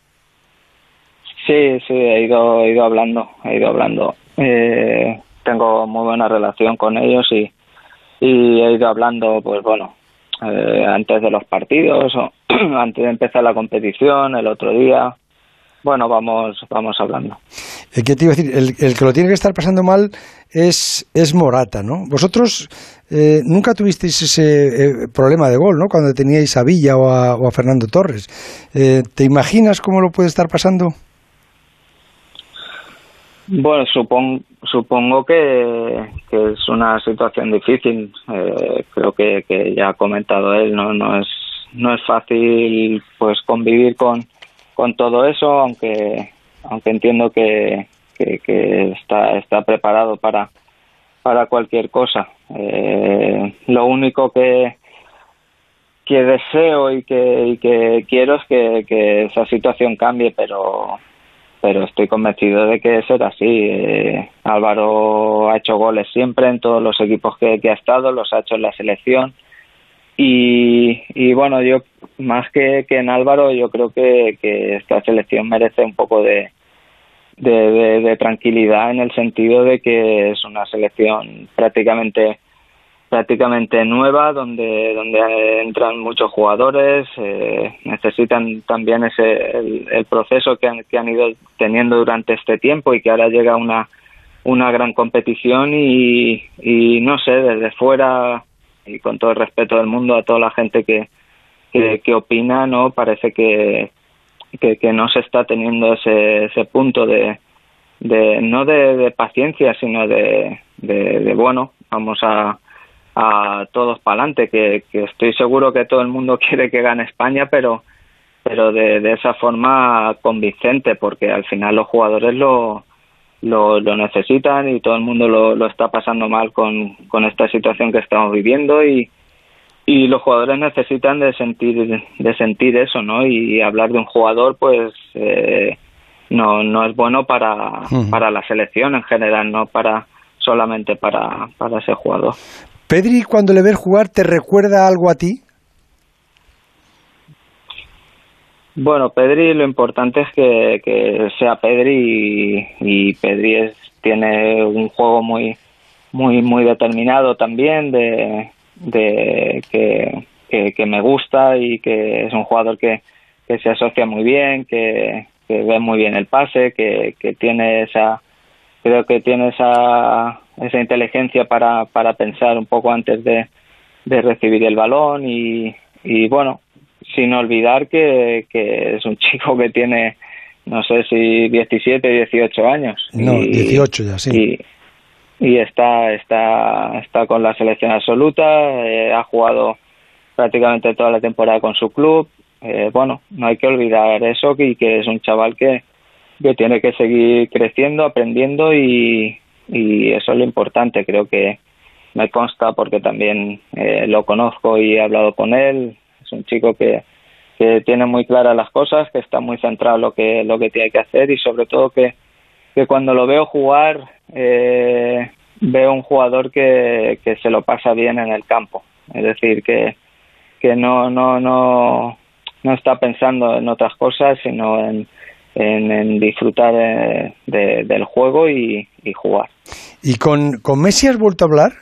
Sí, sí, he ido, he ido hablando, he ido hablando. Eh, tengo muy buena relación con ellos y, y he ido hablando, pues bueno, eh, antes de los partidos o antes de empezar la competición, el otro día. Bueno, vamos vamos hablando. Eh, ¿Qué te iba a decir? El, el que lo tiene que estar pasando mal es, es Morata, ¿no? Vosotros eh, nunca tuvisteis ese eh, problema de gol, ¿no? Cuando teníais a Villa o a, o a Fernando Torres. Eh, ¿Te imaginas cómo lo puede estar pasando? Bueno, supongo, supongo que, que es una situación difícil. Eh, creo que, que ya ha comentado él, no no es no es fácil pues convivir con, con todo eso, aunque aunque entiendo que, que, que está está preparado para para cualquier cosa. Eh, lo único que que deseo y que y que quiero es que, que esa situación cambie, pero pero estoy convencido de que será así. Eh, Álvaro ha hecho goles siempre en todos los equipos que, que ha estado, los ha hecho en la selección, y, y bueno, yo más que, que en Álvaro, yo creo que, que esta selección merece un poco de, de, de, de tranquilidad, en el sentido de que es una selección prácticamente prácticamente nueva, donde donde entran muchos jugadores, eh, necesitan también ese el, el proceso que han, que han ido teniendo durante este tiempo, y que ahora llega una una gran competición, y, y no sé, desde fuera, y con todo el respeto del mundo a toda la gente que que, que opina, no parece que, que que no se está teniendo ese ese punto de de no de, de paciencia, sino de, de de bueno, vamos a a todos para adelante, que, que estoy seguro que todo el mundo quiere que gane España, pero pero de, de esa forma convincente, porque al final los jugadores lo lo, lo necesitan, y todo el mundo lo, lo está pasando mal con, con esta situación que estamos viviendo, y y los jugadores necesitan de sentir de sentir eso, ¿no? Y hablar de un jugador, pues eh, no no es bueno para uh-huh. para la selección en general, no para solamente para para ese jugador. Pedri, cuando le ves jugar, ¿te recuerda algo a ti? Bueno, Pedri, lo importante es que, que sea Pedri, y, y Pedri es, tiene un juego muy muy muy determinado también, de, de que, que, que me gusta, y que es un jugador que, que se asocia muy bien, que, que ve muy bien el pase, que, que tiene esa... creo que tiene esa esa inteligencia para para pensar un poco antes de, de recibir el balón, y, y bueno, sin olvidar que, que es un chico que tiene, no sé si diecisiete, dieciocho años. No, y, dieciocho ya, sí. Y, y está está está con la selección absoluta, eh, ha jugado prácticamente toda la temporada con su club. Eh, bueno, no hay que olvidar eso, y que es un chaval que que tiene que seguir creciendo, aprendiendo, y, y eso es lo importante. Creo que me consta, porque también eh, lo conozco y he hablado con él. Es un chico que, que tiene muy claras las cosas, que está muy centrado en lo que lo que tiene que hacer, y sobre todo que, que cuando lo veo jugar eh, veo un jugador que, que se lo pasa bien en el campo. Es decir, que que no no no no está pensando en otras cosas, sino en En, en disfrutar de, de, del juego y, y jugar. ¿Y con, con Messi has vuelto a hablar?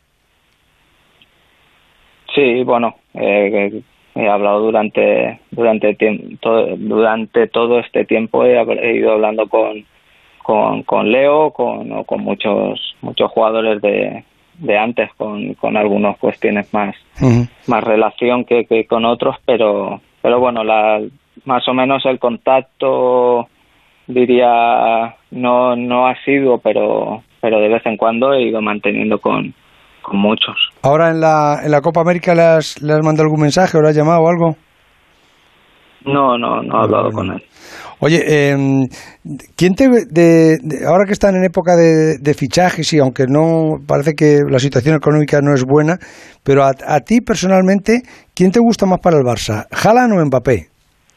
Sí, bueno, eh, he hablado durante durante tiempo, todo, durante todo este tiempo he, he ido hablando con con, con Leo, con o con muchos muchos jugadores de, de antes, con, con algunas cuestiones más uh-huh. más relación que, que con otros, pero pero bueno, la más o menos el contacto, diría, no no ha sido, pero pero de vez en cuando he ido manteniendo con, con muchos. ¿Ahora en la en la Copa América le has, le has mandado algún mensaje o le has llamado o algo? No, no, no he hablado con él. Oye, eh, ¿quién te de, de, ahora que están en época de, de fichajes, y aunque no parece que la situación económica no es buena, pero a, a ti personalmente, ¿quién te gusta más para el Barça? ¿Haaland o Mbappé?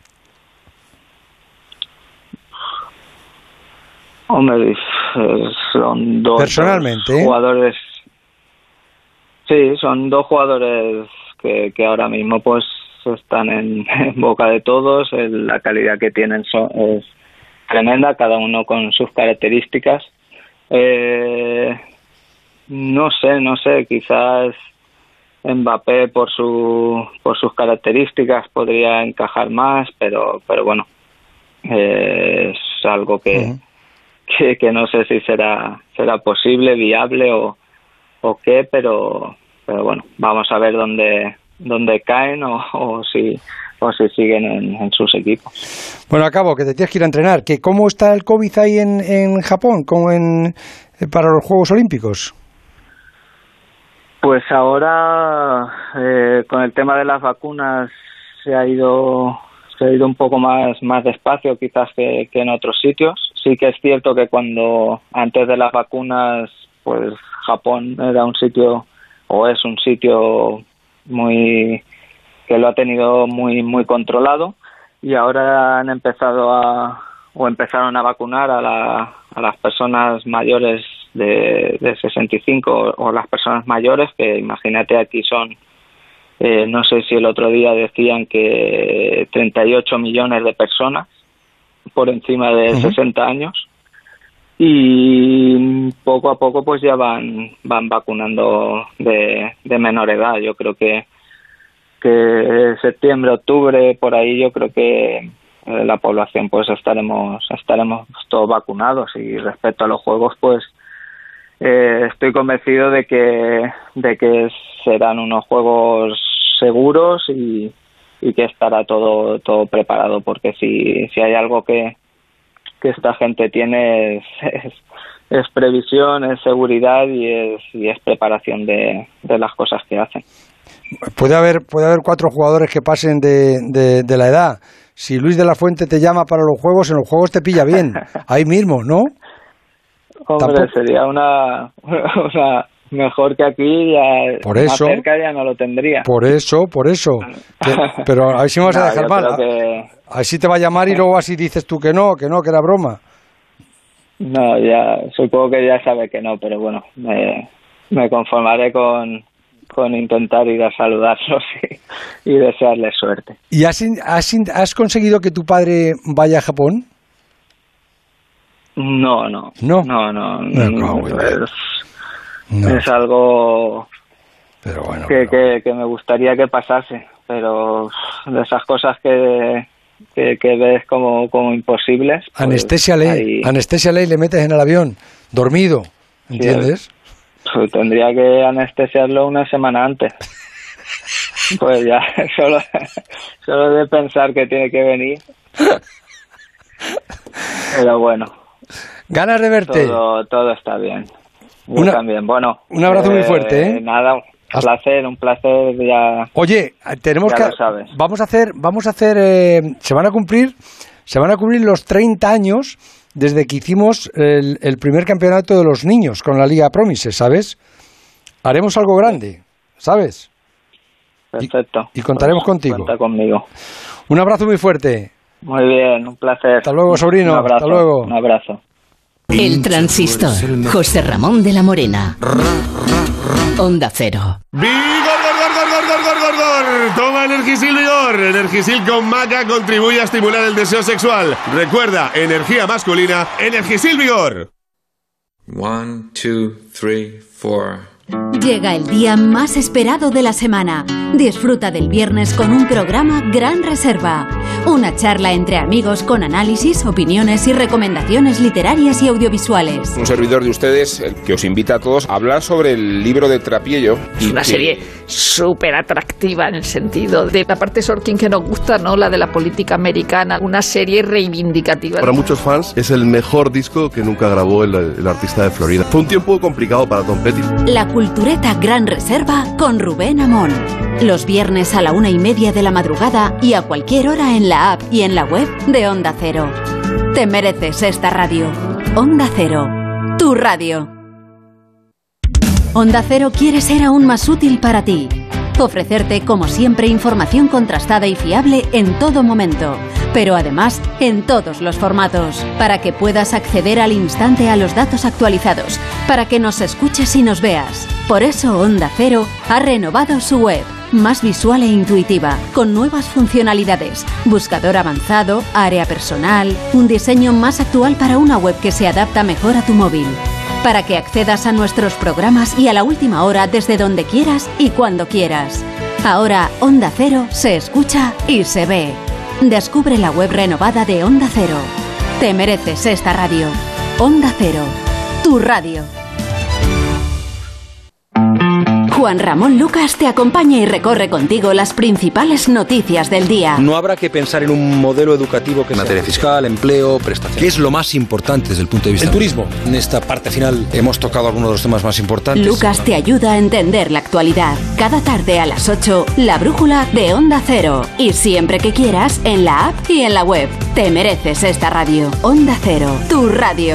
Hombre, son dos, personalmente, dos jugadores. ¿eh? Sí, son dos jugadores que, que ahora mismo pues están en, en boca de todos. El, la calidad que tienen son, es tremenda, cada uno con sus características. Eh, no sé, no sé, quizás Mbappé por su por sus características podría encajar más, pero pero bueno, eh, es algo que, uh-huh. que que no sé si será será posible, viable o o qué, pero pero bueno, vamos a ver dónde dónde caen o, o si o si siguen en, en sus equipos. Bueno, acabo, que te tienes que ir a entrenar. ¿Que cómo está el COVID ahí en, en Japón, como en para los Juegos Olímpicos? Pues ahora eh, con el tema de las vacunas se ha ido se ha ido un poco más más despacio quizás que, que en otros sitios. Sí que es cierto que cuando antes de las vacunas, pues Japón era un sitio o es un sitio muy que lo ha tenido muy muy controlado, y ahora han empezado a o empezaron a vacunar a la a las personas mayores de, de sesenta y cinco o, o las personas mayores, que imagínate aquí son Eh, no sé si el otro día decían que treinta y ocho millones de personas por encima de uh-huh. sesenta años, y poco a poco pues ya van van vacunando de, de menor edad. Yo creo que que septiembre, octubre, por ahí yo creo que eh, la población pues estaremos estaremos todos vacunados. Y respecto a los juegos, pues eh, estoy convencido de que de que serán unos juegos seguros y, y que estará todo todo preparado, porque si si hay algo que que esta gente tiene es, es, es previsión, es seguridad y es y es preparación de, de las cosas que hacen. Puede haber puede haber cuatro jugadores que pasen de, de, de la edad. Si Luis de la Fuente te llama para los juegos, en los juegos te pilla bien, ahí mismo, ¿no? Hombre, ¿tampoco? Sería una, una mejor que aquí, ya por eso, más cerca ya no lo tendría. Por eso, por eso. Que, pero ahí sí me vas no, a dejar mal. Que... Ahí sí te va a llamar y luego así dices tú que no, que no, que era broma. No, ya supongo que ya sabe que no, pero bueno, me, me conformaré con... con intentar ir a saludarlos y, y desearles suerte. ¿Y has, has, has conseguido que tu padre vaya a Japón? No, no. No, no, no. no, no es, no. es algo pero bueno, que, pero... Que, que me gustaría que pasase, pero de esas cosas que, que, que ves como, como imposibles. Pues, anestesia-le, ahí... anestesia-le y le metes en el avión, dormido, ¿entiendes? Sí, pues tendría que anestesiarlo una semana antes. Pues ya, solo, solo de pensar que tiene que venir. Pero bueno. Ganas de verte. Todo, todo está bien. Yo una, también. Bueno. Un abrazo eh, muy fuerte, ¿eh? Nada, un placer, un placer ya. Oye, tenemos ya que. Lo sabes. Vamos a hacer, vamos a hacer, eh, se van a cumplir, se van a cumplir los treinta años desde que hicimos el, el primer campeonato de los niños con la Liga Promises, ¿sabes? Haremos algo grande, ¿sabes? Perfecto. Y, y contaremos pues, contigo. Cuenta conmigo. Un abrazo muy fuerte. Muy bien, un placer. Hasta luego, sobrino. Un abrazo, hasta luego. Un abrazo. El Transistor. José Ramón de la Morena. Onda Cero. ¡Vigor, gor, gor, gor, gor, gor, gor, gor! Toma Energisil Vigor. Energisil con maca contribuye a estimular el deseo sexual. Recuerda, energía masculina, Energisil Vigor. One, two, three, four. Llega el día más esperado de la semana. Disfruta del viernes con un programa Gran Reserva. Una charla entre amigos con análisis, opiniones y recomendaciones literarias y audiovisuales. Un servidor de ustedes, el que os invita a todos a hablar sobre el libro de Trapiello. Es una serie súper atractiva en el sentido de la parte Sorkin que nos gusta, ¿no? La de la política americana. Una serie reivindicativa. Para muchos fans es el mejor disco que nunca grabó el, el artista de Florida. Fue un tiempo complicado para Tom Petty. La Cultureta Gran Reserva con Rubén Amón. Los viernes a la una y media de la madrugada y a cualquier hora en la app y en la web de Onda Cero. Te mereces esta radio. Onda Cero, tu radio. Onda Cero quiere ser aún más útil para ti. Ofrecerte, como siempre, información contrastada y fiable en todo momento, pero además en todos los formatos, para que puedas acceder al instante a los datos actualizados, para que nos escuches y nos veas. Por eso Onda Cero ha renovado su web, más visual e intuitiva, con nuevas funcionalidades, buscador avanzado, área personal, un diseño más actual para una web que se adapta mejor a tu móvil, para que accedas a nuestros programas y a la última hora desde donde quieras y cuando quieras. Ahora Onda Cero se escucha y se ve. Descubre la web renovada de Onda Cero. Te mereces esta radio. Onda Cero, tu radio. Juan Ramón Lucas te acompaña y recorre contigo las principales noticias del día. No habrá que pensar en un modelo educativo que en materia fiscal, empleo, prestaciones. ¿Qué es lo más importante desde el punto de vista? El turismo. En esta parte final hemos tocado algunos de los temas más importantes. Lucas te ayuda a entender la actualidad. Cada tarde a las ocho, la brújula de Onda Cero. Y siempre que quieras, en la app y en la web. Te mereces esta radio. Onda Cero, tu radio.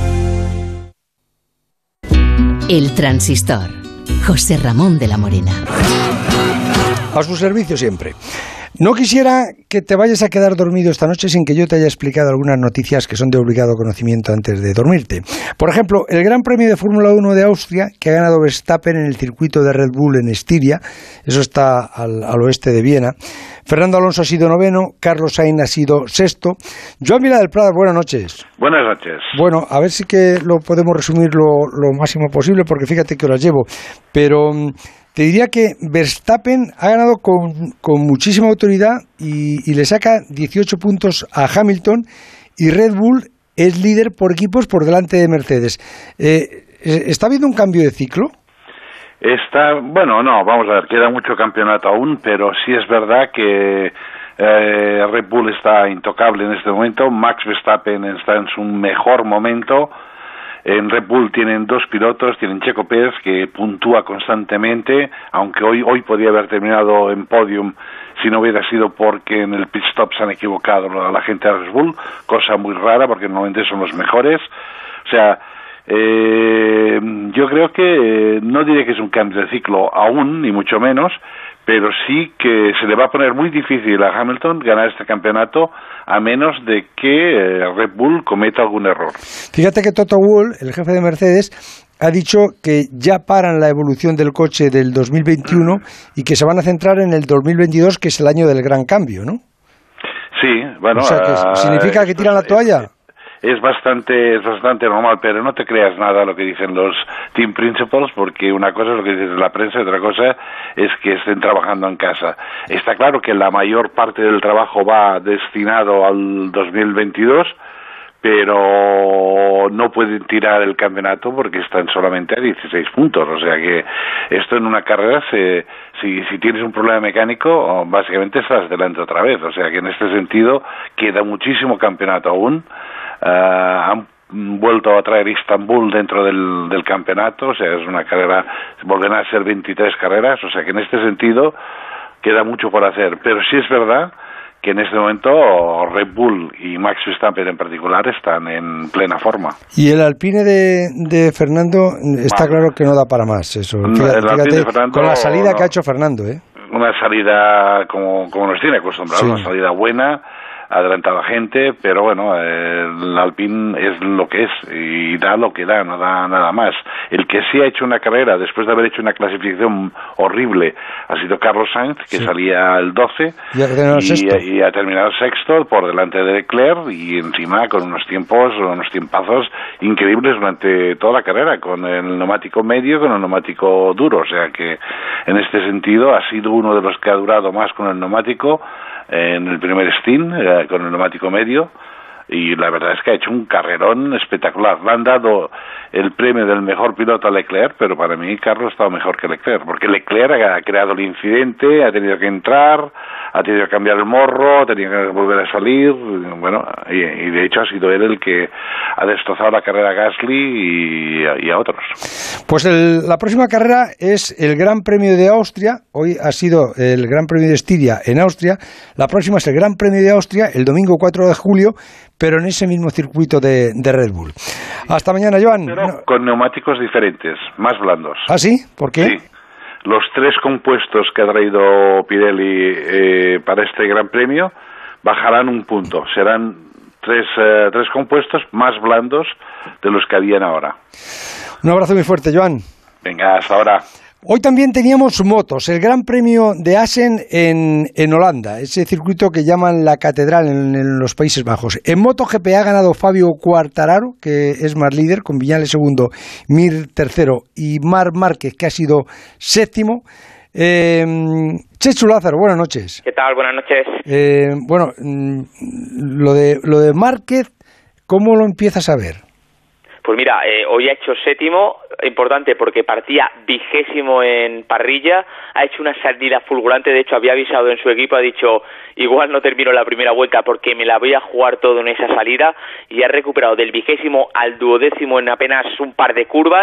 El Transistor. José Ramón de la Morena. A su servicio siempre. No quisiera que te vayas a quedar dormido esta noche sin que yo te haya explicado algunas noticias que son de obligado conocimiento antes de dormirte. Por ejemplo, el Gran Premio de Fórmula uno de Austria, que ha ganado Verstappen en el circuito de Red Bull en Estiria, eso está al, al oeste de Viena. Fernando Alonso ha sido noveno, Carlos Sainz ha sido sexto. Joan Vila del Prada, buenas noches. Buenas noches. Bueno, a ver si que lo podemos resumir lo, lo máximo posible, porque fíjate que las llevo. Pero te diría que Verstappen ha ganado con, con muchísima autoridad y, y le saca dieciocho puntos a Hamilton, y Red Bull es líder por equipos por delante de Mercedes. Eh, ¿Está habiendo un cambio de ciclo? Está, bueno, no, vamos a ver, queda mucho campeonato aún, pero sí es verdad que eh, Red Bull está intocable en este momento. Max Verstappen está en su mejor momento. En Red Bull tienen dos pilotos, tienen Checo Pérez, que puntúa constantemente, aunque hoy hoy podría haber terminado en podium si no hubiera sido porque en el pit stop se han equivocado la, la gente de Red Bull, cosa muy rara porque normalmente son los mejores. O sea, eh, yo creo que, eh, no diré que es un cambio de ciclo aún, ni mucho menos, pero sí que se le va a poner muy difícil a Hamilton ganar este campeonato a menos de que eh, Red Bull cometa algún error. Fíjate que Toto Wolff, el jefe de Mercedes, ha dicho que ya paran la evolución del coche del dos mil veintiuno y que se van a centrar en el dos mil veintidós, que es el año del gran cambio, ¿no? Sí, bueno... O sea, que ¿significa que tiran la toalla? Es bastante, es bastante normal, pero no te creas nada lo que dicen los team principals, porque una cosa es lo que dice la prensa y otra cosa es que estén trabajando en casa. Está claro que la mayor parte del trabajo va destinado al dos mil veintidós, pero no pueden tirar el campeonato porque están solamente a dieciséis puntos. O sea que esto en una carrera, se, si, si tienes un problema mecánico, básicamente estás delante otra vez. O sea que en este sentido queda muchísimo campeonato aún. Uh, han vuelto a traer Istambul dentro del, del campeonato, o sea, es una carrera, volverán a ser veintitrés carreras, o sea que en este sentido queda mucho por hacer, pero sí es verdad que en este momento Red Bull y Max Verstappen en particular están en plena forma. Y el Alpine de, de Fernando está claro que no da para más, eso. Fíjate, fíjate Fernando, con la salida no, que ha hecho Fernando, ¿eh? Una salida como, como nos tiene acostumbrados, sí. Una salida buena, adelantada gente, pero bueno, eh, el Alpine es lo que es y da lo que da, no da nada más. El que sí ha hecho una carrera después de haber hecho una clasificación horrible ha sido Carlos Sainz, que sí. salía el doce y, y, y ha terminado sexto por delante de Leclerc y encima con unos tiempos, unos tiempazos increíbles durante toda la carrera, con el neumático medio, con el neumático duro, o sea que en este sentido ha sido uno de los que ha durado más con el neumático en el primer stint, eh, con el neumático medio, y la verdad es que ha hecho un carrerón espectacular. Le han dado el premio del mejor piloto a Leclerc, pero para mí Carlos ha estado mejor que Leclerc, porque Leclerc ha creado el incidente, ha tenido que entrar, ha tenido que cambiar el morro, ha tenido que volver a salir, bueno, y, y de hecho ha sido él el que ha destrozado la carrera a Gasly y, y a otros. Pues el, la próxima carrera es el Gran Premio de Austria. Hoy ha sido el Gran Premio de Estiria en Austria. La próxima es el Gran Premio de Austria el domingo cuatro de julio, pero en ese mismo circuito de, de Red Bull. Hasta mañana, Joan. Pero no. Con neumáticos diferentes, más blandos. ¿Ah, sí? ¿Por qué? Sí. Los tres compuestos que ha traído Pirelli eh, para este Gran Premio bajarán un punto. Serán tres, eh, tres compuestos más blandos de los que habían ahora. Un abrazo muy fuerte, Joan. Venga, hasta ahora. Hoy también teníamos motos, el Gran Premio de Assen en, en Holanda, ese circuito que llaman la Catedral en, en los Países Bajos. En MotoGP ha ganado Fabio Quartararo, que es más líder, con Viñales segundo, Mir tercero y Marc Márquez, que ha sido séptimo. Eh, Chechu Lázaro, buenas noches. ¿Qué tal? Buenas noches. Eh, bueno, lo de, lo de Márquez, ¿cómo lo empiezas a ver? Pues mira, eh, hoy ha hecho séptimo, importante porque partía vigésimo en parrilla, ha hecho una salida fulgurante, de hecho había avisado en su equipo, ha dicho igual no termino la primera vuelta porque me la voy a jugar todo en esa salida, y ha recuperado del vigésimo al duodécimo en apenas un par de curvas,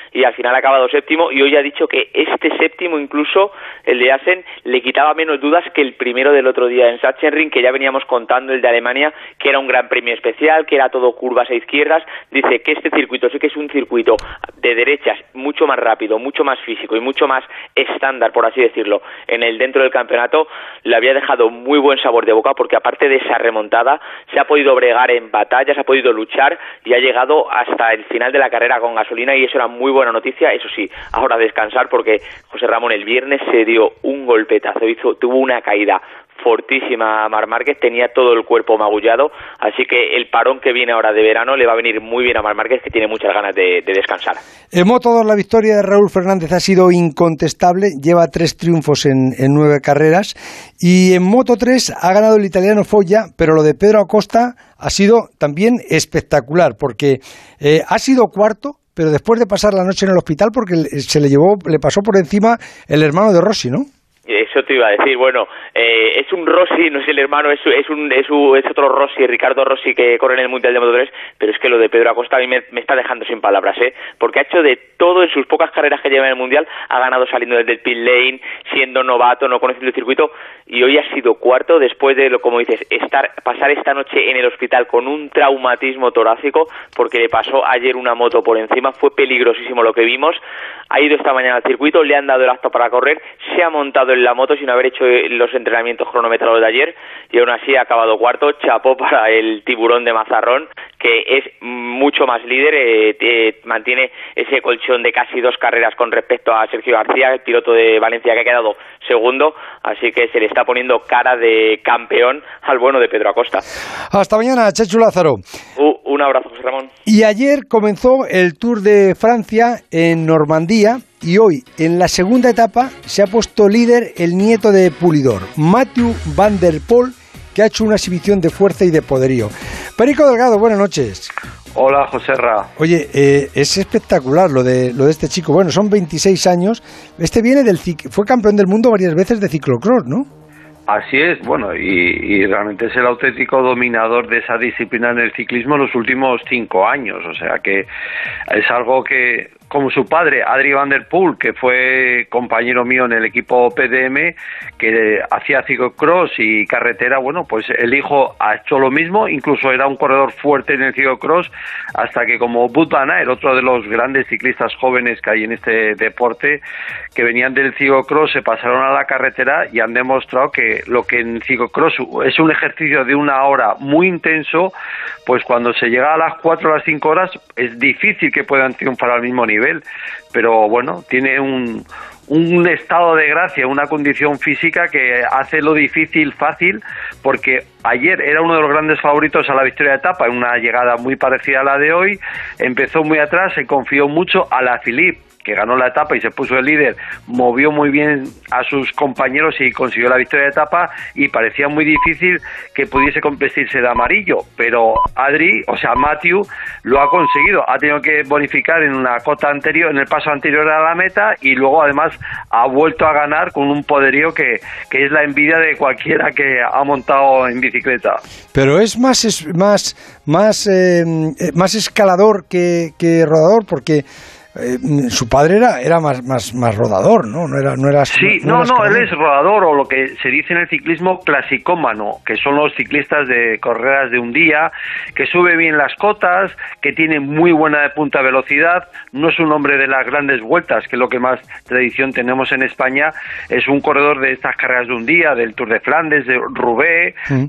y al final ha acabado séptimo, y hoy ha dicho que este séptimo, incluso el de Assen, le quitaba menos dudas que el primero del otro día en Sachsenring, que ya veníamos contando, el de Alemania, que era un gran premio especial, que era todo curvas e izquierdas. Dice que este circuito sí que es un circuito de derechas mucho más rápido, mucho más físico y mucho más estándar, por así decirlo, en el dentro del campeonato. Le había dejado muy buen sabor de boca, porque aparte de esa remontada se ha podido bregar en batallas, ha podido luchar y ha llegado hasta el final de la carrera con gasolina, y eso era muy buena noticia. Eso sí, ahora descansar, porque José Ramón el viernes se dio un golpetazo, hizo, tuvo una caída fortísima. Marc Márquez tenía todo el cuerpo magullado, así que el parón que viene ahora de verano le va a venir muy bien a Marc Márquez, que tiene muchas ganas de, de descansar. En Moto dos la victoria de Raúl Fernández ha sido incontestable, lleva tres triunfos en, en nueve carreras, y en Moto tres ha ganado el italiano Foggia, pero lo de Pedro Acosta ha sido también espectacular, porque eh, ha sido cuarto, pero después de pasar la noche en el hospital, porque se le llevó, le pasó por encima el hermano de Rossi, ¿no? Eso te iba a decir. Bueno, eh, es un Rossi, no es el hermano, es, es, un, es, un, es otro Rossi, Ricardo Rossi, que corre en el Mundial de Moto tres, pero es que lo de Pedro Acosta a mí me, me está dejando sin palabras, ¿eh? Porque ha hecho de todo en sus pocas carreras que lleva en el Mundial. Ha ganado saliendo desde el pit lane, siendo novato, no conociendo el circuito, y hoy ha sido cuarto después de, lo como dices, estar pasar esta noche en el hospital con un traumatismo torácico, porque le pasó ayer una moto por encima. Fue peligrosísimo lo que vimos. Ha ido esta mañana al circuito, le han dado el acto para correr, se ha montado en la moto sin haber hecho los entrenamientos cronometrados de ayer, y aún así ha acabado cuarto. Chapó para el tiburón de Mazarrón, que es mucho más líder, eh, eh, mantiene ese colchón de casi dos carreras con respecto a Sergio García, el piloto de Valencia, que ha quedado segundo, así que se le está poniendo cara de campeón al bueno de Pedro Acosta. Hasta mañana, Chechu Lázaro. Uh, un abrazo, José Ramón. Y ayer comenzó el Tour de Francia en Normandía, y hoy, en la segunda etapa, se ha puesto líder el nieto de Pulidor, Mathieu Van Der Poel, que ha hecho una exhibición de fuerza y de poderío. Perico Delgado, buenas noches. Hola, Joserra. Oye, eh, es espectacular lo de lo de este chico. Bueno, son veintiséis años. Este viene del fue campeón del mundo varias veces de ciclocross, ¿no? Así es, bueno, y, y realmente es el auténtico dominador de esa disciplina en el ciclismo en los últimos cinco años. O sea que es algo que, como su padre, Adrie Van Der Poel, que fue compañero mío en el equipo P D M, que hacía ciclocross y carretera, bueno, pues el hijo ha hecho lo mismo, incluso era un corredor fuerte en el ciclocross, hasta que como Wout van Aert, otro de los grandes ciclistas jóvenes que hay en este deporte, que venían del ciclocross, se pasaron a la carretera y han demostrado que lo que en ciclocross es un ejercicio de una hora muy intenso, pues cuando se llega a las cuatro o las cinco horas es difícil que puedan triunfar al mismo nivel, pero bueno, tiene un, un estado de gracia, una condición física que hace lo difícil fácil, porque ayer era uno de los grandes favoritos a la victoria de etapa, en una llegada muy parecida a la de hoy, empezó muy atrás, se confió mucho a la Philippe, que ganó la etapa y se puso el líder, movió muy bien a sus compañeros y consiguió la victoria de etapa, y parecía muy difícil que pudiese vestirse de amarillo, pero Adri, o sea Mathieu, lo ha conseguido, ha tenido que bonificar en una cota anterior, en el paso anterior a la meta, y luego además ha vuelto a ganar con un poderío que, que es la envidia de cualquiera que ha montado en bicicleta. Pero es más es más más eh, más escalador que, que rodador, porque Eh, su padre era era más más más rodador, ¿no? No era no era Sí, no, no, no él es rodador, o lo que se dice en el ciclismo clasicómano, que son los ciclistas de carreras de un día, que sube bien las cotas, que tiene muy buena de punta velocidad, no es un hombre de las grandes vueltas, que es lo que más tradición tenemos en España, es un corredor de estas carreras de un día, del Tour de Flandes, de Roubaix, mm.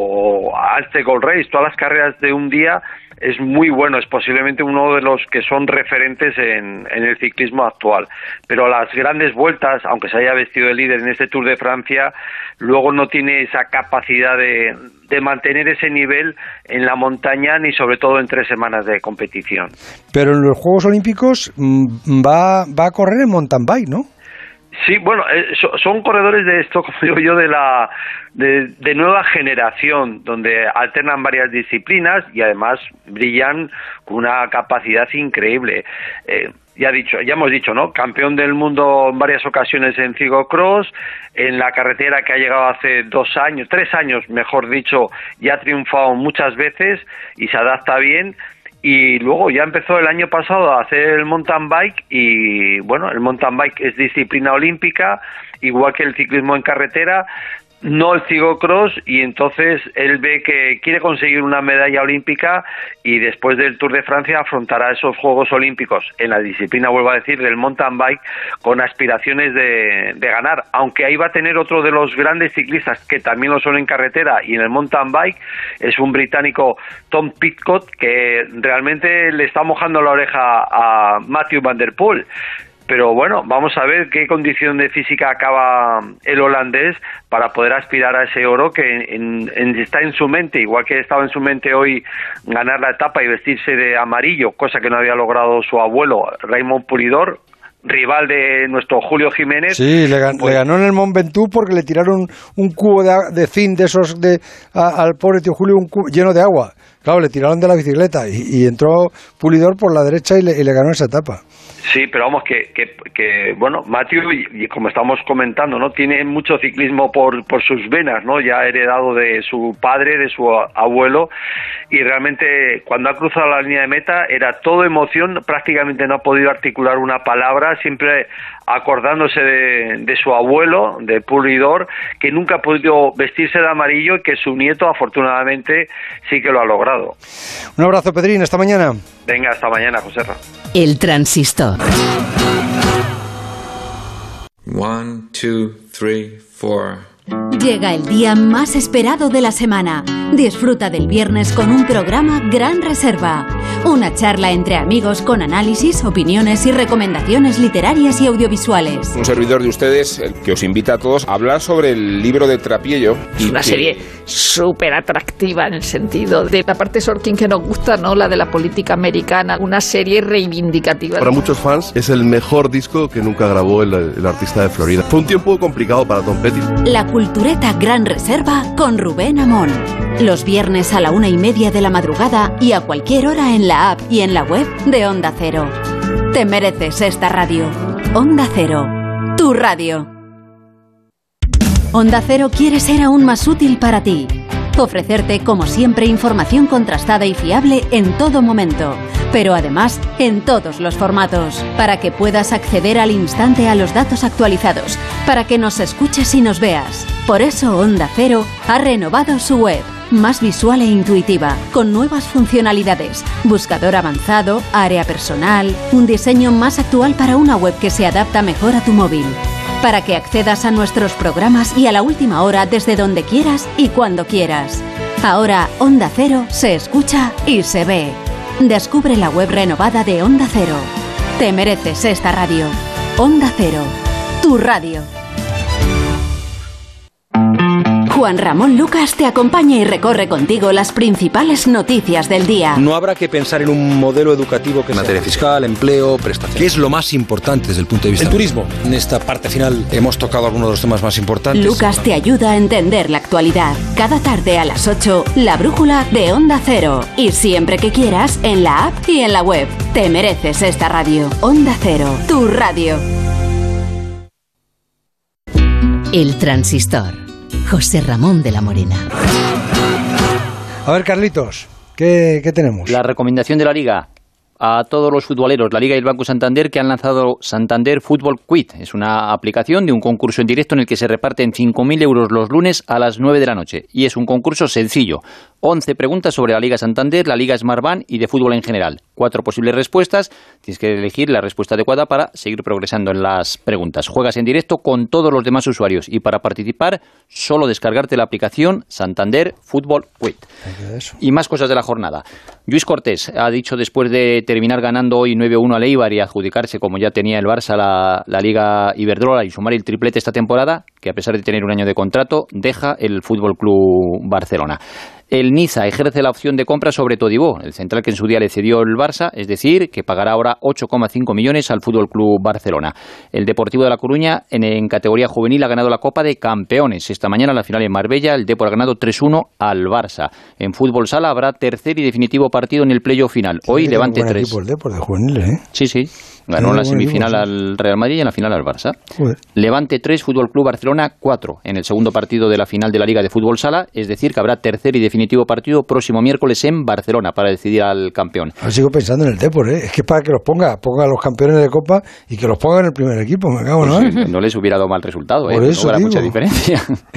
o Alpe Gold Race, todas las carreras de un día. Es muy bueno, es posiblemente uno de los que son referentes en, en el ciclismo actual. Pero las grandes vueltas, aunque se haya vestido de líder en este Tour de Francia, luego no tiene esa capacidad de, de mantener ese nivel en la montaña, ni sobre todo en tres semanas de competición. Pero en los Juegos Olímpicos va, va a correr en mountain bike, ¿no? Sí, bueno, eh, so, son corredores de esto, como digo yo, de la de, de nueva generación, donde alternan varias disciplinas y además brillan con una capacidad increíble. Eh, ya dicho, ya hemos dicho, ¿no? Campeón del mundo en varias ocasiones en ciclocross, en la carretera que ha llegado hace dos años, tres años, mejor dicho, ya ha triunfado muchas veces y se adapta bien. y luego ya empezó el año pasado a hacer el mountain bike y bueno, el mountain bike es disciplina olímpica, igual que el ciclismo en carretera, no el ciclocross, y entonces él ve que quiere conseguir una medalla olímpica y después del Tour de Francia afrontará esos Juegos Olímpicos en la disciplina, vuelvo a decir, del mountain bike con aspiraciones de, de ganar, aunque ahí va a tener otro de los grandes ciclistas que también lo son en carretera y en el mountain bike, es un británico, Tom Pidcock, que realmente le está mojando la oreja a Matthew Van Der Poel. Pero bueno, vamos a ver qué condición de física acaba el holandés para poder aspirar a ese oro que en, en, está en su mente, igual que estaba en su mente hoy ganar la etapa y vestirse de amarillo, cosa que no había logrado su abuelo Raymond Pulidor, rival de nuestro Julio Jiménez. Sí, le, gan- pues, le ganó en el Mont Ventoux porque le tiraron un cubo de, de zinc de esos de a, al pobre tío Julio, un cubo lleno de agua. Claro, le tiraron de la bicicleta y, y entró Pulidor por la derecha y le, y le ganó esa etapa. Sí, pero vamos, que, que, que bueno, Matthew, y, y como estamos comentando, ¿no? Tiene mucho ciclismo por, por sus venas, ¿no? Ya heredado de su padre, de su abuelo, y realmente cuando ha cruzado la línea de meta era todo emoción, prácticamente no ha podido articular una palabra, siempre acordándose de, de su abuelo, de Pulidor, que nunca ha podido vestirse de amarillo y que su nieto, afortunadamente, sí que lo ha logrado. Un abrazo, Pedrín, hasta mañana. Venga, hasta mañana, Joserra. El Transistor. One, two, three, four. Llega el día más esperado de la semana. Disfruta del viernes con un programa Gran Reserva. Una charla entre amigos con análisis, opiniones y recomendaciones literarias y audiovisuales. Un servidor de ustedes, el que os invita a todos a hablar sobre el libro de Trapiello. Es una que... serie súper atractiva en el sentido de la parte Sorkin que nos gusta, ¿no? La de la política americana. Una serie reivindicativa. Para muchos fans es el mejor disco que nunca grabó el, el artista de Florida. Fue un tiempo complicado para Tom Petty. La Cultureta Gran Reserva con Rubén Amón. Los viernes a la una y media de la madrugada y a cualquier hora en la app y en la web de Onda Cero. Te mereces esta radio. Onda Cero, tu radio. Onda Cero quiere ser aún más útil para ti. Ofrecerte, como siempre, información contrastada y fiable en todo momento, pero además en todos los formatos, para que puedas acceder al instante a los datos actualizados, para que nos escuches y nos veas. Por eso Onda Cero ha renovado su web, más visual e intuitiva, con nuevas funcionalidades, buscador avanzado, área personal, un diseño más actual para una web que se adapta mejor a tu móvil, para que accedas a nuestros programas y a la última hora desde donde quieras y cuando quieras. Ahora Onda Cero se escucha y se ve. Descubre la web renovada de Onda Cero. Te mereces esta radio. Onda Cero, tu radio. Juan Ramón Lucas te acompaña y recorre contigo las principales noticias del día. No habrá que pensar en un modelo educativo que en materia fiscal, empleo, prestaciones. ¿Qué es lo más importante desde el punto de vista? El turismo. En esta parte final hemos tocado algunos de los temas más importantes. Lucas te ayuda a entender la actualidad. Cada tarde a las ocho, La Brújula de Onda Cero. Y siempre que quieras, en la app y en la web. Te mereces esta radio. Onda Cero, tu radio. El Transistor. José Ramón de la Morena. A ver, Carlitos, ¿qué, qué tenemos? La recomendación de la Liga a todos los futboleros, la Liga y el Banco Santander, que han lanzado Santander Football Quit. Es una aplicación de un concurso en directo en el que se reparten cinco mil euros los lunes a las nueve de la noche. Y es un concurso sencillo. once preguntas sobre la Liga Santander, la Liga Smartbank y de fútbol en general. Cuatro posibles respuestas. Tienes que elegir la respuesta adecuada para seguir progresando en las preguntas. Juegas en directo con todos los demás usuarios y para participar solo descargarte la aplicación Santander Football Quit. Y más cosas de la jornada. Luis Cortés ha dicho, después de terminar ganando hoy nueve uno al Eibar y adjudicarse, como ya tenía el Barça, la, la Liga Iberdrola y sumar el triplete esta temporada, que a pesar de tener un año de contrato, deja el Fútbol Club Barcelona. El Niza ejerce la opción de compra sobre Todibó, el central que en su día le cedió el Barça, es decir, que pagará ahora ocho coma cinco millones al Fútbol Club Barcelona. El Deportivo de La Coruña, en, en categoría juvenil, ha ganado la Copa de Campeones. Esta mañana, la final en Marbella, el Depor ha ganado tres uno al Barça. En fútbol sala habrá tercer y definitivo partido en el playoff final. Hoy Levante tres. Equipo el Depor de juveniles, ¿eh? Sí, sí. Ganó Ah, en la semifinal bueno, al Real Madrid y en la final al Barça. Joder. Levante tres, Fútbol Club Barcelona cuatro en el segundo partido de la final de la Liga de Fútbol Sala, es decir, que habrá tercer y definitivo partido próximo miércoles en Barcelona para decidir al campeón. Ahora sigo pensando en el Depor, ¿eh? Es que para que los ponga, ponga a los campeones de Copa y que los ponga en el primer equipo, me cago, ¿no? Pues, no les hubiera dado mal resultado, ¿eh? Por eso no habrá digo. mucha diferencia.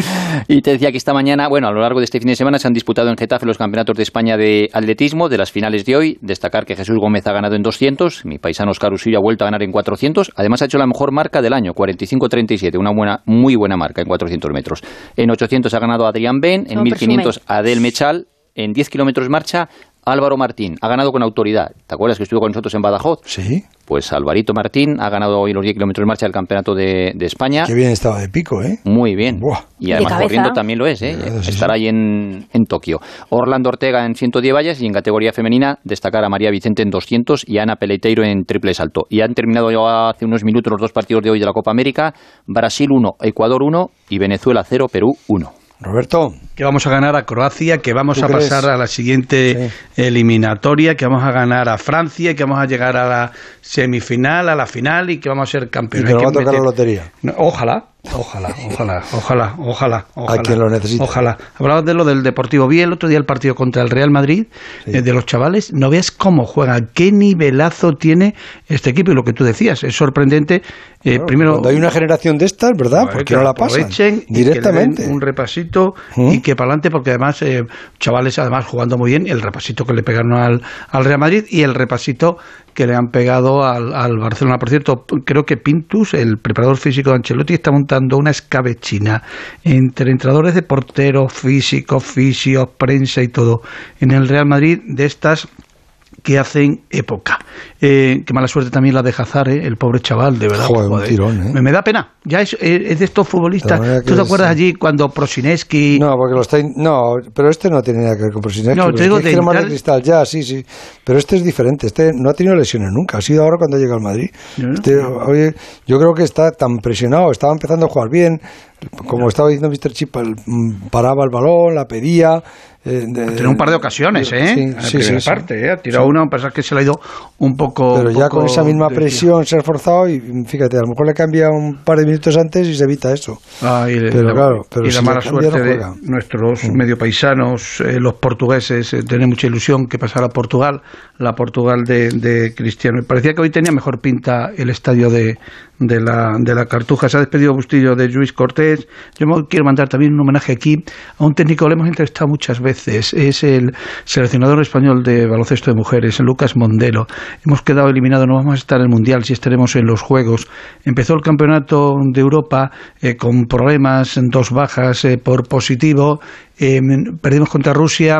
Y te decía que esta mañana, bueno, a lo largo de este fin de semana se han disputado en Getafe los campeonatos de España de atletismo, de las finales de hoy. Destacar que Jesús Gómez ha ganado en doscientos, mi paisano Óscar Usillo ha vuelto a ganar en cuatrocientos, además ha hecho la mejor marca del año, cuarenta y cinco treinta y siete, una buena, muy buena marca en cuatrocientos metros. En ochocientos ha ganado Adrián Ben, en No mil quinientos presume. Adel Mechal, en diez kilómetros marcha Álvaro Martín, ha ganado con autoridad. ¿Te acuerdas que estuvo con nosotros en Badajoz? Sí. Pues Alvarito Martín ha ganado hoy los diez kilómetros marcha del Campeonato de, de España. Qué bien estaba de pico, ¿eh? Muy bien. Buah. Y además De cabeza. corriendo también lo es, ¿eh? sí, Estará ahí en, en Tokio. Orlando Ortega en ciento diez vallas y en categoría femenina destacar a María Vicente en doscientos y a Ana Peleiteiro en triple salto. Y han terminado ya hace unos minutos los dos partidos de hoy de la Copa América. Brasil uno, Ecuador uno y Venezuela cero, Perú uno. Roberto. Que vamos a ganar a Croacia, que vamos ¿Tú a crees? pasar a la siguiente eliminatoria, que vamos a ganar a Francia, que vamos a llegar a la semifinal, a la final y que vamos a ser Y campeones. que nos Hay va a que tocar la meter- lotería. No, ojalá, ojalá, ojalá, ojalá, ojalá, ojalá. A quien lo necesite. Ojalá. Hablabas de lo del Deportivo. Vi el otro día el partido contra el Real Madrid, eh, de los chavales. No veas cómo juegan, qué nivelazo tiene este equipo. Y lo que tú decías, es sorprendente. Eh, Claro, primero, cuando hay una generación de estas, ¿verdad? a ver, ¿Por qué que no la pasan? aprovechen y Directamente. que le den un repasito y que para adelante, porque además, eh, chavales, además jugando muy bien, el repasito que le pegaron al, al Real Madrid y el repasito que le han pegado al, al Barcelona. Por cierto, creo que Pintus, el preparador físico de Ancelotti, está montando una escabechina entre entrenadores de porteros, físicos, fisios, prensa y todo en el Real Madrid de estas que hacen época. Eh, qué mala suerte también la de Hazard, ¿eh? El pobre chaval, de verdad. Joder, un tirón, ¿eh? Me, me da pena. Ya es, es de estos futbolistas. De manera que ¿Tú te es- acuerdas allí cuando Prosineski... No, porque lo está... in- No, pero este no tiene nada que ver con Prosineski. No, te digo de de entrar- de cristal, ya, sí, sí. Pero este es diferente. Este no ha tenido lesiones nunca. Ha sido ahora cuando llega al Madrid. Este, oye, yo creo que está tan presionado. Estaba empezando a jugar bien. Como estaba diciendo míster Chip, el- mm, paraba el balón, la pedía... Eh, de- Tiene un par de ocasiones, ¿eh? Sí, En la sí, primera sí, sí. parte, ¿eh? Ha tirado Sí. una, pasa que se le ha ido un poco... Pero un ya poco con esa misma de- presión se ha esforzado y fíjate, a lo mejor le cambia un par de minutos antes y se evita eso. Ah, y, Pero la, claro, pero y si la le mala cambia, suerte no de juega. nuestros medio paisanos, eh, los portugueses, eh, tener mucha ilusión que pasara a Portugal, la Portugal de, de Cristiano. Parecía que hoy tenía mejor pinta el estadio de, de, la, de la Cartuja. Se ha despedido Bustillo de Luis Cortés. Yo me quiero mandar también un homenaje aquí a un técnico que le hemos entrevistado muchas veces. Es el seleccionador español de baloncesto de mujeres, Lucas Mondelo. Hemos quedado eliminados, no vamos a estar en el Mundial, si estaremos en los Juegos. Empezó el Campeonato de Europa eh, con problemas, dos bajas eh, por positivo. Eh, perdimos contra Rusia.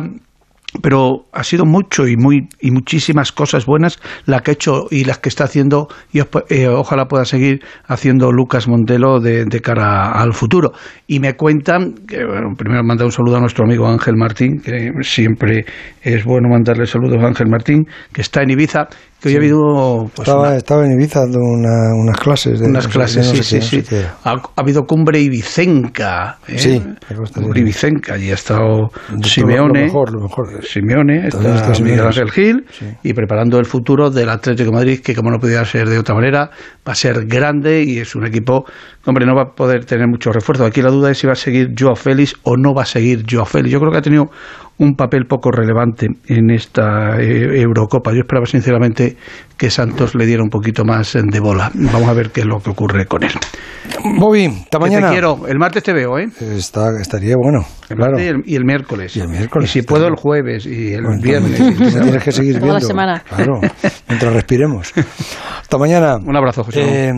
Pero ha sido mucho y muy y muchísimas cosas buenas la que ha hecho y las que está haciendo y eh, ojalá pueda seguir haciendo Lucas Montelo de, de cara al futuro. Y me cuentan que, bueno, primero mandar un saludo a nuestro amigo Ángel Martín, que siempre es bueno mandarle saludos a Ángel Martín, que está en Ibiza, que hoy Sí. ha habido pues, estaba, una- estaba en Ibiza dando una- unas clases. De, unas no sé clases, qué, no sí, sé qué, sí, no sí. sé qué. Ha, ha habido cumbre ibicenca. ¿eh? Sí, me gusta cumbre ibicenca. Allí ha estado Lo- Simeone. Lo mejor, lo mejor. Simeone, También está está Simeone, Miguel Ángel sí. Gil y preparando el futuro del Atlético de Madrid, que como no podía ser de otra manera, va a ser grande y es un equipo, hombre, no va a poder tener mucho refuerzo. Aquí la duda es si va a seguir Joao Félix o no va a seguir Joao Félix. Yo creo que ha tenido un papel poco relevante en esta eh, Eurocopa. Yo esperaba sinceramente que Santos le diera un poquito más de bola. Vamos a ver qué es lo que ocurre con él. Bobby, hasta Que mañana. Te quiero. El martes te veo, ¿eh? Está, estaría bueno, El claro. martes y el, y el miércoles. Y el miércoles. Y si puedo el jueves y el Bueno, viernes. también, me tienes que seguir Toda la viendo. semana. Claro, mientras respiremos. Hasta mañana. Un abrazo, José. Eh,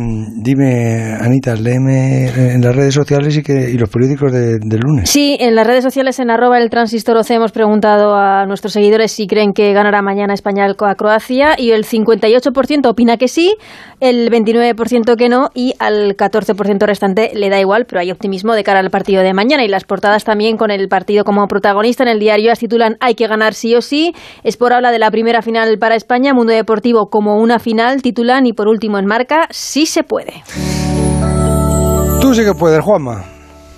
dime, Anita, léeme en las redes sociales y, que, y los periódicos de- del lunes. Sí, en las redes sociales en arroba el transistor O C hemos preguntado a nuestros seguidores si creen que ganará mañana España a Croacia y el cincuenta y ocho por ciento opina que sí, el veintinueve por ciento que no y al catorce por ciento restante le da igual, pero hay optimismo de cara al partido de mañana y las portadas también con el partido como protagonista. En el diario AS titulan hay que ganar sí o sí, Sport habla de la primera final para España, Mundo Deportivo como una final titulan y por último en Marca sí se puede. Tú sí que puedes, Juanma.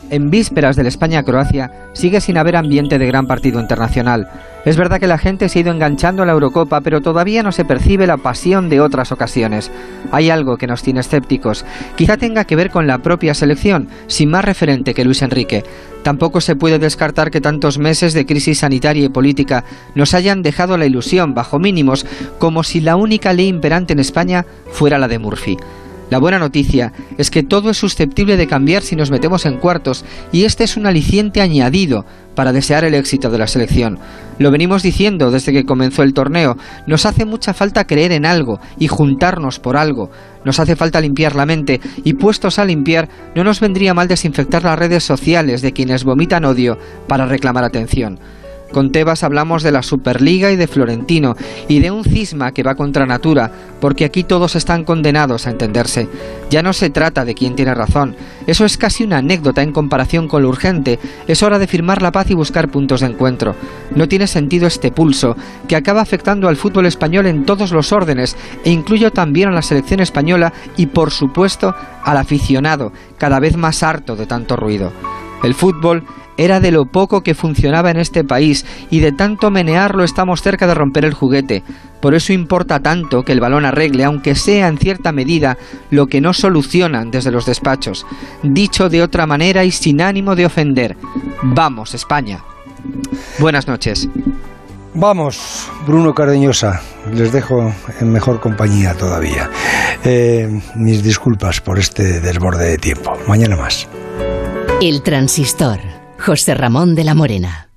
en vísperas del España-Croacia, sigue sin haber ambiente de gran partido internacional. Es verdad que la gente se ha ido enganchando a la Eurocopa, pero todavía no se percibe la pasión de otras ocasiones. Hay algo que nos tiene escépticos. Quizá tenga que ver con la propia selección, sin más referente que Luis Enrique. Tampoco se puede descartar que tantos meses de crisis sanitaria y política nos hayan dejado la ilusión, bajo mínimos, como si la única ley imperante en España fuera la de Murphy. La buena noticia es que todo es susceptible de cambiar si nos metemos en cuartos, y este es un aliciente añadido para desear el éxito de la selección. Lo venimos diciendo desde que comenzó el torneo, nos hace mucha falta creer en algo y juntarnos por algo. Nos hace falta limpiar la mente, y puestos a limpiar, no nos vendría mal desinfectar las redes sociales de quienes vomitan odio para reclamar atención. Con Tebas hablamos de la Superliga y de Florentino, y de un cisma que va contra natura, porque aquí todos están condenados a entenderse. Ya no se trata de quién tiene razón, eso es casi una anécdota en comparación con lo urgente. Es hora de firmar la paz y buscar puntos de encuentro. No tiene sentido este pulso, que acaba afectando al fútbol español en todos los órdenes, e incluyo también a la selección española y, por supuesto, al aficionado, cada vez más harto de tanto ruido. El fútbol era de lo poco que funcionaba en este país, y de tanto menearlo estamos cerca de romper el juguete. Por eso importa tanto que el balón arregle, aunque sea en cierta medida, lo que no solucionan desde los despachos. Dicho de otra manera y sin ánimo de ofender: ¡vamos, España! Buenas noches. Vamos, Bruno Cardeñosa, les dejo en mejor compañía todavía. Eh, mis disculpas por este desborde de tiempo. Mañana más. El Transistor. José Ramón de la Morena.